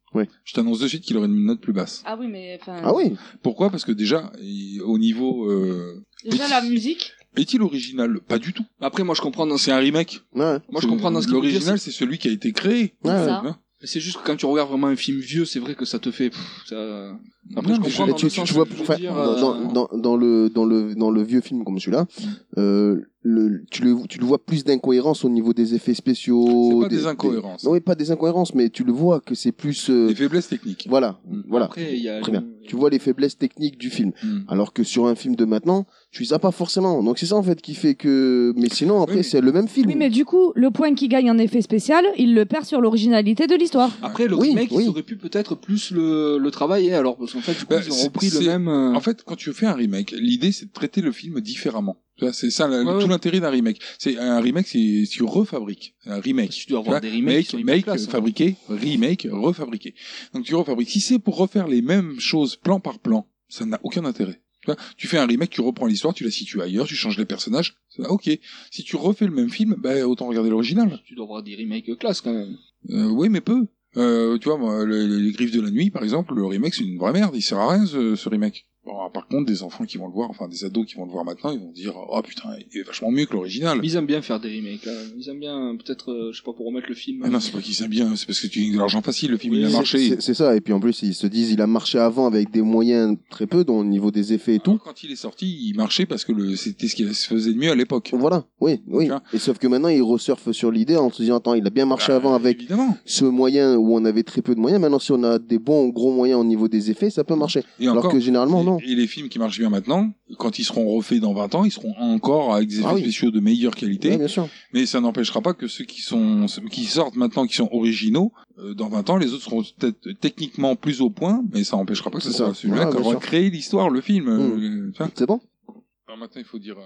Ouais. Je t'annonce de suite qu'il aurait une note plus basse. Ah oui, mais enfin. Ah oui. Pourquoi ? Parce que déjà, il- au niveau. Euh, Déjà la musique. Est-il original ? Pas du tout. Après, moi, je comprends dans C'est un remake. Ouais. Moi, je comprends dans ce qu'il veut dire, L'original, c'est celui qui a été créé. Ouais, ouais. Hein. Mais c'est juste que quand tu regardes vraiment un film vieux, c'est vrai que ça te fait. Pff, ça... Après, Non, je mais comprends Et dans tu, le tu, sens tu vois, que je veux enfin, dire, dans, euh, dans, dans, dans le dans le dans le vieux film comme celui-là, euh, le, tu le tu le vois plus d'incohérences au niveau des effets spéciaux. C'est pas des incohérences. Non, oui, pas des incohérences, mais tu le vois que c'est plus. euh, Des faiblesses techniques. Voilà, voilà. Après, il y a. Très bien. Tu vois les faiblesses techniques du film. Mm. Alors que sur un film de maintenant, tu les as pas forcément. Donc c'est ça en fait qui fait que. Mais sinon après Oui, mais- c'est le même film. Oui, mais du coup, le point qu'il gagne en effet spécial, il le perd sur l'originalité de l'histoire. Après, le Oui, remake, oui. ils auraient pu peut-être plus le, le travailler, alors, parce qu'en fait, du coup, Bah, ils ont c'est- repris le c'est- même. euh, En fait, quand tu fais un remake, l'idée c'est de traiter le film différemment. Tu vois, c'est ça la- Ouais, tout ouais. l'intérêt d'un remake. C'est un remake, c'est tu refabriques. Un remake. Tu dois Tu avoir vois, des remakes make, qui sont hyper make, classe, hein. fabriquer, remake, refabriquer. Donc tu refabriques. Si c'est pour refaire les mêmes choses plan par plan, ça n'a aucun intérêt. Tu vois, tu fais un remake, tu reprends l'histoire, tu la situes ailleurs, tu changes les personnages. Ça, ok. Si tu refais le même film, bah autant regarder l'original. Tu dois avoir des remakes classe quand même. Euh, oui, mais peu. Euh, tu vois, moi, les, les Griffes de la Nuit, par exemple, le remake, c'est une vraie merde. Il sert à rien, ce, ce remake. Bon, par contre, des enfants qui vont le voir, enfin des ados qui vont le voir maintenant, ils vont dire « Oh putain, il est vachement mieux que l'original Mais ». ils aiment bien faire des remakes. Là. Ils aiment bien, peut-être, euh, je sais pas, pour remettre le film. Ah non, c'est pas qu'ils aiment bien, c'est parce que tu gagnes de l'argent facile, le film Oui, il a c'est- marché. C'est c'est ça. Et puis en plus ils se disent il a marché avant avec des moyens très peu, dans au niveau des effets et tout. Alors, quand il est sorti, il marchait parce que le, c'était ce qui se faisait de mieux à l'époque. Voilà, oui, oui. Tu vois. Et sauf que maintenant, ils resurfent sur l'idée en se disant, attends, il a bien marché Bah, avant avec Évidemment. ce moyen où on avait très peu de moyens. Maintenant, si on a des bons gros moyens au niveau des effets, ça peut marcher. Et Alors encore, que généralement, et, non. et les films qui marchent bien maintenant, quand ils seront refaits dans vingt ans, ils seront encore avec des effets Ah oui. spéciaux de meilleure qualité. Ouais, bien sûr. Mais ça n'empêchera pas que ceux qui sont, ceux qui sortent maintenant, qui sont originaux, euh, dans vingt ans, les autres seront peut-être techniquement plus au point, mais ça n'empêchera pas que ce C'est soit ça. celui-là Ouais, qui bien aura sûr. créé l'histoire, le film. Mm. euh, tu vois. C'est bon? Alors maintenant, il faut dire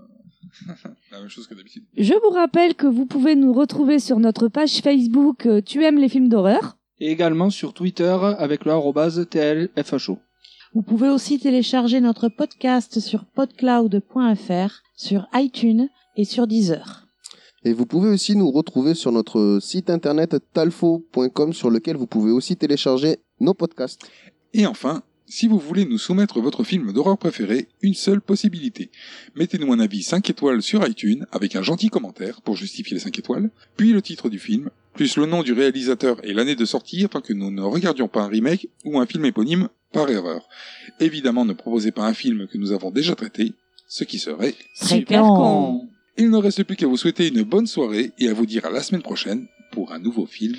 euh, la même chose que d'habitude. Je vous rappelle que vous pouvez nous retrouver sur notre page Facebook euh, Tu aimes les films d'horreur. Et également sur Twitter avec le arrobase T L F H O. Vous pouvez aussi télécharger notre podcast sur podcloud point f r, sur iTunes et sur Deezer. Et vous pouvez aussi nous retrouver sur notre site internet talfo point com sur lequel vous pouvez aussi télécharger nos podcasts. Et enfin, si vous voulez nous soumettre votre film d'horreur préféré, une seule possibilité. Mettez-nous un avis cinq étoiles sur iTunes avec un gentil commentaire pour justifier les cinq étoiles, puis le titre du film, plus le nom du réalisateur et l'année de sortie afin que nous ne regardions pas un remake ou un film éponyme par erreur. Évidemment, ne proposez pas un film que nous avent déjà traité, ce qui serait Super con. Il ne reste plus qu'à vous souhaiter une bonne soirée et à vous dire à la semaine prochaine pour un nouveau film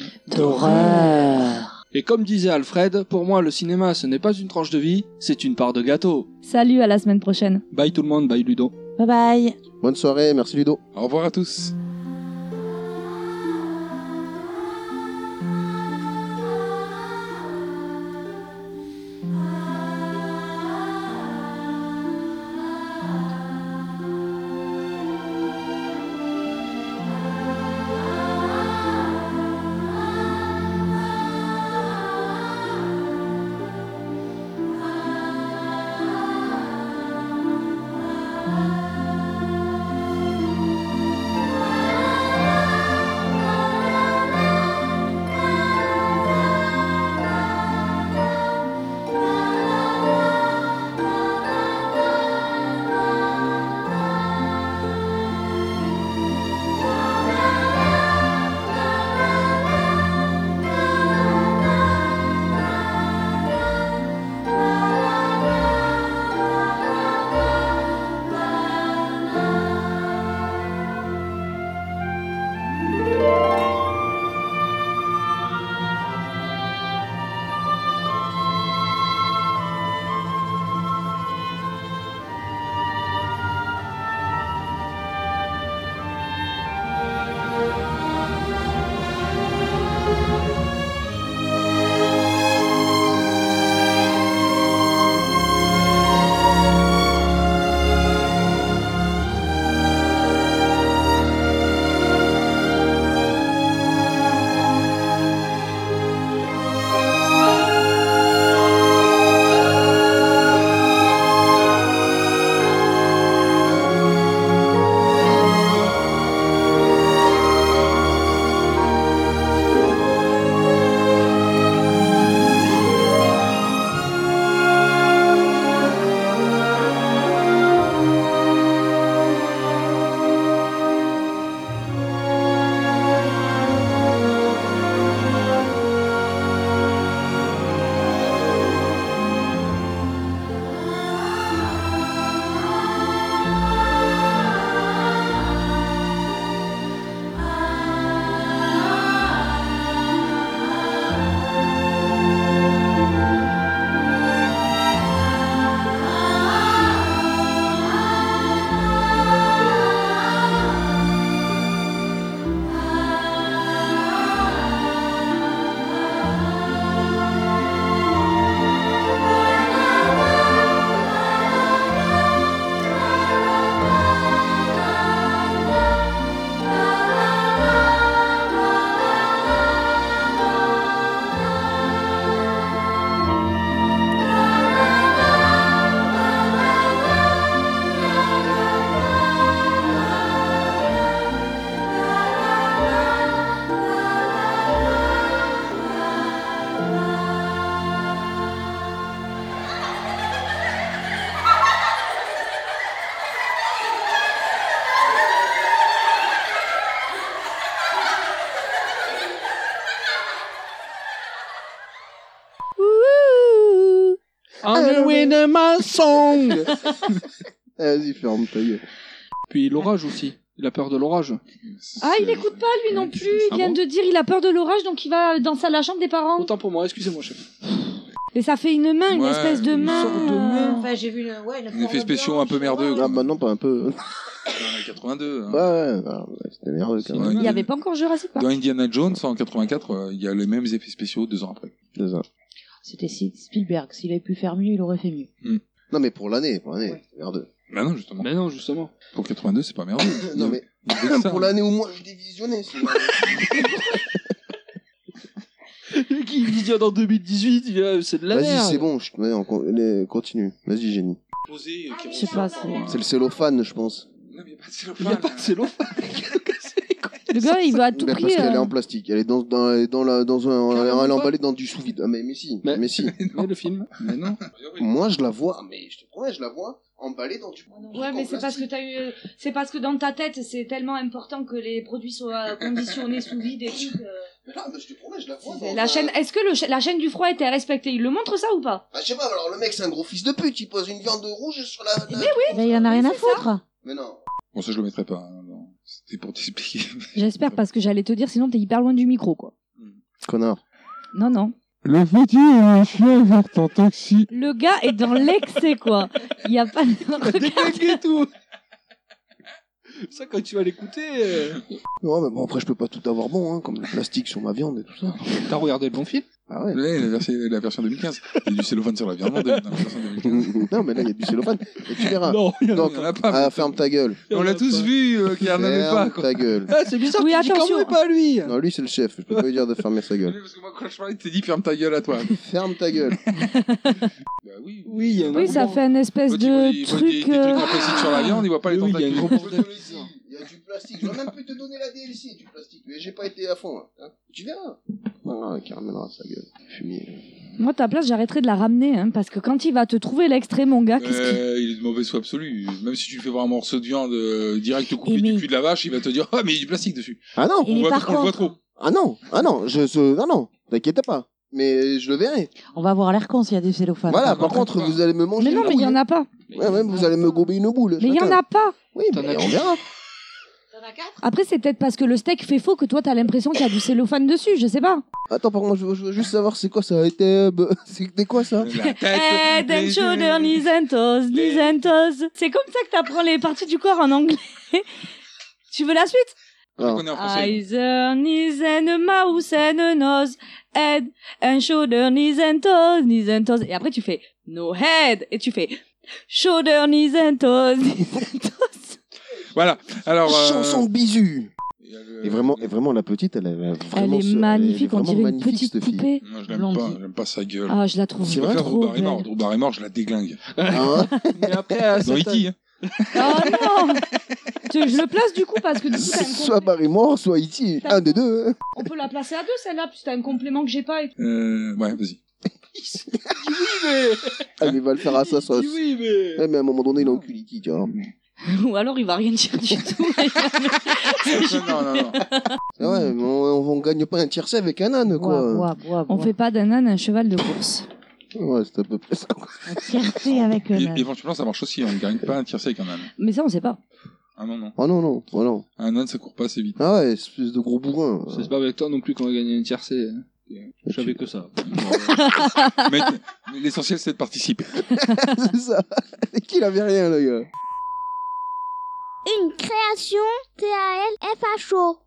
D'horreur. Et comme disait Alfred, pour moi le cinéma ce n'est pas une tranche de vie, c'est une part de gâteau. Salut, à la semaine prochaine. Bye tout le monde, bye Ludo. Bye bye. Bonne soirée, merci Ludo. Au revoir à tous. in my song. Vas-y, ferme ta gueule. Puis l'orage aussi. Il a peur de l'orage. Ah, il écoute pas lui non plus. Il Ah vient bon de dire il a peur de l'orage, donc il va dans sa la chambre des parents. Autant pour moi, excusez-moi, chef. Et ça fait une main, une Ouais, espèce de une main. sorte de euh, Enfin, j'ai vu une, ouais, une Un forme effet spéciaux blanche, un peu merdeux. Ah, bah non, pas un peu. Dans quatre-vingt-deux. hein. Ouais, ouais, alors, ouais, c'était merdeux quand même. Il y avait pas encore Jurassic Park. Dans Indiana Jones en quatre-vingt-quatre, euh, il y a les mêmes effets spéciaux deux ans après. Deux ans. C'était Spielberg. S'il avait pu faire mieux, il aurait fait mieux. Non, mais pour l'année, pour l'année, Ouais. c'est merdeux. Bah non, justement. Mais non, justement. Pour quatre-vingt-deux, c'est pas merdeux. Non, mais Il y avait que ça, pour hein. l'année où moi je l'ai visionné, sinon. Qui visionne en deux mille dix-huit, il dit, c'est de la merde. Vas-y, c'est bon, je... ouais, on con- les- continue. Vas-y, génie. Posé, euh, qui Je sais pas, c'est... C'est le cellophane, je pense. Non, mais il y a pas de Il cellophane. n'y a pas de cellophane. Le gars, il veut à tout Ben, prix. parce qu'elle est euh, en plastique. Elle est dans, dans, dans, la, dans un, elle est Carrément pas. emballée dans du sous-vide. Ah, mais, mais si, Mais- mais si. Mais le film. Mais non. Moi, je la vois, mais je te promets, je la vois emballée dans du. Ouais, mais c'est parce que t'as eu, c'est parce que dans ta tête, c'est tellement important que les produits soient conditionnés sous vide et tout. que- Mais là, mais je te promets, je la vois. dans La un- chaîne, est-ce que le, cha- la chaîne du froid était respectée? Il le montre ça ou pas? Ah, je sais pas, alors le mec, c'est un gros fils de pute. Il pose une viande rouge sur la. la- Mais oui. Mais il en a rien à c'est foutre. Mais non. Bon, ça, je le mettrai pas. hein, non. C'était pour t'expliquer. J'espère parce que j'allais te dire, sinon t'es hyper loin du micro, quoi. Connard. Non, non. Le petit un chien vert en taxi. Le gars est dans l'excès, quoi. Il y a pas de... Déglingue et tout. Ça, quand tu vas l'écouter. euh, Ouais, mais bon, après, je peux pas tout avoir bon, hein, comme le plastique sur ma viande et tout ça. T'as regardé le bon film? Ah ouais. Ouais, la, version, la version deux mille quinze. Il y a du cellophane sur la viande dans la version deux mille quinze. Non, mais là, il y a du cellophane. Et tu verras. Non, il y en a Donc, il y en a pas, ah, mais- ferme ta gueule. On l'a tous vu, euh, qu'il y en avait pas, Ferme quoi. ta gueule. Ah, c'est bizarre, Oui, tu dis quand attention. même pas lui. Non, lui, c'est le chef. Je peux pas lui dire de fermer sa gueule. Parce que moi, quand je parlais, t'es dit ferme ta gueule à toi. Ferme ta gueule. Bah oui. Oui, il y a un Oui, ça fait une espèce L'autre, il voit- de il voit des, des truc... euh, trucs en plastique sur la viande, il voit pas les Oui, il y a tentacules. un gros bordel. Il y a du plastique. Je vais même plus te donner la D L C du plastique. Mais j'ai pas été à fond. Hein. Tu verras. Voilà, qui ramènera sa gueule. Fumier. Moi, à ta place, j'arrêterais de la ramener, hein, parce que quand il va te trouver l'extrait, mon gars, qu'est-ce qu'il... Euh, il est de mauvaise foi absolue. Même si tu lui fais voir un morceau de viande euh, direct coupé Et du mais- cul de la vache, il va te dire ah mais il y a du plastique dessus. Ah non. Et On, mais voit, par on le voit contre- trop. Ah non. Ah non. Je, je... Non, non. T'inquiète pas. Mais je le verrai. On va avoir l'air con s'il y a des cellophanes. Voilà. Ah, Par par contre, contre, vous allez me manger. Mais non, une mais il y couille. en a pas. Ouais, ouais, vous allez me gober une boule. Mais il y en chacun. a pas. Oui, T'en mais as on verra. Après, c'est peut-être parce que le steak fait faux que toi, t'as l'impression qu'il y a du cellophane dessus, je sais pas. Attends, par contre, je veux, je veux juste savoir c'est quoi ça. C'était. C'était quoi ça? La tête. Head and les shoulder, yeux. knees and toes, knees and toes. C'est comme ça que t'apprends les parties du corps en anglais. Tu veux la suite? Je connais en français. Eyes, uh, knees and a mouse and a nose. Head and shoulder, knees and toes, knees and toes. Et après, tu fais no head. Et tu fais shoulder, knees and toes, knees and toes. Voilà. Alors. euh, Chanson de bisu. il y a le- Et vraiment, et vraiment, la petite, elle est Elle vraiment. est ce- magnifique, elle est on vraiment dirait une magnifique, petite cette fille. poupée. Moi, je l'aime Blondie. pas. J'aime pas sa gueule. Ah, je la trouve C'est Je vrai, préfère trop Drew belle. Barrymore. Drew Barrymore, je la déglingue. Ah, Mais après, à Dans cette- E T hein. Oh non. Tu- Je le place du coup parce que du coup, t'as un soit compl- Barrymore, soit Iti. T'as- Un des deux. hein. on peut la placer à deux celle-là, puis t'as un complément que j'ai pas. Et... Euh, ouais, vas-y. Oui, mais. Ah, mais il va le faire à sa sauce. Oui, mais. Ouais, mais à un moment donné, il encule Iti, tu vois. Ou alors il va rien dire du tout. non, non, non. Ah ouais, mais on, on gagne pas un tiercé avec un âne, quoi. Bois, bois, bois, On bois. fait pas d'un âne un cheval de course. Ouais, c'est à peu près ça. Un tiercé avec un Et- âne. éventuellement, ça marche aussi. On ne gagne pas un tiercé avec un âne. Mais ça, on sait pas. Ah non, non. Oh non, non, oh non. Un âne, ça court pas assez vite. Ah ouais, espèce de gros bourrin. C'est pas avec toi non plus qu'on va gagner une tiercée. Je savais que ça. Mais t- mais l'essentiel, c'est de participer. C'est ça. Et qu'il avait rien, le gars. Une création T A L F H O.